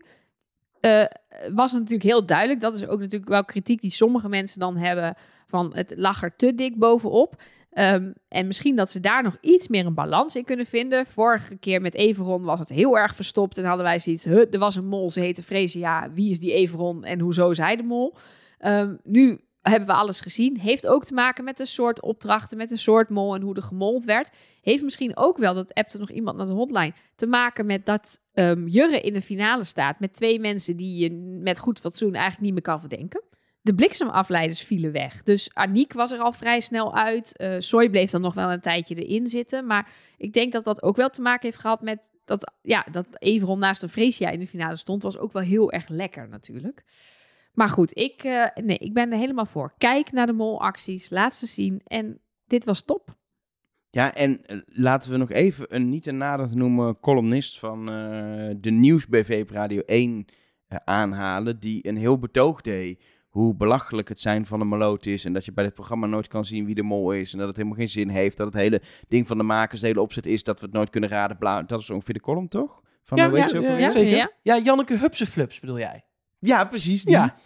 Speaker 2: was het natuurlijk heel duidelijk. Dat is ook natuurlijk wel kritiek die sommige mensen dan hebben. Van het lag er te dik bovenop. En misschien dat ze daar nog iets meer een balans in kunnen vinden. Vorige keer met Everon was het heel erg verstopt. En hadden wij zoiets, er was een mol, ze heette Freesia. Wie is die Everon en hoezo is hij de mol? Nu hebben we alles gezien. Heeft ook te maken met de soort opdrachten, met de soort mol en hoe er gemold werd. Heeft misschien ook wel, dat appte nog iemand naar de hotline, te maken met dat Jurre in de finale staat met 2 mensen die je met goed fatsoen eigenlijk niet meer kan verdenken. De bliksemafleiders vielen weg. Dus Aniek was er al vrij snel uit. Soy bleef dan nog wel een tijdje erin zitten. Maar ik denk dat dat ook wel te maken heeft gehad met dat Everon naast de Freesia in de finale stond. Was ook wel heel erg lekker natuurlijk. Maar goed, ik ben er helemaal voor. Kijk naar de molacties, laat ze zien. En dit was top.
Speaker 1: Ja, en laten we nog even een niet en nader te noemen columnist van de Nieuws BV op Radio 1 aanhalen, die een heel betoog deed hoe belachelijk het zijn van een maloot is. En dat je bij dit programma nooit kan zien wie de mol is. En dat het helemaal geen zin heeft. Dat het hele ding van de makers, de hele opzet is dat we het nooit kunnen raden. Dat is ongeveer de column, toch? Van
Speaker 3: zeker. Ja, Janneke Hupseflups bedoel jij?
Speaker 1: Ja, precies.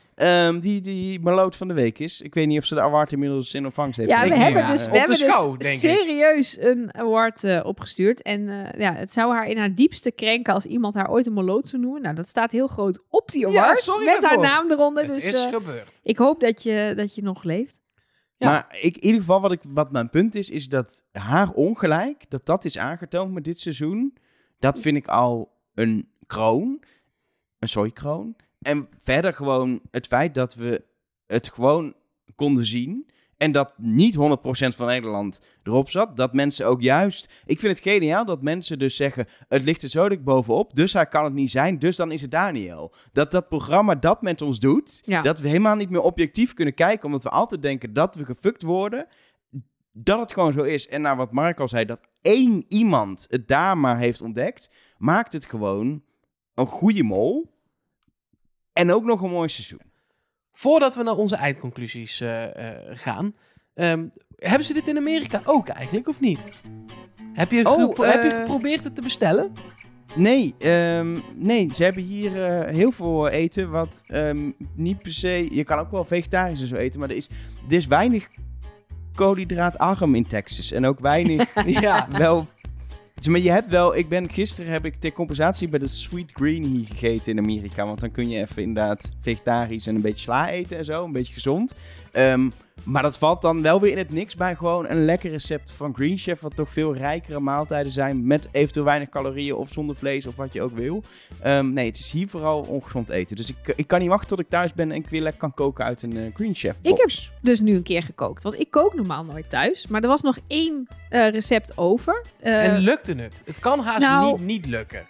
Speaker 1: Die maloot van de week is. Ik weet niet of ze de award inmiddels in ontvangst heeft.
Speaker 2: Ja, we hebben
Speaker 3: dus
Speaker 2: serieus een award opgestuurd. En het zou haar in haar diepste krenken als iemand haar ooit een maloot zou noemen. Nou, dat staat heel groot op die award. Met haar naam eronder.
Speaker 3: Het
Speaker 2: dus
Speaker 3: is gebeurd.
Speaker 2: Ik hoop dat je nog leeft.
Speaker 1: Ja. Maar in ieder geval, wat mijn punt is dat haar ongelijk, dat is aangetoond met dit seizoen. Dat vind ik al een kroon. Een soikroon. En verder gewoon het feit dat we het gewoon konden zien. En dat niet 100% van Nederland erop zat. Dat mensen ook juist... Ik vind het geniaal dat mensen dus zeggen... Het ligt er zo dik bovenop, dus hij kan het niet zijn. Dus dan is het Daniel. Dat programma dat met ons doet... Ja. Dat we helemaal niet meer objectief kunnen kijken... omdat we altijd denken dat we gefukt worden... Dat het gewoon zo is. En naar wat Mark al zei... dat één iemand het daar maar heeft ontdekt... maakt het gewoon een goede mol... En ook nog een mooi seizoen.
Speaker 3: Voordat we naar onze eindconclusies gaan... hebben ze dit in Amerika ook eigenlijk, of niet? Heb je geprobeerd het te bestellen?
Speaker 1: Nee, ze hebben hier heel veel eten... wat niet per se... Je kan ook wel vegetarisch en zo eten... maar er is weinig koolhydraatarm in Texas. En ook weinig... wel... Maar je hebt wel... Gisteren heb ik ter compensatie bij de Sweet Green hier gegeten in Amerika. Want dan kun je even inderdaad vegetarisch en een beetje sla eten en zo. Een beetje gezond. Maar dat valt dan wel weer in het niks bij gewoon een lekker recept van Green Chef. Wat toch veel rijkere maaltijden zijn. Met eventueel weinig calorieën of zonder vlees of wat je ook wil. Nee, het is hier vooral ongezond eten. Dus ik kan niet wachten tot ik thuis ben en ik weer lekker kan koken uit een Green Chef box.
Speaker 2: Ik heb dus nu een keer gekookt. Want ik kook normaal nooit thuis. Maar er was nog 1 recept over.
Speaker 3: En lukte het? Het kan haast niet lukken.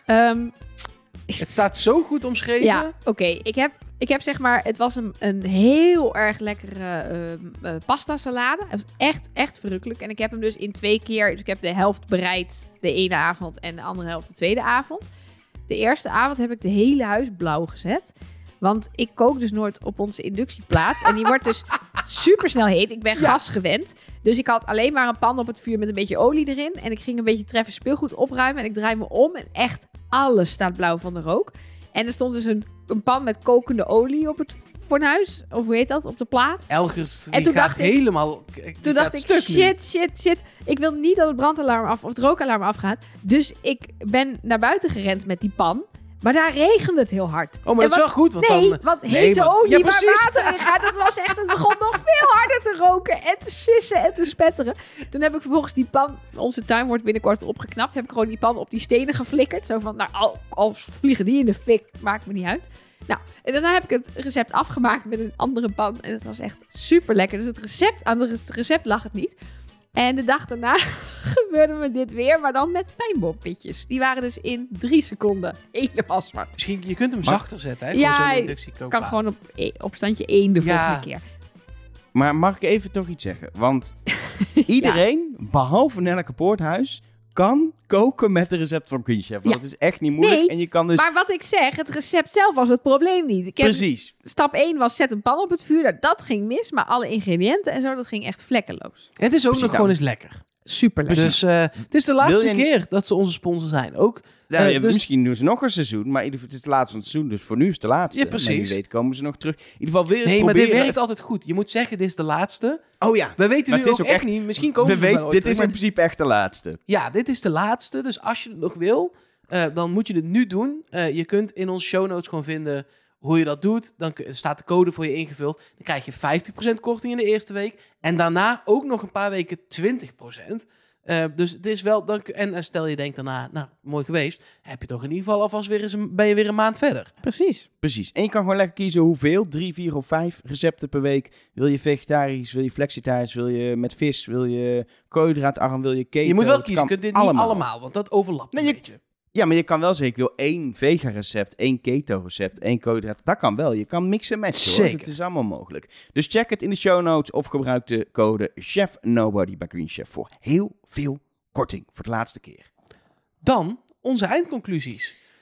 Speaker 3: Het staat zo goed omschreven.
Speaker 2: Ja, oké. Ik heb zeg maar... Het was een heel erg lekkere pasta salade. Het was echt verrukkelijk. En ik heb hem dus in 2 keer... Dus ik heb de helft bereid de ene avond en de andere helft de tweede avond. De eerste avond heb ik de hele huis blauw gezet. Want ik kook dus nooit op onze inductieplaat. En die wordt dus super snel heet. Ik ben gas gewend. Dus ik had alleen maar een pan op het vuur met een beetje olie erin. En ik ging een beetje treffend speelgoed opruimen. En ik draai me om. En echt alles staat blauw van de rook. En er stond dus een pan met kokende olie op het fornuis. Of hoe heet dat? Op de plaat.
Speaker 3: Elgers, en toen gaat helemaal...
Speaker 2: Toen dacht ik, shit. Ik wil niet dat het brandalarm of het rookalarm afgaat. Dus ik ben naar buiten gerend met die pan. Maar daar regende het heel hard.
Speaker 3: Oh, maar dat is wel goed.
Speaker 2: Want hete olie waar water in gaat, het begon nog veel harder te roken en te sissen en te spetteren. Toen heb ik vervolgens die pan, onze tuin wordt binnenkort opgeknapt, heb ik gewoon die pan op die stenen geflikkerd. Zo van, al vliegen die in de fik, maakt me niet uit. Nou, en daarna heb ik het recept afgemaakt met een andere pan en het was echt super lekker. Dus aan het recept lag het niet. En de dag daarna gebeurde me dit weer, maar dan met pijnboompitjes. Die waren dus in 3 seconden helemaal zwart.
Speaker 3: Misschien, je kunt hem zachter zetten, hè?
Speaker 2: Ja, ik kan gewoon op standje 1 de volgende keer.
Speaker 1: Maar mag ik even toch iets zeggen? Want iedereen, behalve Nelleke Poorthuis, kan koken met het recept van Green Chef. Want het is echt niet moeilijk.
Speaker 2: Nee,
Speaker 1: en je kan dus...
Speaker 2: maar wat ik zeg, het recept zelf was het probleem niet.
Speaker 1: Precies.
Speaker 2: Stap 1 was zet een pan op het vuur. Dat ging mis, maar alle ingrediënten en zo, dat ging echt vlekkeloos.
Speaker 3: Het is ook nog gewoon eens lekker.
Speaker 2: Super lekker.
Speaker 3: Dus het is de laatste keer dat ze onze sponsor zijn. Ook,
Speaker 1: dus... Misschien doen ze nog een seizoen, maar het is de laatste van het seizoen. Dus voor nu is het de laatste.
Speaker 3: Ja, precies.
Speaker 1: Maar wie weet komen ze nog terug. In ieder geval weer
Speaker 3: proberen. Maar dit werkt altijd goed. Je moet zeggen, dit is de laatste.
Speaker 1: Oh ja.
Speaker 3: We weten nu ook echt niet. Misschien komen we wel ooit
Speaker 1: dit
Speaker 3: terug,
Speaker 1: is in principe echt de laatste.
Speaker 3: Ja, dit is de laatste. Dus als je het nog wil, dan moet je het nu doen. Je kunt in onze show notes gewoon vinden hoe je dat doet. Dan staat de code voor je ingevuld. Dan krijg je 50% korting in de eerste week. En daarna ook nog een paar weken 20%. Dus het is wel... En stel je denkt daarna, nou, mooi geweest. Heb je toch in ieder geval alvast ben je weer een maand verder.
Speaker 2: Precies.
Speaker 1: En je kan gewoon lekker kiezen hoeveel. 3, 4 of 5 recepten per week. Wil je vegetarisch, wil je flexitarisch, wil je met vis, wil je koolhydraatarm, wil je keto.
Speaker 3: Je moet wel kiezen, je kunt dit niet allemaal, want dat overlapt een beetje.
Speaker 1: Ja, maar je kan wel zeggen, ik wil 1 vega-recept, 1 keto-recept, 1 koolhydraat. Dat kan wel. Je kan mixen en matchen, hoor. Het is allemaal mogelijk. Dus check het in de show notes of gebruik de code CHEFNOBODY bij Green Chef voor heel veel korting voor de laatste keer.
Speaker 3: Dan onze eindconclusies.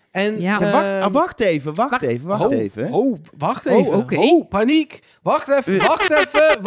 Speaker 3: En,
Speaker 1: Ja, wacht even.
Speaker 3: Wacht even.
Speaker 2: Oké.
Speaker 3: Paniek. Wacht even.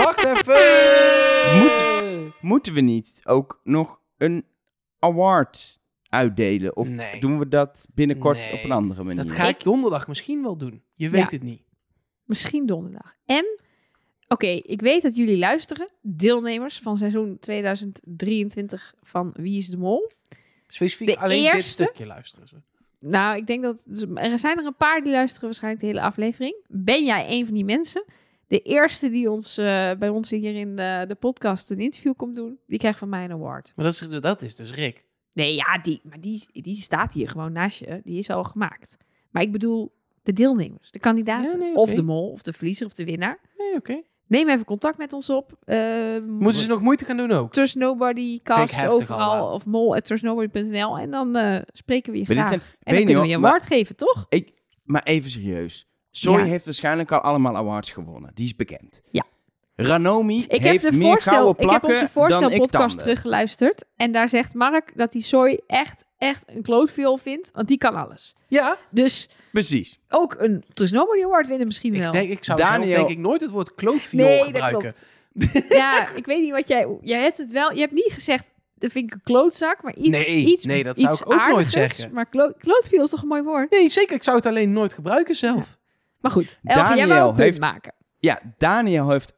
Speaker 1: Moeten we niet ook nog een award uitdelen? Of
Speaker 3: Nee.
Speaker 1: doen we dat binnenkort
Speaker 3: Nee.
Speaker 1: op een andere manier?
Speaker 3: Dat ga ik donderdag misschien wel doen. Je weet het niet.
Speaker 2: Misschien donderdag. En, oké, ik weet dat jullie luisteren. Deelnemers van seizoen 2023 van Wie is de Mol?
Speaker 3: Specifiek
Speaker 2: De
Speaker 3: alleen dit
Speaker 2: eerste?
Speaker 3: stukje luisteren ze.
Speaker 2: Nou, ik denk dat... Er zijn er een paar die luisteren waarschijnlijk de hele aflevering. Ben jij een van die mensen? De eerste die bij ons hier in de podcast een interview komt doen, die krijgt van mij een award.
Speaker 3: Maar dat is dus Rick.
Speaker 2: Nee, ja, die staat hier gewoon naast je. Die is al gemaakt. Maar ik bedoel de deelnemers, de kandidaten.
Speaker 3: Ja, nee, oké.
Speaker 2: Of de mol, of de verliezer, of de winnaar.
Speaker 3: Nee, oké.
Speaker 2: Neem even contact met ons op.
Speaker 3: Moeten ze nog moeite gaan doen ook?
Speaker 2: Trust Nobody,
Speaker 3: Vind
Speaker 2: cast
Speaker 3: ik heftig
Speaker 2: overal.
Speaker 3: allemaal.
Speaker 2: Of mol@trustnobody.nl. En dan spreken we je
Speaker 1: Maar dit
Speaker 2: graag.
Speaker 1: zijn-
Speaker 2: En dan
Speaker 1: weet
Speaker 2: kunnen we
Speaker 1: niet,
Speaker 2: je een
Speaker 1: hoor,
Speaker 2: award geven, toch?
Speaker 1: Maar even serieus. Soy
Speaker 2: Ja.
Speaker 1: heeft waarschijnlijk al allemaal awards gewonnen. Die is bekend.
Speaker 2: Ja.
Speaker 1: Ranomi
Speaker 2: Ik
Speaker 1: heeft
Speaker 2: heb,
Speaker 1: meer gouden
Speaker 2: ik heb
Speaker 1: plakken
Speaker 2: onze
Speaker 1: dan ik
Speaker 2: voorstelpodcast
Speaker 1: tanden.
Speaker 2: teruggeluisterd. En daar zegt Mark dat hij Soy echt een klootviool vindt. Want die kan alles.
Speaker 3: Ja,
Speaker 2: Dus
Speaker 1: Precies.
Speaker 2: ook een Trust Nobody Award winnen misschien wel.
Speaker 3: ik zou
Speaker 1: Daniel-
Speaker 3: zelf denk ik nooit het woord klootviool
Speaker 2: Nee, dat
Speaker 3: gebruiken.
Speaker 2: klopt. Ja, ik weet niet wat jij hebt het wel. Je hebt niet gezegd, dat vind ik een klootzak. Maar iets
Speaker 3: Nee, dat zou
Speaker 2: iets
Speaker 3: ik ook nooit
Speaker 2: aardigers.
Speaker 3: zeggen.
Speaker 2: Maar klootviool is toch een mooi woord?
Speaker 3: Nee, zeker. Ik zou het alleen nooit gebruiken zelf.
Speaker 2: Maar goed, Elge, jij wou een punt maken.
Speaker 1: Ja, Daniel heeft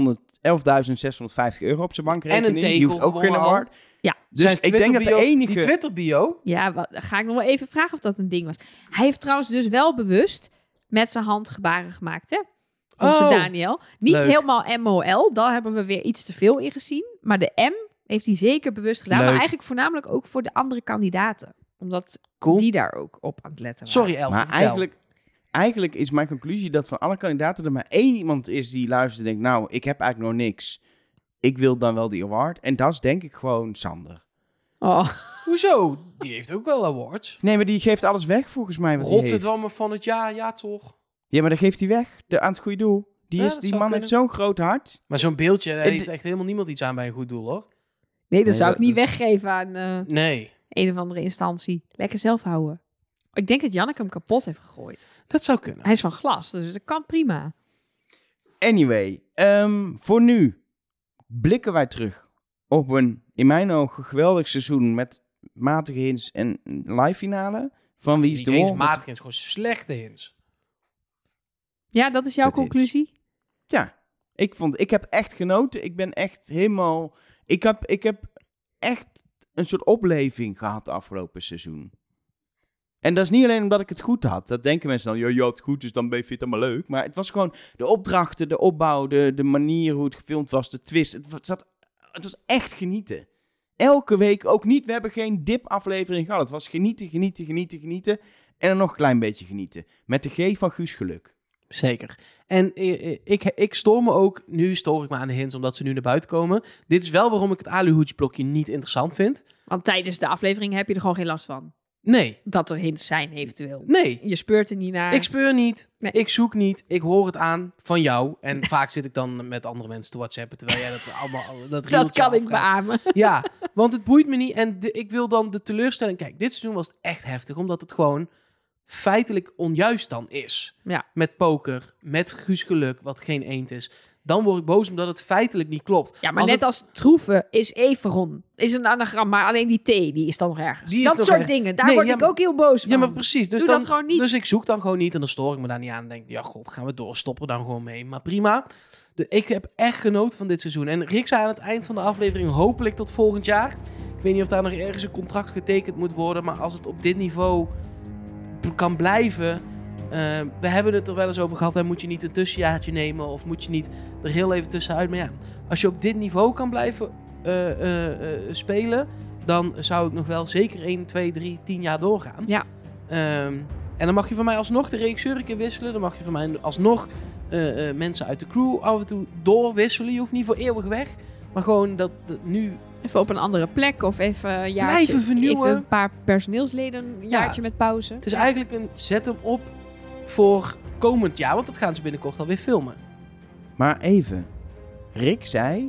Speaker 1: 11.650 euro op zijn bankrekening.
Speaker 3: En een tegel
Speaker 1: Die hoeft ook geen
Speaker 3: gewonnen al.
Speaker 1: award.
Speaker 2: Ja.
Speaker 1: Dus ik denk dat de enige...
Speaker 3: Die Twitter-bio...
Speaker 2: Ja, ga ik nog wel even vragen of dat een ding was. Hij heeft trouwens dus wel bewust met zijn hand gebaren gemaakt, hè? Onze
Speaker 3: Oh,
Speaker 2: Daniel. Niet
Speaker 3: leuk.
Speaker 2: helemaal MOL, daar hebben we weer iets te veel in gezien. Maar de M heeft hij zeker bewust gedaan.
Speaker 3: Leuk.
Speaker 2: Maar eigenlijk voornamelijk ook voor de andere kandidaten. Omdat
Speaker 3: Cool.
Speaker 2: die daar ook op aan het letten waren.
Speaker 3: Sorry, Elke,
Speaker 1: Maar
Speaker 3: vertel.
Speaker 1: eigenlijk is mijn conclusie dat van alle kandidaten er maar één iemand is die luistert en denkt... Nou, ik heb eigenlijk nog niks. Ik wil dan wel die award. En dat is denk ik gewoon Sander.
Speaker 2: Oh.
Speaker 3: Hoezo? Die heeft ook wel awards.
Speaker 1: Nee, maar die geeft alles weg volgens mij wat hij heeft.
Speaker 3: Rotterdam van het jaar, ja toch?
Speaker 1: Ja, maar dat geeft hij weg. Aan het goede doel.
Speaker 3: Ja, dat
Speaker 1: Die
Speaker 3: zou
Speaker 1: man
Speaker 3: kunnen.
Speaker 1: heeft zo'n groot hart.
Speaker 3: Maar zo'n beeldje, daar
Speaker 1: Het-
Speaker 3: heeft echt helemaal niemand iets aan bij een goed doel, hoor.
Speaker 2: Nee, dat
Speaker 1: Nee,
Speaker 2: zou ik
Speaker 1: dat-
Speaker 2: niet
Speaker 1: dat-
Speaker 2: weggeven aan
Speaker 3: Nee,
Speaker 2: een of andere instantie. Lekker zelf houden. Ik denk dat Janneke hem kapot heeft gegooid.
Speaker 3: dat zou kunnen.
Speaker 2: Hij is van glas, dus dat kan prima.
Speaker 1: Anyway, voor nu blikken wij terug op een, in mijn ogen, geweldig seizoen met matige hints en een live finale van Wie is
Speaker 3: Niet
Speaker 1: de
Speaker 3: eens
Speaker 1: Mol.
Speaker 3: matig hints, gewoon slechte hints.
Speaker 2: Ja, dat is jouw
Speaker 1: Dat is.
Speaker 2: conclusie?
Speaker 1: Ja, ik heb echt genoten. Ik ben echt helemaal... Ik heb echt een soort opleving gehad afgelopen seizoen. En dat is niet alleen omdat ik het goed had. Dat denken mensen dan, ja, je had het goed, dus dan vind je het allemaal leuk. Maar het was gewoon de opdrachten, de opbouw, de manier hoe het gefilmd was, de twist. Het was echt genieten. Elke week ook niet. We hebben geen dip-aflevering gehad. Het was genieten. En dan nog een klein beetje genieten. Met de G van Guus Geluk.
Speaker 3: Zeker. En ik stoor me ook, nu stoor ik me aan de hints omdat ze nu naar buiten komen. Dit is wel waarom ik het aluhoedje-blokje niet interessant vind.
Speaker 2: Want tijdens de aflevering heb je er gewoon geen last van.
Speaker 3: Nee,
Speaker 2: Dat er hints zijn, eventueel.
Speaker 3: nee.
Speaker 2: Je speurt er niet naar.
Speaker 3: Ik speur niet,
Speaker 2: Nee.
Speaker 3: ik zoek niet, ik hoor het aan van jou. En vaak zit ik dan met andere mensen te whatsappen, terwijl jij dat allemaal
Speaker 2: dat
Speaker 3: rieltje
Speaker 2: kan ik
Speaker 3: afgaat.
Speaker 2: beamen.
Speaker 3: Ja, want het boeit me niet. En ik wil dan de teleurstelling... Kijk, dit seizoen was het echt heftig, omdat het gewoon feitelijk onjuist dan is.
Speaker 2: Ja.
Speaker 3: Met poker, met Guus Geluk, wat geen eend is. Dan word ik boos omdat het feitelijk niet klopt.
Speaker 2: Ja, maar net als troeven is Everon. Is een anagram, maar alleen die T, die is dan nog ergens.
Speaker 3: Die is
Speaker 2: Dat
Speaker 3: nog
Speaker 2: soort
Speaker 3: erg.
Speaker 2: dingen, daar
Speaker 3: Nee,
Speaker 2: word
Speaker 3: ja,
Speaker 2: ik ook heel boos van.
Speaker 3: Ja, maar precies. Dus
Speaker 2: Doe
Speaker 3: dan,
Speaker 2: dat gewoon niet.
Speaker 3: Dus ik zoek dan gewoon niet en dan stoor ik me daar niet aan. En denk, ja god, gaan we door, stoppen we dan gewoon mee. Maar prima. Ik heb echt genoten van dit seizoen. En Rick zei aan het eind van de aflevering, hopelijk tot volgend jaar. Ik weet niet of daar nog ergens een contract getekend moet worden. Maar als het op dit niveau kan blijven... we hebben het er wel eens over gehad. Hè, moet je niet een tussenjaartje nemen of moet je niet er heel even tussenuit. Maar ja, als je op dit niveau kan blijven spelen... dan zou ik nog wel zeker 1, 2, 3, 10 jaar doorgaan.
Speaker 2: Ja.
Speaker 3: En dan mag je van mij alsnog de regisseur een keer wisselen. Dan mag je van mij alsnog mensen uit de crew af en toe doorwisselen. Je hoeft niet voor eeuwig weg. Maar gewoon dat nu...
Speaker 2: Even op een andere plek of even een jaartje.
Speaker 3: Blijven vernieuwen.
Speaker 2: Even een paar personeelsleden een jaartje met pauze.
Speaker 3: Het is eigenlijk een zet hem op voor komend jaar. Want dat gaan ze binnenkort alweer filmen.
Speaker 1: Maar even. Rick zei,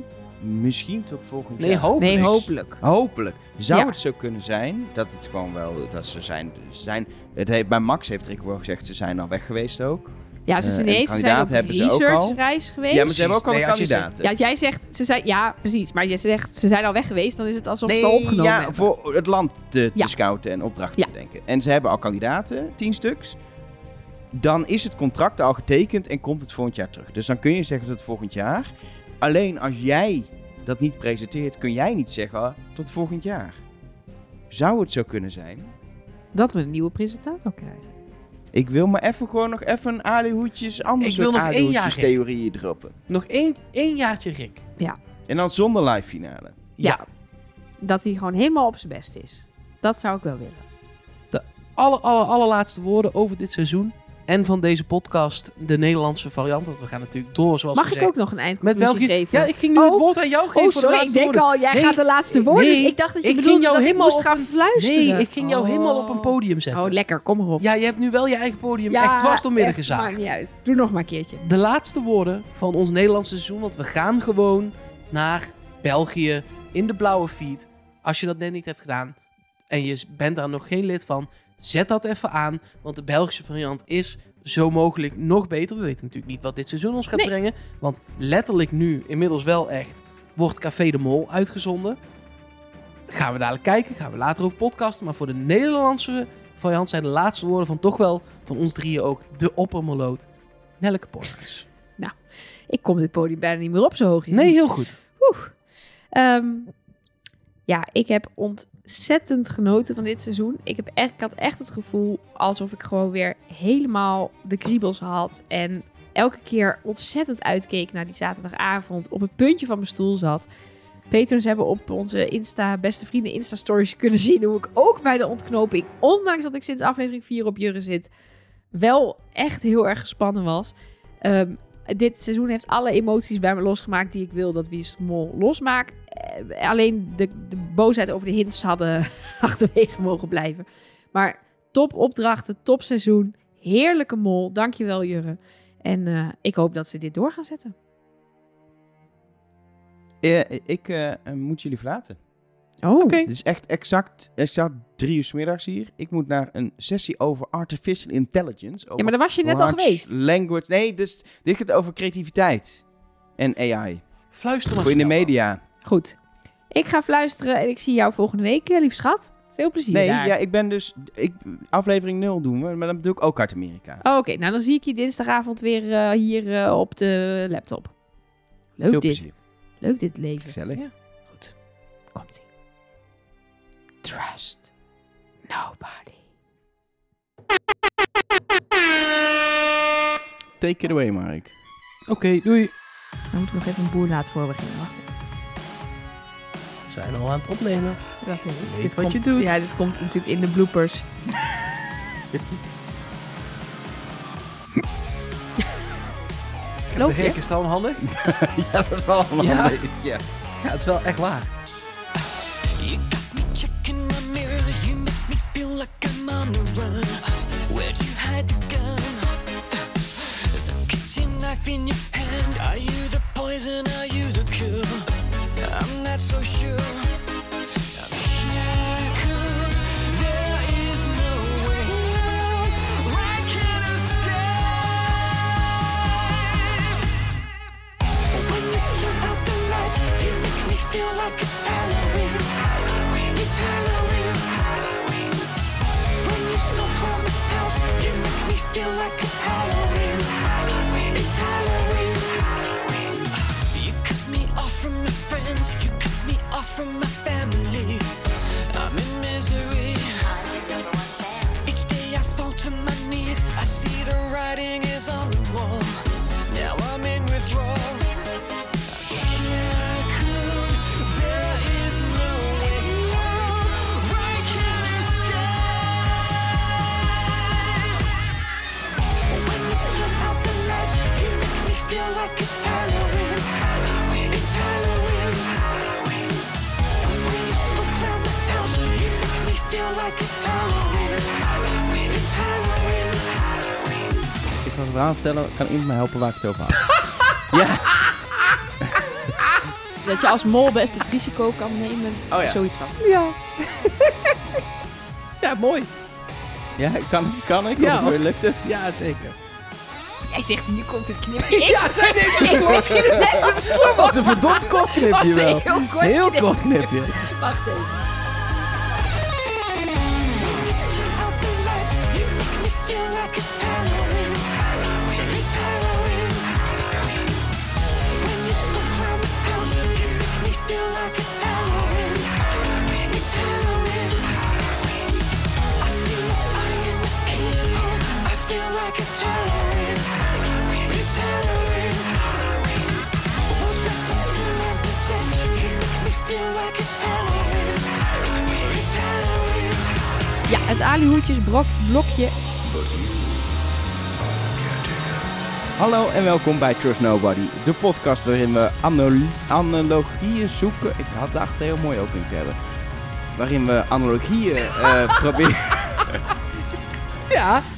Speaker 1: misschien tot volgend
Speaker 3: Nee,
Speaker 1: jaar.
Speaker 3: hopelijk.
Speaker 2: Nee, hopelijk.
Speaker 1: Hopelijk. Zou
Speaker 2: Ja.
Speaker 1: het zo kunnen zijn dat het gewoon wel... Dat ze zijn bij Max heeft Rick wel gezegd, ze zijn al weg geweest ook.
Speaker 2: Ja, ze zijn
Speaker 1: en
Speaker 2: ineens, ze zijn op
Speaker 1: kandidaat
Speaker 2: een
Speaker 1: hebben ze ook al.
Speaker 2: researchreis geweest.
Speaker 1: Ja, maar ze hebben ook al
Speaker 3: Nee,
Speaker 1: een
Speaker 3: als je
Speaker 1: kandidaat.
Speaker 2: Ja, als jij zegt, ja, precies. Maar je zegt, ze zijn al weg geweest, dan is het alsof ze opgenomen
Speaker 1: ja,
Speaker 2: hebben.
Speaker 1: voor het land te
Speaker 2: Ja.
Speaker 1: scouten en opdrachten
Speaker 2: Ja.
Speaker 1: te denken. En ze hebben al kandidaten, 10 stuks. Dan is het contract al getekend en komt het volgend jaar terug. Dus dan kun je zeggen tot volgend jaar. Alleen als jij dat niet presenteert, kun jij niet zeggen tot volgend jaar. Zou het zo kunnen zijn?
Speaker 2: Dat we een nieuwe presentator krijgen.
Speaker 1: Ik wil maar even gewoon nog even een alihoedjes, anders
Speaker 3: Ik wil
Speaker 1: soort
Speaker 3: nog 1 jaar,
Speaker 1: alihoedjes
Speaker 3: Rick.
Speaker 1: theorieën droppen.
Speaker 3: Nog één jaartje, Rick.
Speaker 1: En dan zonder live finale.
Speaker 2: Ja. Dat hij gewoon helemaal op zijn best is. Dat zou ik wel willen.
Speaker 3: Allerlaatste woorden over dit seizoen. En van deze podcast, de Nederlandse variant. Want we gaan natuurlijk door, zoals
Speaker 2: Mag ik
Speaker 3: gezegd.
Speaker 2: ook nog een
Speaker 3: Met
Speaker 2: eindconclusie
Speaker 3: België.
Speaker 2: geven?
Speaker 3: Ja, ik ging nu het woord aan jou geven
Speaker 2: Oh,
Speaker 3: voor de
Speaker 2: sorry, ik
Speaker 3: laatste
Speaker 2: denk
Speaker 3: woorden.
Speaker 2: al, jij
Speaker 3: Nee,
Speaker 2: gaat de laatste woorden.
Speaker 3: nee,
Speaker 2: Ik dacht dat je
Speaker 3: ik ging
Speaker 2: bedoelde
Speaker 3: jou
Speaker 2: dat ik
Speaker 3: helemaal
Speaker 2: moest
Speaker 3: op
Speaker 2: gaan
Speaker 3: een-
Speaker 2: fluisteren.
Speaker 3: Nee, ik ging jou helemaal op een podium zetten.
Speaker 2: Oh, lekker, kom erop.
Speaker 3: Ja, je hebt nu wel je eigen podium echt dwars door midden
Speaker 2: echt,
Speaker 3: gezaagd.
Speaker 2: Maakt niet uit. Doe nog maar een keertje.
Speaker 3: De laatste woorden van ons Nederlandse seizoen. Want we gaan gewoon naar België in de blauwe feed. Als je dat net niet hebt gedaan en je bent daar nog geen lid van, zet dat even aan. Want de Belgische variant is zo mogelijk nog beter. We weten natuurlijk niet wat dit seizoen ons gaat
Speaker 2: Nee.
Speaker 3: brengen. Want letterlijk nu, inmiddels wel echt, wordt Café de Mol uitgezonden. Gaan we dadelijk kijken, gaan we later over podcasten. Maar voor de Nederlandse variant zijn de laatste woorden van toch wel van ons drieën ook de oppermeloot Nelleke Poorthuis.
Speaker 2: Ik kom dit podium bijna niet meer op, zo hoog is
Speaker 3: Nee,
Speaker 2: hij.
Speaker 3: heel goed.
Speaker 2: Ja, ik heb ontzettend genoten van dit seizoen. Ik had echt het gevoel alsof ik gewoon weer helemaal de kriebels had. En elke keer ontzettend uitkeek naar die zaterdagavond. Op het puntje van mijn stoel zat. Peter, ze hebben op onze beste vrienden Insta-stories kunnen zien hoe ik ook bij de ontknoping, ondanks dat ik sinds aflevering 4 op Jurre zit, wel echt heel erg gespannen was. Dit seizoen heeft alle emoties bij me losgemaakt die ik wil dat Wie is de Mol losmaakt. Alleen de boosheid over de hints hadden achterwege mogen blijven. Maar top opdrachten, top seizoen. Heerlijke mol. Dankjewel, Jurre. En ik hoop dat ze dit door gaan zetten.
Speaker 1: Ik moet jullie verlaten.
Speaker 2: Oh,
Speaker 3: Oké.
Speaker 1: Het is echt exact 3 uur 's middags hier. Ik moet naar een sessie over artificial intelligence. Over
Speaker 2: Ja, maar daar was je net al
Speaker 1: large
Speaker 2: geweest.
Speaker 1: Language. Nee, dit gaat over creativiteit en AI.
Speaker 3: Fluister maar
Speaker 1: Voor in de
Speaker 3: snel.
Speaker 1: media.
Speaker 2: Goed. Ik ga fluisteren en ik zie jou volgende week, lief schat. Veel plezier
Speaker 1: Nee,
Speaker 2: daar.
Speaker 1: ja, ik ben dus... aflevering 0 doen we, maar dan bedoel ik ook uit Amerika.
Speaker 2: Oh, oké, nou dan zie ik je dinsdagavond weer hier op de laptop. Leuk
Speaker 1: Veel
Speaker 2: dit.
Speaker 1: plezier.
Speaker 2: Leuk dit leven.
Speaker 1: Gezellig.
Speaker 3: Ja.
Speaker 2: Goed. Komt-ie. Trust nobody.
Speaker 1: Take it away, Mark.
Speaker 3: Oké, doei.
Speaker 2: Dan moet ik nog even een boer laten voor we beginnen. Wacht even.
Speaker 3: We zijn al aan het opnemen.
Speaker 2: Dat weet ik.
Speaker 3: Weet wat je doet.
Speaker 2: Ja, dit komt natuurlijk in de bloopers. Loop je?
Speaker 3: Rick, is dat wel handig?
Speaker 1: Ja, dat is wel allemaal
Speaker 3: Ja.
Speaker 1: handig. Ja.
Speaker 3: Ja, het is wel echt waar.
Speaker 4: You got me checking my mirror. You make me feel like I'm on the run. Where'd you hide the gun? The kitchen knife in your hand. Are you the poison? Are you the cure? I'm not so sure. I'm shackled. There is no way out. I can't escape. When you turn out the lights, you make me feel like it's Halloween. It's Halloween. When you smoke on the house, you make me feel like it's Halloween. It's Halloween. You cut me off from my friends, you cut me off from my family. I'm in misery. Each day I fall to my knees, I see the writing is on the wall. Now I'm in withdrawal. There is no way out. I can't escape. When you turn out the lights, you make me feel like it's Halloween. It's Halloween. When you smoke around the house, you make me feel like it's Halloween. It's Halloween.
Speaker 1: Ik ga een verhaal vertellen. Kan iemand mij helpen waar ik het over had? Ja.
Speaker 2: Dat je als mol best het risico kan nemen.
Speaker 1: Oh ja.
Speaker 2: Zoiets van.
Speaker 3: Ja. Ja, mooi.
Speaker 1: Ja, kan ik?
Speaker 3: Ja.
Speaker 1: Of lukt het?
Speaker 3: Ja, zeker.
Speaker 2: Jij zegt, nu komt het knipje.
Speaker 3: Ja, zij neemt een slok. Dat was een verdomd kort knipje wel. Heel kort knipje.
Speaker 2: Wacht even.
Speaker 4: Turn out the lights, you make me feel like it's Halloween. It's Halloween. When you stop around the house, you make me feel like it's Halloween. It's Halloween. I feel I am the king. I feel like it's Halloween. It's Halloween. Won't rest until I'm possessed. You make me feel like it's Halloween. It's Halloween.
Speaker 2: Ja, het alihoedjesblokje.
Speaker 1: Hallo en welkom bij Trust Nobody, de podcast waarin we analogieën zoeken. Ik had dacht een heel mooi opening te hebben. Waarin we analogieën proberen.
Speaker 3: Ja,